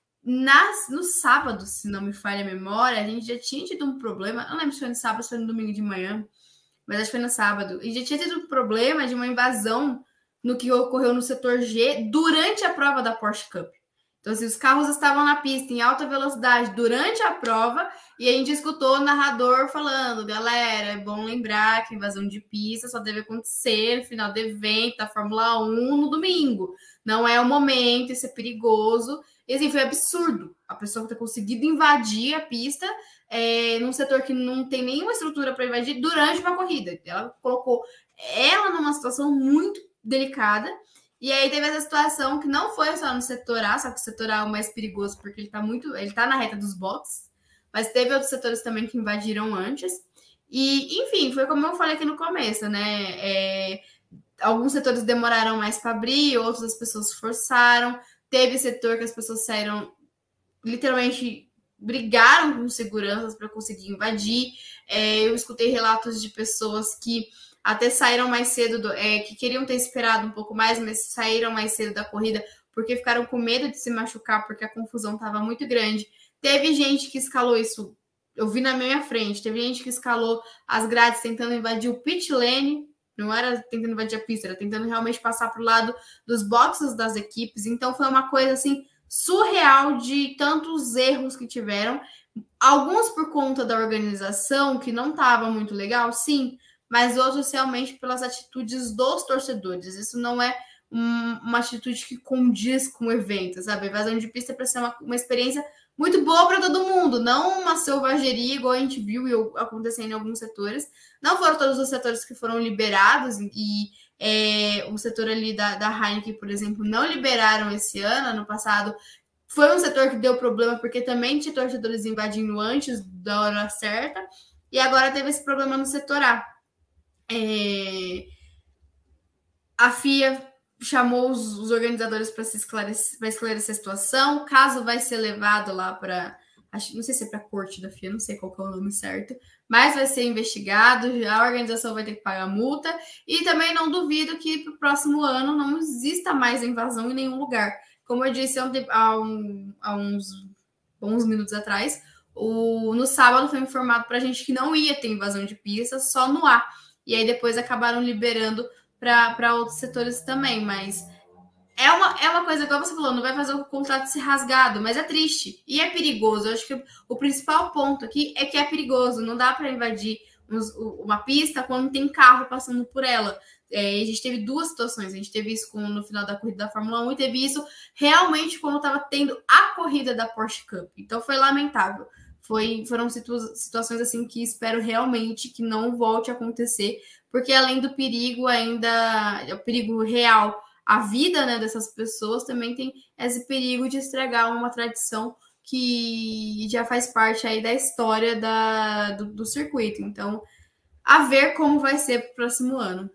No sábado, se não me falha a memória, a gente já tinha tido um problema, não lembro se foi no sábado ou se foi no domingo de manhã, mas acho que foi no sábado. E já tinha tido um problema de uma invasão no que ocorreu no setor G durante a prova da Porsche Cup. Então, assim, os carros estavam na pista em alta velocidade durante a prova e a gente escutou o narrador falando, galera, é bom lembrar que a invasão de pista só deve acontecer no final do evento da Fórmula 1 no domingo. Não é o momento, isso é perigoso. E, assim, foi absurdo a pessoa ter conseguido invadir a pista num setor que não tem nenhuma estrutura para invadir durante uma corrida. Ela colocou ela numa situação muito delicada. E aí teve essa situação que não foi só no setor A, só que o setor A é o mais perigoso porque ele tá na reta dos boxes, mas teve outros setores também que invadiram antes. E, enfim, foi como eu falei aqui no começo, né? Alguns setores demoraram mais para abrir, outros as pessoas forçaram. Teve setor que as pessoas saíram, literalmente brigaram com seguranças para conseguir invadir. Eu escutei relatos de pessoas que até saíram mais cedo, que queriam ter esperado um pouco mais, mas saíram mais cedo da corrida porque ficaram com medo de se machucar, porque a confusão estava muito grande. Teve gente que escalou isso, eu vi na minha frente, teve gente que escalou as grades tentando invadir o pit lane, não era tentando invadir a pista, era tentando realmente passar para o lado dos boxes das equipes. Então foi uma coisa assim surreal de tantos erros que tiveram, alguns por conta da organização, que não estava muito legal, sim, mas outros realmente pelas atitudes dos torcedores. Isso não é uma atitude que condiz com o evento, sabe? A invasão de pista é para ser uma experiência muito boa para todo mundo, não uma selvageria igual a gente viu acontecendo em alguns setores. Não foram todos os setores que foram liberados e o setor ali da Heineken, por exemplo, não liberaram esse ano passado. Foi um setor que deu problema porque também tinha torcedores invadindo antes da hora certa e agora teve esse problema no setor A. A FIA chamou os organizadores para esclarecer a situação. O caso vai ser levado lá para, não sei se é para a corte da FIA, não sei qual que é o nome certo, mas vai ser investigado, a organização vai ter que pagar multa, e também não duvido que para o próximo ano não exista mais invasão em nenhum lugar. Como eu disse há uns bons minutos atrás, no sábado foi informado para a gente que não ia ter invasão de pista, só no A. E aí depois acabaram liberando para outros setores também, mas é uma coisa, igual você falou, não vai fazer o contrato ser rasgado, mas é triste e é perigoso. Eu acho que o principal ponto aqui é que é perigoso, não dá para invadir uma pista quando tem carro passando por ela. A gente teve duas situações, a gente teve isso no final da corrida da Fórmula 1 e teve isso realmente quando estava tendo a corrida da Porsche Cup, então foi lamentável. Foram situações assim que espero realmente que não volte a acontecer, porque além do perigo ainda, o perigo real, a vida, né, dessas pessoas, também tem esse perigo de estragar uma tradição que já faz parte aí da história do circuito. Então, a ver como vai ser para o próximo ano.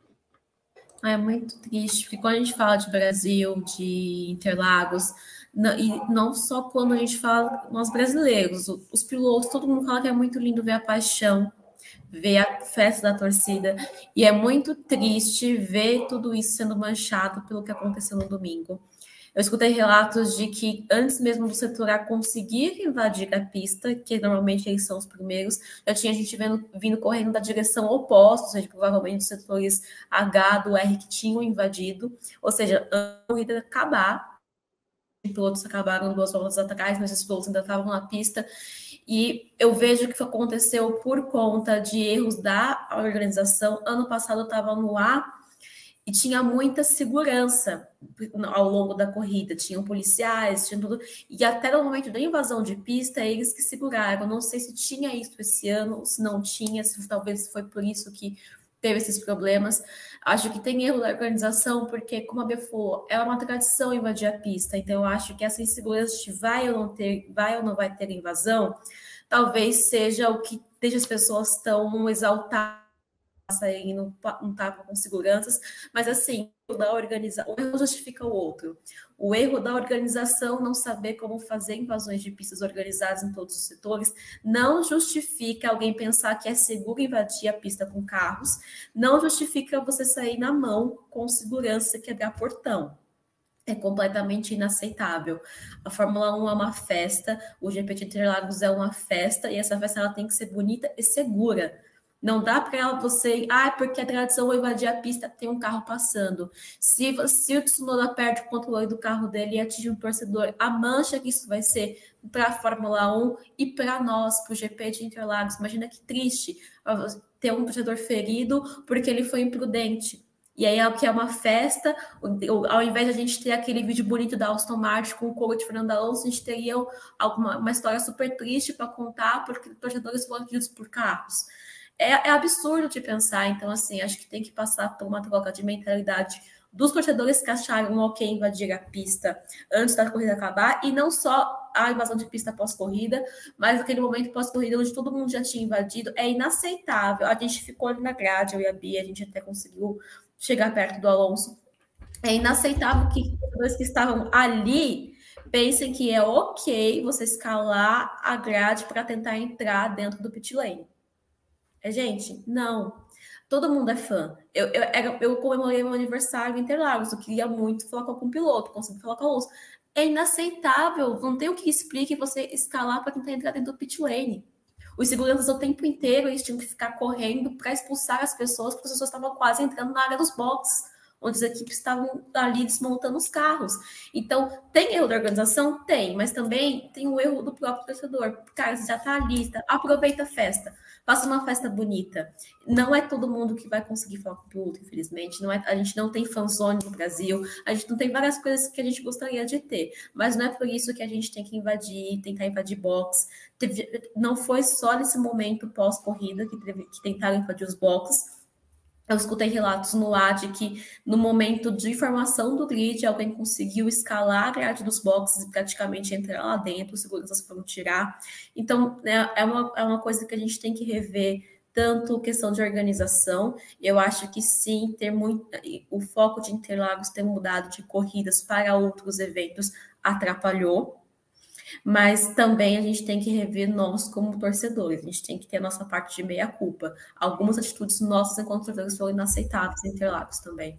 É muito triste, porque quando a gente fala de Brasil, de Interlagos, e não só quando a gente fala nós brasileiros, os pilotos, todo mundo fala que é muito lindo ver a paixão, ver a festa da torcida, e é muito triste ver tudo isso sendo manchado pelo que aconteceu no domingo. Eu escutei relatos de que antes mesmo do setor A conseguir invadir a pista, que normalmente eles são os primeiros, já tinha gente vindo correndo da direção oposta, ou seja, provavelmente os setores H do R que tinham invadido, ou seja, a corrida acabar, os pilotos acabaram 2 voltas atrás, mas os pilotos ainda estavam na pista, e eu vejo que aconteceu por conta de erros da organização. Ano passado eu estava no A, E tinha muita segurança ao longo da corrida. Tinham policiais, tinha tudo. E até no momento da invasão de pista, eles que seguraram. Não sei se tinha isso esse ano, se não tinha, se talvez foi por isso que teve esses problemas. Acho que tem erro da organização, porque, como a Bia falou, é uma tradição invadir a pista. Então, eu acho que essa insegurança de vai ou não vai ter invasão, talvez seja o que deixa as pessoas tão exaltadas e não estavam com seguranças, mas assim, o erro justifica o outro. O erro da organização não saber como fazer invasões de pistas organizadas em todos os setores não justifica alguém pensar que é seguro invadir a pista com carros, não justifica você sair na mão com segurança e quebrar portão. É completamente inaceitável. A Fórmula 1 é uma festa, o GP de Interlagos é uma festa, e essa festa ela tem que ser bonita e segura. Não dá para você, porque a tradição vai invadir a pista, tem um carro passando. Se o Tsunoda perde o controle do carro dele e atinge um torcedor, a mancha que isso vai ser para a Fórmula 1 e para nós, para o GP de Interlagos. Imagina que triste ter um torcedor ferido porque ele foi imprudente. E aí, que é uma festa, ao invés de a gente ter aquele vídeo bonito da Aston Martin com o coro de Fernando Alonso, a gente teria uma história super triste para contar porque torcedores foram atingidos por carros. É absurdo de pensar. Então, assim, acho que tem que passar por uma troca de mentalidade dos torcedores que acharam ok invadir a pista antes da corrida acabar, e não só a invasão de pista pós-corrida, mas aquele momento pós-corrida onde todo mundo já tinha invadido. É inaceitável. A gente ficou ali na grade, eu e a Bia, a gente até conseguiu chegar perto do Alonso. É inaceitável que os torcedores que estavam ali pensem que é ok você escalar a grade para tentar entrar dentro do pit lane. Gente, não. Todo mundo é fã. Eu comemorei meu aniversário em Interlagos. Eu queria muito falar com o piloto, consegui falar com o Alonso. É inaceitável. Não tem o que explique você escalar para tentar entrar dentro do pit lane. Os seguranças o tempo inteiro eles tinham que ficar correndo para expulsar as pessoas, porque as pessoas estavam quase entrando na área dos boxes, onde as equipes estavam ali desmontando os carros. Então, tem erro da organização? Tem, mas também tem o erro do próprio torcedor. Cara, você já está ali, aproveita a festa. Faça uma festa bonita. Não é todo mundo que vai conseguir falar com o piloto, infelizmente. A gente não tem fanzone no Brasil. A gente não tem várias coisas que a gente gostaria de ter. Mas não é por isso que a gente tem que tentar invadir box. Não foi só nesse momento pós-corrida que tentaram invadir os boxes. Eu escutei relatos no ar de que no momento de formação do grid, alguém conseguiu escalar a grade dos boxes e praticamente entrar lá dentro, os seguranças foram tirar. Então, é uma coisa que a gente tem que rever, tanto questão de organização. Eu acho que sim, o foco de Interlagos ter mudado de corridas para outros eventos atrapalhou. Mas também a gente tem que rever nós como torcedores, a gente tem que ter a nossa parte de meia-culpa. Algumas atitudes nossas enquanto torcedores foram inaceitáveis em Interlagos também.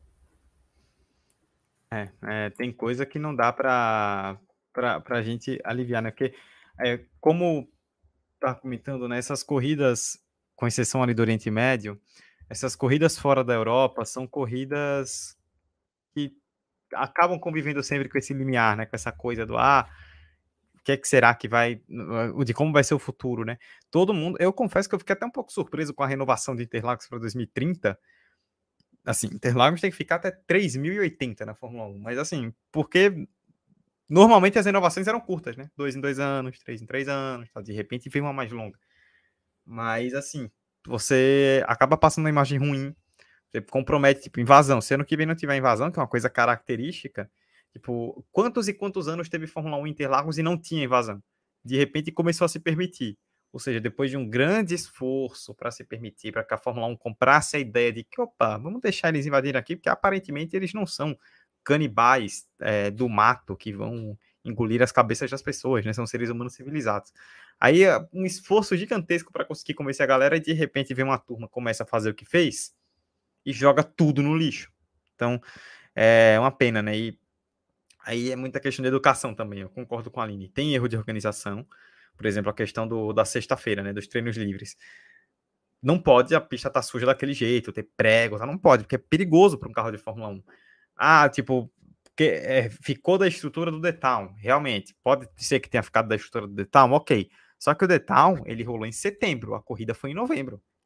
Tem coisa que não dá para a gente aliviar, né? Porque, como tá comentando, né, essas corridas, com exceção ali do Oriente Médio, essas corridas fora da Europa são corridas que acabam convivendo sempre com esse limiar, né? Com essa coisa do o que será que vai, de como vai ser o futuro, né? Todo mundo, eu confesso que eu fiquei até um pouco surpreso com a renovação de Interlagos para 2030. Assim, Interlagos tem que ficar até 3080 na Fórmula 1, mas assim, porque normalmente as renovações eram curtas, né? 2 em 2 anos, 3 em 3 anos, de repente vem uma mais longa. Mas assim, você acaba passando uma imagem ruim, você compromete, tipo, invasão. Se ano que vem não tiver invasão, que é uma coisa característica, tipo, quantos e quantos anos teve Fórmula 1 em Interlagos e não tinha invasão? De repente começou a se permitir. Ou seja, depois de um grande esforço para se permitir, para que a Fórmula 1 comprasse a ideia de que, vamos deixar eles invadirem aqui, porque aparentemente eles não são canibais do mato que vão engolir as cabeças das pessoas, né? São seres humanos civilizados. Aí, um esforço gigantesco para conseguir convencer a galera e de repente vem uma turma, começa a fazer o que fez e joga tudo no lixo. Então, é uma pena, né? E aí é muita questão de educação também, eu concordo com a Aline. Tem erro de organização, por exemplo, a questão da sexta-feira, né, dos treinos livres. Não pode a pista estar suja daquele jeito, ter prego, não pode, porque é perigoso para um carro de Fórmula 1. Porque ficou da estrutura do The Town, realmente. Pode ser que tenha ficado da estrutura do The Town, ok. Só que o The Town, ele rolou em setembro, a corrida foi em novembro.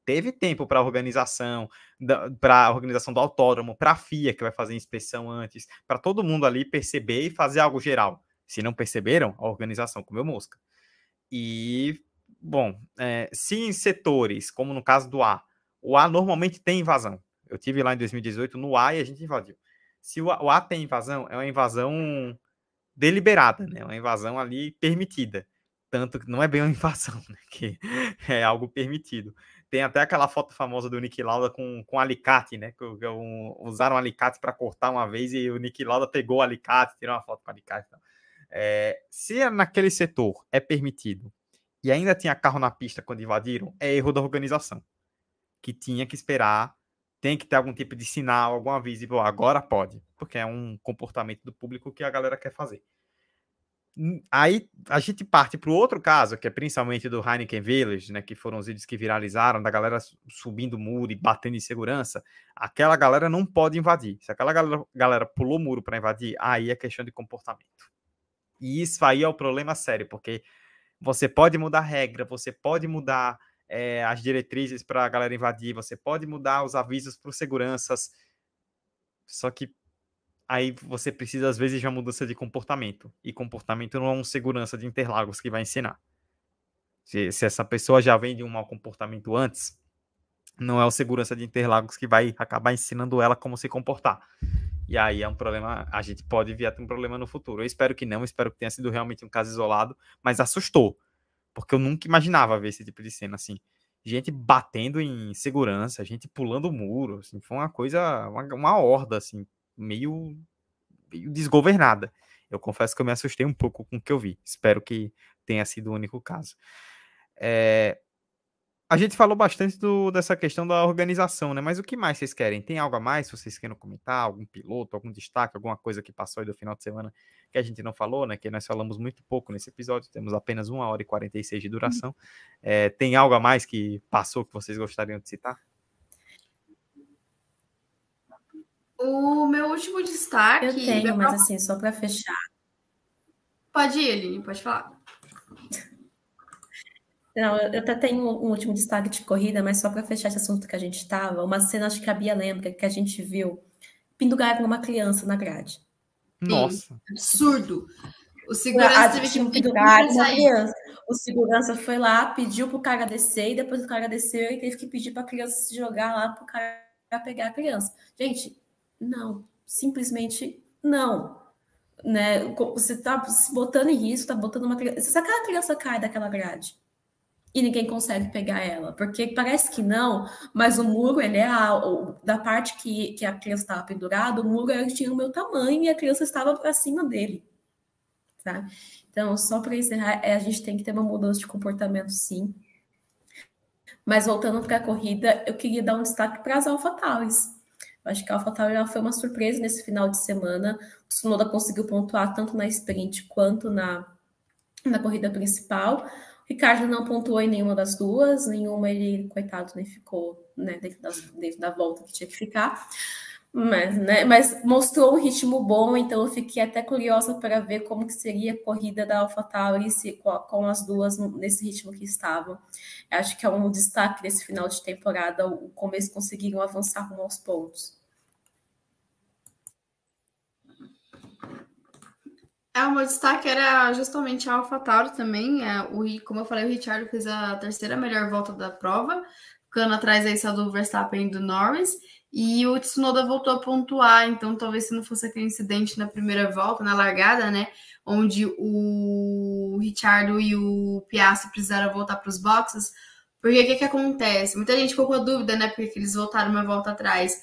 teve tempo para a organização do autódromo, para a FIA, que vai fazer inspeção antes, para todo mundo ali perceber e fazer algo geral. Se não perceberam, a organização comeu mosca. E, bom, se em setores, como no caso do A, o A normalmente tem invasão. Eu tive lá em 2018 no A e a gente invadiu. Se o A tem invasão, é uma invasão deliberada, né? Uma invasão ali permitida. Tanto que não é bem uma invasão, né? Que é algo permitido. Tem até aquela foto famosa do Niki Lauda com alicate, né? Usaram um alicate para cortar uma vez e o Niki Lauda pegou o alicate, tirou uma foto com o alicate. Então. Se naquele setor é permitido e ainda tinha carro na pista quando invadiram, é erro da organização. Que tinha que esperar, tem que ter algum tipo de sinal, algum aviso, e agora pode, porque é um comportamento do público que a galera quer fazer. Aí a gente parte para o outro caso, que é principalmente do Heineken Village, né, que foram os vídeos que viralizaram, da galera subindo o muro e batendo em segurança. Aquela galera não pode invadir. Se aquela galera pulou o muro para invadir, aí é questão de comportamento. E isso aí é o problema sério, porque você pode mudar a regra, você pode mudar as diretrizes para a galera invadir, você pode mudar os avisos para os seguranças, só que aí você precisa, às vezes, de uma mudança de comportamento. E comportamento não é um segurança de Interlagos que vai ensinar. Se essa pessoa já vem de um mau comportamento antes, não é o segurança de Interlagos que vai acabar ensinando ela como se comportar. E aí é um problema, a gente pode vir a ter um problema no futuro. Eu espero que não, espero que tenha sido realmente um caso isolado, mas assustou. Porque eu nunca imaginava ver esse tipo de cena assim. Gente batendo em segurança, gente pulando o muro, assim, foi uma coisa, uma horda, assim, meio desgovernada. Eu confesso que eu me assustei um pouco com o que eu vi. Espero que tenha sido o único caso. A gente falou bastante dessa questão da organização, né? Mas o que mais vocês querem? Tem algo a mais que vocês queiram comentar? Algum piloto, algum destaque, alguma coisa que passou aí do final de semana que a gente não falou, né? Que nós falamos muito pouco nesse episódio, temos apenas 1h46 de duração. Tem algo a mais que passou que vocês gostariam de citar? O meu último destaque... Eu tenho, mas assim, só para fechar. Pode ir, Aline, pode falar. Não, eu até tenho um último destaque de corrida, mas só para fechar esse assunto que a gente estava, uma cena, acho que a Bia lembra, que a gente viu penduraram uma criança na grade. Nossa. Absurdo. O segurança teve que pendurar uma criança. O segurança foi lá, pediu pro cara descer, e depois o cara desceu e teve que pedir para a criança se jogar lá pro cara pegar a criança. Gente, não. Simplesmente não. Né? Você tá se botando em risco, tá botando uma criança... Se aquela criança cai daquela grade e ninguém consegue pegar ela, porque parece que não, mas o muro, ele é da parte que a criança estava pendurada, o muro tinha o meu tamanho e a criança estava acima dele, tá? Então, só para encerrar, a gente tem que ter uma mudança de comportamento, sim. Mas voltando para a corrida, eu queria dar um destaque para as AlphaTauris. Eu acho que a AlphaTauri foi uma surpresa nesse final de semana. O Tsunoda conseguiu pontuar tanto na sprint quanto na corrida principal. O Ricardo não pontuou em nenhuma das duas, nenhuma ele, coitado, nem ficou, né, dentro da volta que tinha que ficar, mas mostrou um ritmo bom, então eu fiquei até curiosa para ver como que seria a corrida da AlphaTauri com as duas nesse ritmo que estavam. Eu acho que é um destaque desse final de temporada, como eles conseguiram avançar rumo aos pontos. O meu destaque era justamente a AlphaTauri também. Como eu falei, o Ricciardo fez a terceira melhor volta da prova, ficando atrás aí só do Verstappen e do Norris. E o Tsunoda voltou a pontuar, então talvez se não fosse aquele incidente na primeira volta, na largada, né? Onde o Ricciardo e o Piastri precisaram voltar para os boxes. Porque o que acontece? Muita gente ficou com a dúvida, né? Porque eles voltaram uma volta atrás.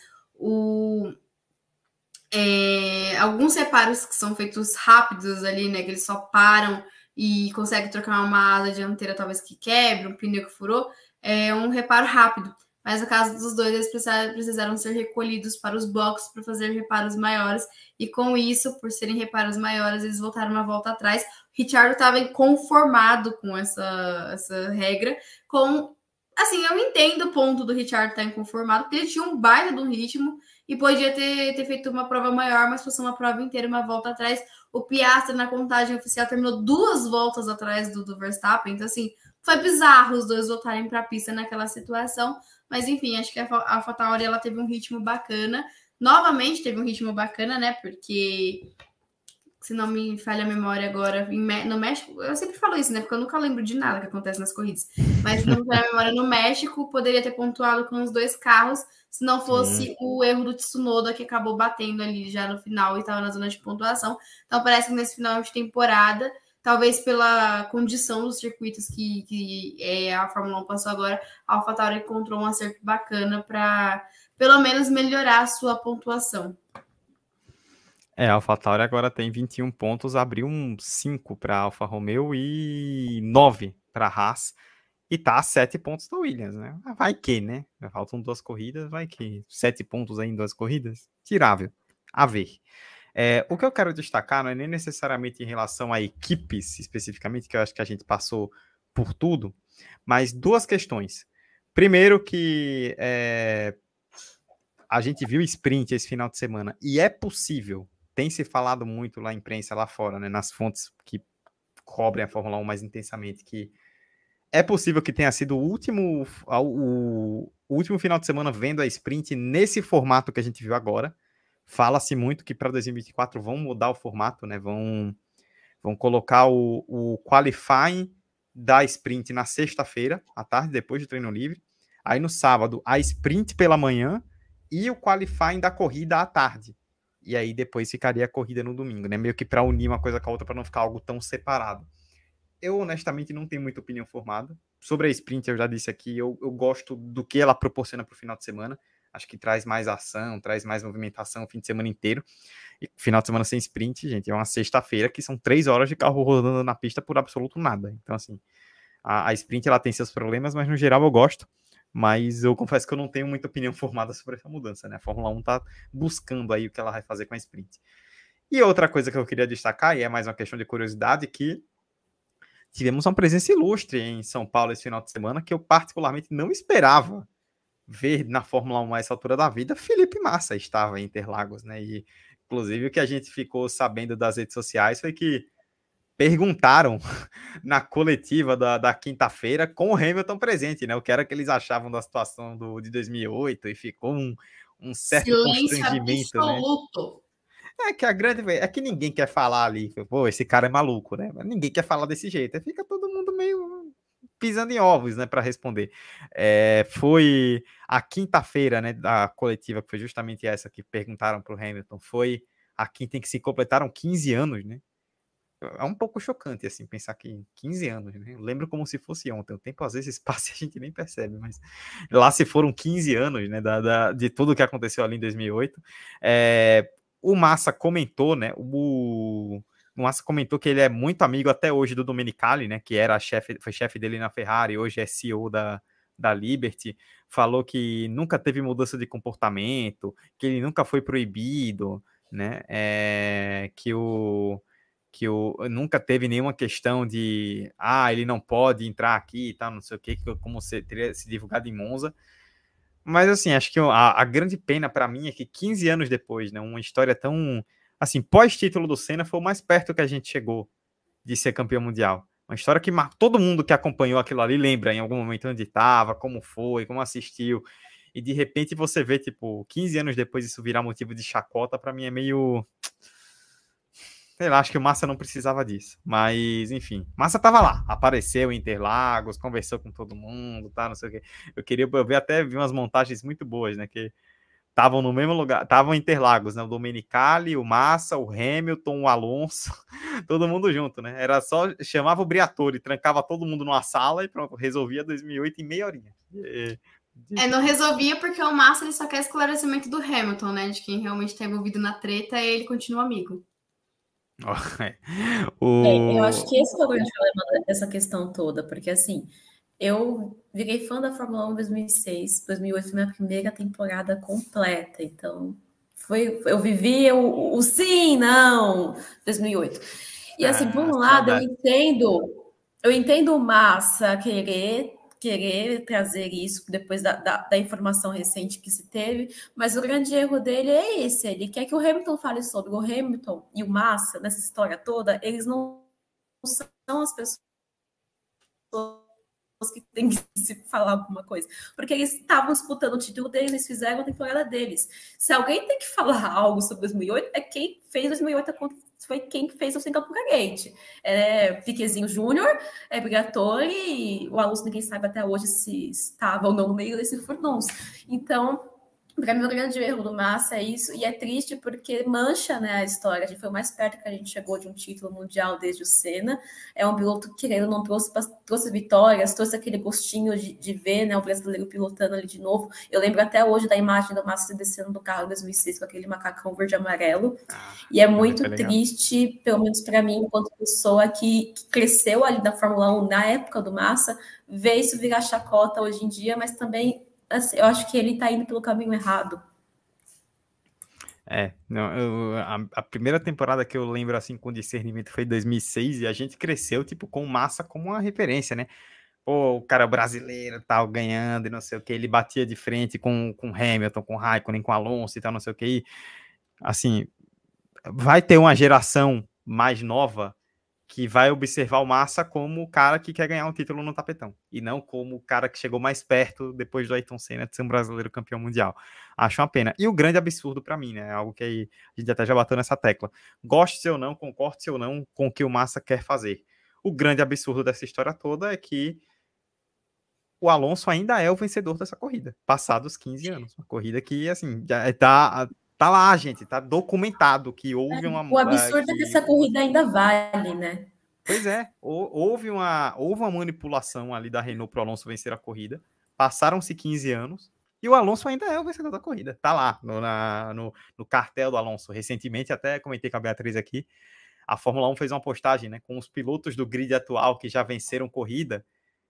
Alguns reparos que são feitos rápidos ali, né? Que eles só param e conseguem trocar uma asa dianteira, talvez que quebre, um pneu que furou. É um reparo rápido. Mas no caso dos dois, eles precisaram ser recolhidos para os boxes para fazer reparos maiores. E com isso, por serem reparos maiores, eles voltaram uma volta atrás. O Ricciardo estava inconformado com essa regra. Assim, eu entendo o ponto do Ricciardo estar inconformado, porque ele tinha um baita de um ritmo e podia ter feito uma prova maior, mas fosse uma prova inteira, uma volta atrás. O Piastri, na contagem oficial, terminou 2 voltas atrás do Verstappen. Então, assim, Foi bizarro os dois voltarem para a pista naquela situação, mas enfim, acho que a AlphaTauri ela teve um ritmo bacana. Novamente teve um ritmo bacana, né? Porque, se não me falha a memória agora, no México, eu sempre falo isso, né? Porque eu nunca lembro de nada que acontece nas corridas. Mas, se não me falha a memória, no México, poderia ter pontuado com os dois carros, se não fosse o erro do Tsunoda, que acabou batendo ali já no final e estava na zona de pontuação. Então, parece que nesse final de temporada, talvez pela condição dos circuitos que a Fórmula 1 passou agora, a AlphaTauri encontrou um acerto bacana para, pelo menos, melhorar a sua pontuação. A AlphaTauri agora tem 21 pontos, abriu um 5 para a Alfa Romeo e 9 para a Haas. E tá a 7 pontos da Williams, né? Vai que, né? Faltam 2 corridas, vai que. 7 pontos aí em 2 corridas? Tirável. A ver. O que eu quero destacar não é nem necessariamente em relação a equipes, especificamente, que eu acho que a gente passou por tudo, mas 2 questões. Primeiro que a gente viu sprint esse final de semana, e é possível, tem se falado muito lá na imprensa lá fora, né, nas fontes que cobrem a Fórmula 1 mais intensamente, que é possível que tenha sido o último final de semana vendo a sprint nesse formato que a gente viu agora. Fala-se muito que para 2024 vão mudar o formato, né? Vão colocar o qualifying da sprint na sexta-feira, à tarde, depois do treino livre. Aí no sábado, a sprint pela manhã e o qualifying da corrida à tarde. E aí depois ficaria a corrida no domingo, né? Meio que para unir uma coisa com a outra, para não ficar algo tão separado. Eu, honestamente, não tenho muita opinião formada. Sobre a sprint, eu já disse aqui, eu gosto do que ela proporciona para o final de semana. Acho que traz mais ação, traz mais movimentação o fim de semana inteiro. E final de semana sem sprint, gente, é uma sexta-feira que são 3 horas de carro rodando na pista por absoluto nada. Então, assim, a sprint ela tem seus problemas, mas no geral eu gosto. Mas eu confesso que eu não tenho muita opinião formada sobre essa mudança, né? A Fórmula 1 tá buscando aí o que ela vai fazer com a sprint. E outra coisa que eu queria destacar, e é mais uma questão de curiosidade, que tivemos uma presença ilustre em São Paulo esse final de semana, que eu particularmente não esperava ver na Fórmula 1 a essa altura da vida. Felipe Massa estava em Interlagos, né? E, inclusive, o que a gente ficou sabendo das redes sociais foi que perguntaram na coletiva da quinta-feira com o Hamilton presente, né? O que era que eles achavam da situação de 2008 e ficou um certo silêncio constrangimento, absoluto. Né? É que ninguém quer falar ali, pô, esse cara é maluco, né? Mas ninguém quer falar desse jeito. Aí fica todo mundo meio pisando em ovos, né, para responder. Foi a quinta-feira, né, da coletiva, que foi justamente essa que perguntaram para o Hamilton, foi a quinta em que se completaram 15 anos, né? É um pouco chocante, assim, pensar que 15 anos, né? Eu lembro como se fosse ontem. O tempo, às vezes, passa e a gente nem percebe, mas lá se foram 15 anos, né, de tudo que aconteceu ali em 2008. O Massa comentou, né, o Massa comentou que ele é muito amigo até hoje do Domenicali, né, que foi chefe dele na Ferrari, hoje é CEO da Liberty. Falou que nunca teve mudança de comportamento, que ele nunca foi proibido, né, que nunca teve nenhuma questão de ele não pode entrar aqui e tal, não sei o que, como teria se divulgado em Monza. Mas, assim, acho que a grande pena para mim é que 15 anos depois, né, uma história tão, assim, pós-título do Senna, foi o mais perto que a gente chegou de ser campeão mundial. Uma história que todo mundo que acompanhou aquilo ali lembra em algum momento onde estava, como foi, como assistiu. E, de repente, você vê, tipo, 15 anos depois isso virar motivo de chacota, para mim é meio... Sei lá, acho que o Massa não precisava disso. Mas, enfim, Massa tava lá, apareceu em Interlagos, conversou com todo mundo, tá, não sei o quê. Vi umas montagens muito boas, né, que estavam no mesmo lugar, estavam em Interlagos, né, o Domenicali, o Massa, o Hamilton, o Alonso, todo mundo junto, né, era só, chamava o Briatore, trancava todo mundo numa sala e pronto, resolvia 2008 em meia horinha. Não resolvia porque o Massa ele só quer esclarecimento do Hamilton, né, de quem realmente está envolvido na treta, e ele continua amigo. Eu acho que esse foi o grande problema dessa questão toda, porque assim, eu virei fã da Fórmula 1 em 2006, 2008 foi minha primeira temporada completa, então eu vivi o sim, não, 2008. E assim, por um lado, eu entendo o Massa querer trazer isso depois da informação recente que se teve, mas o grande erro dele é esse, ele quer que o Hamilton fale sobre. O Hamilton e o Massa, nessa história toda, eles não são as pessoas que têm que se falar alguma coisa. Porque eles estavam disputando o título deles, eles fizeram a temporada deles. Se alguém tem que falar algo sobre 2008, é quem fez 2008 foi quem fez o Singapura Gate. Piquezinho Júnior, Briatore, o Alonso ninguém sabe até hoje se estava ou não no meio desse furdunço. Então, para mim, o grande erro do Massa é isso, e é triste porque mancha, né, a história. A gente foi o mais perto que a gente chegou de um título mundial desde o Senna. É um piloto que, querendo, não trouxe vitórias, trouxe aquele gostinho de ver, né, o brasileiro pilotando ali de novo. Eu lembro até hoje da imagem do Massa descendo do carro em 2006 com aquele macacão verde e amarelo. E é muito triste, pelo menos para mim, enquanto pessoa que cresceu ali da Fórmula 1 na época do Massa, ver isso virar chacota hoje em dia, mas também assim, eu acho que ele tá indo pelo caminho errado. A primeira temporada que eu lembro assim com discernimento foi 2006 e a gente cresceu tipo com Massa como uma referência, né? Pô, o cara brasileiro tal, ganhando e não sei o que, ele batia de frente com Hamilton, com Raikkonen, com Alonso e tal, não sei o que. E, assim, vai ter uma geração mais nova que vai observar o Massa como o cara que quer ganhar um título no tapetão, e não como o cara que chegou mais perto depois do Ayrton Senna de ser um brasileiro campeão mundial. Acho uma pena. E o grande absurdo para mim, né? Algo que a gente até já bateu nessa tecla. Goste-se ou não, concorde-se ou não com o que o Massa quer fazer. O grande absurdo dessa história toda é que o Alonso ainda é o vencedor dessa corrida, passados 15 anos. Uma corrida que, assim, já tá lá, gente, tá documentado que houve uma... O absurdo é que essa corrida ainda vale, né? Pois é, houve uma manipulação ali da Renault para o Alonso vencer a corrida, passaram-se 15 anos, e o Alonso ainda é o vencedor da corrida, tá lá, no cartel do Alonso. Recentemente, até comentei com a Beatriz aqui, a Fórmula 1 fez uma postagem, né, com os pilotos do grid atual que já venceram corrida,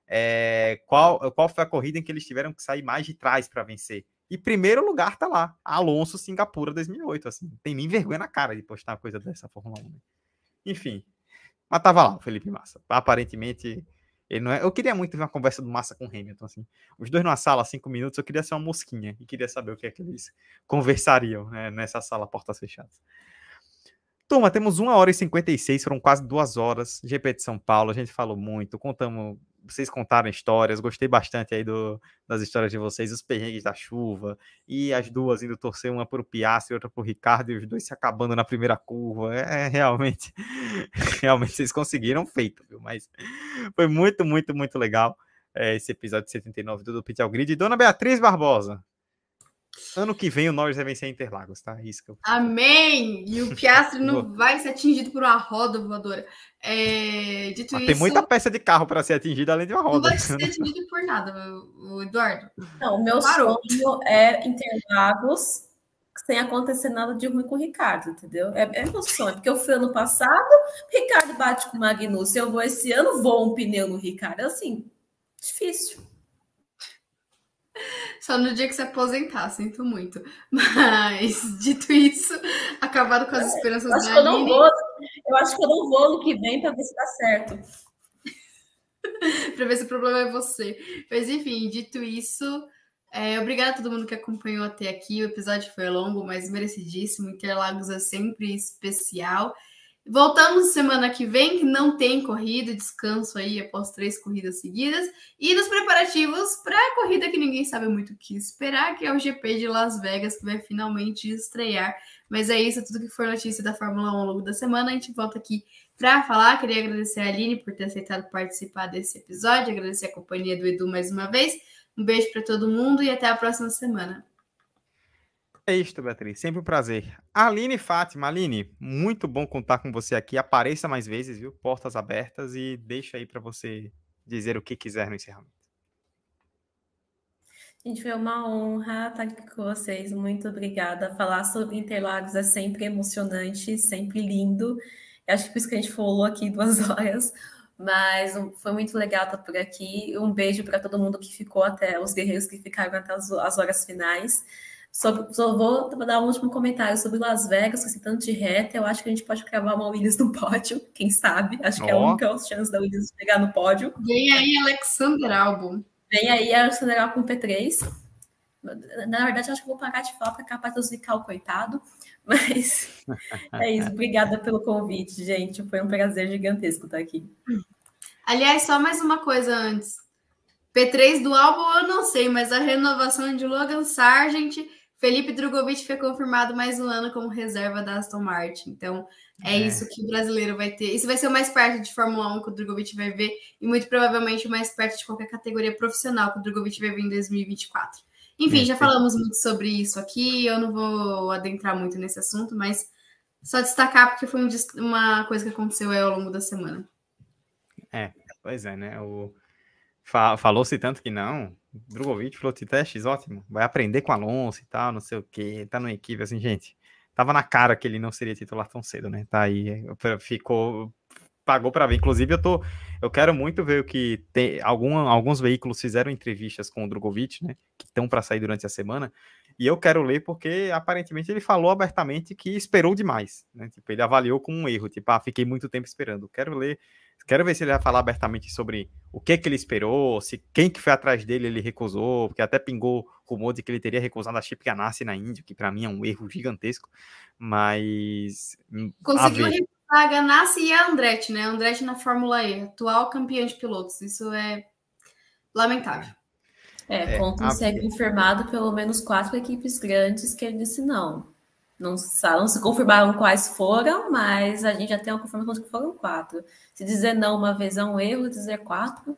qual foi a corrida em que eles tiveram que sair mais de trás para vencer. E primeiro lugar tá lá, Alonso Singapura 2008, assim, não tem nem vergonha na cara de postar uma coisa dessa Fórmula 1. Né? Enfim, mas tava lá o Felipe Massa, aparentemente ele não é... Eu queria muito ver uma conversa do Massa com o Hamilton, assim, os dois numa sala, 5 minutos, eu queria ser uma mosquinha, e queria saber o que é que eles conversariam, né, nessa sala, portas fechadas. Turma, temos 1 hora e 56, foram quase 2 horas, GP de São Paulo, a gente falou muito, vocês contaram histórias, gostei bastante aí das histórias de vocês, os perrengues da chuva, e as duas indo torcer, uma pro Piastri e outra pro Ricardo, e os dois se acabando na primeira curva, realmente vocês conseguiram feito, viu? Mas foi muito, muito, muito legal esse episódio de 79 do Pit ao Grid. Dona Beatriz Barbosa, ano que vem o Norris vai vencer Interlagos, tá? Isso que eu... Amém! E o Piastri não vai ser atingido por uma roda voadora. Dito Mas isso... tem muita peça de carro para ser atingida além de uma roda. Não vai ser atingido por nada, o Eduardo. Não, o meu sonho é Interlagos sem acontecer nada de ruim com o Ricardo, entendeu? É meu sonho, porque eu fui ano passado, o Ricardo bate com o Magnussen, eu vou esse ano, vou um pneu no Ricardo. Assim, difícil. Só no dia que se aposentar, sinto muito. Mas, dito isso, acabado com as esperanças da Aline... Eu acho que eu não vou no que vem para ver se dá certo. Para ver se o problema é você. Mas, enfim, dito isso, obrigada a todo mundo que acompanhou até aqui. O episódio foi longo, mas merecidíssimo. Interlagos é sempre especial. Voltamos semana que vem, que não tem corrida, descanso aí após 3 corridas seguidas. E nos preparativos para a corrida que ninguém sabe muito o que esperar, que é o GP de Las Vegas, que vai finalmente estrear. Mas é isso, tudo que for notícia da Fórmula 1 ao longo da semana. A gente volta aqui para falar. Queria agradecer a Aline por ter aceitado participar desse episódio, agradecer a companhia do Edu mais uma vez. Um beijo para todo mundo e até a próxima semana. É isso, Beatriz. Sempre um prazer. Aline Fátima. Aline, muito bom contar com você aqui. Apareça mais vezes, viu? Portas abertas e deixa aí para você dizer o que quiser no encerramento. Gente, foi uma honra estar aqui com vocês. Muito obrigada. Falar sobre Interlagos é sempre emocionante, sempre lindo. Eu acho que por isso que a gente falou aqui 2 horas. Mas foi muito legal estar por aqui. Um beijo para todo mundo que ficou até, os guerreiros que ficaram até as horas finais. Só vou dar um último comentário sobre Las Vegas, com esse tanto de reta. Eu acho que a gente pode cravar uma Williams no pódio, quem sabe? Acho que é a única chance da Williams pegar no pódio. Vem aí Alexander Albon. Vem aí Alexander Albon com P3. Na verdade, acho que vou pagar de falta, capaz de zicar o coitado. Mas é isso. Obrigada pelo convite, gente. Foi um prazer gigantesco estar aqui. Aliás, só mais uma coisa antes. P3 do álbum eu não sei, mas a renovação de Logan Sargent, Felipe Drugovich foi confirmado mais um ano como reserva da Aston Martin. Então, isso que o brasileiro vai ter. Isso vai ser o mais perto de Fórmula 1 que o Drugovich vai ver e muito provavelmente o mais perto de qualquer categoria profissional que o Drugovich vai ver em 2024. Enfim, já falamos muito sobre isso aqui, eu não vou adentrar muito nesse assunto, mas só destacar porque foi uma coisa que aconteceu ao longo da semana. Pois é, né? Falou-se tanto que não. Drugovich falou de testes, ótimo. Vai aprender com Alonso e tal, não sei o quê. Tá numa equipe assim, gente. Tava na cara que ele não seria titular tão cedo, né? Tá aí, pagou para ver. Inclusive, eu quero muito ver o que tem. Alguns veículos fizeram entrevistas com o Drugovich, né? Que estão para sair durante a semana. E eu quero ler porque, aparentemente, ele falou abertamente que esperou demais, né? Tipo, ele avaliou como um erro. Tipo, fiquei muito tempo esperando. Quero ver se ele vai falar abertamente sobre o que ele esperou, se quem que foi atrás dele ele recusou, porque até pingou rumor de que ele teria recusado a Chip Ganassi na Índia, que para mim é um erro gigantesco, mas... Conseguiu recusar a Ganassi e a Andretti, né? A Andretti na Fórmula E, atual campeã de pilotos. Isso é lamentável. Consegue confirmado pelo menos 4 equipes grandes que ele disse não. Não se confirmaram quais foram, mas a gente já tem uma confirmação de que foram 4. Se dizer não uma vez é um erro, dizer 4...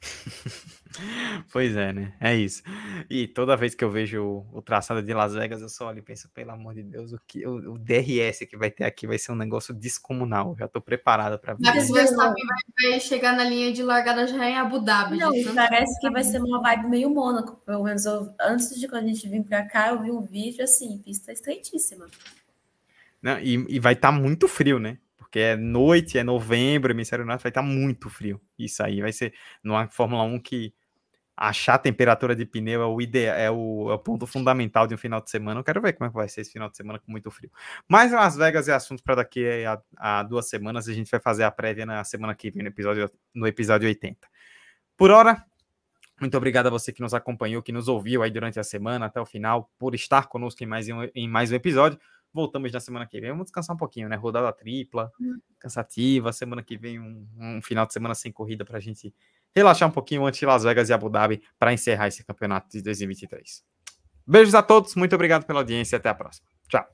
Pois é, né? É isso. E toda vez que eu vejo o traçado de Las Vegas, eu só olho e penso, pelo amor de Deus, o DRS que vai ter aqui vai ser um negócio descomunal. Já tô preparada para ver. Mas o Verstappen vai chegar na linha de largada já em Abu Dhabi. Não, parece que vai ser uma vibe meio Mônaco. Pelo menos antes de quando a gente vir para cá, eu vi um vídeo assim, pista estreitíssima. Não, e vai estar muito frio, né? Porque é noite, é novembro, hemisfério norte, vai estar muito frio. Isso aí vai ser numa Fórmula 1 que achar a temperatura de pneu é o ponto fundamental de um final de semana. Eu quero ver como é que vai ser esse final de semana com muito frio. Mas Las Vegas é assunto para daqui a 2 semanas. A gente vai fazer a prévia na semana que vem, no episódio 80. Por hora, muito obrigado a você que nos acompanhou, que nos ouviu aí durante a semana até o final, por estar conosco em mais um episódio. Voltamos na semana que vem. Vamos descansar um pouquinho, né? Rodada tripla, cansativa. Semana que vem um final de semana sem corrida para a gente relaxar um pouquinho antes de Las Vegas e Abu Dhabi para encerrar esse campeonato de 2023. Beijos a todos, muito obrigado pela audiência e até a próxima. Tchau.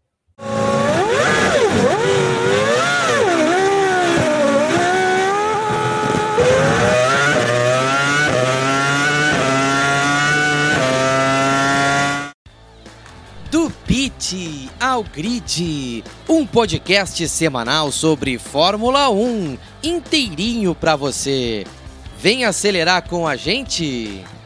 Do Pit ao Grid, um podcast semanal sobre Fórmula 1, inteirinho para você. Vem acelerar com a gente!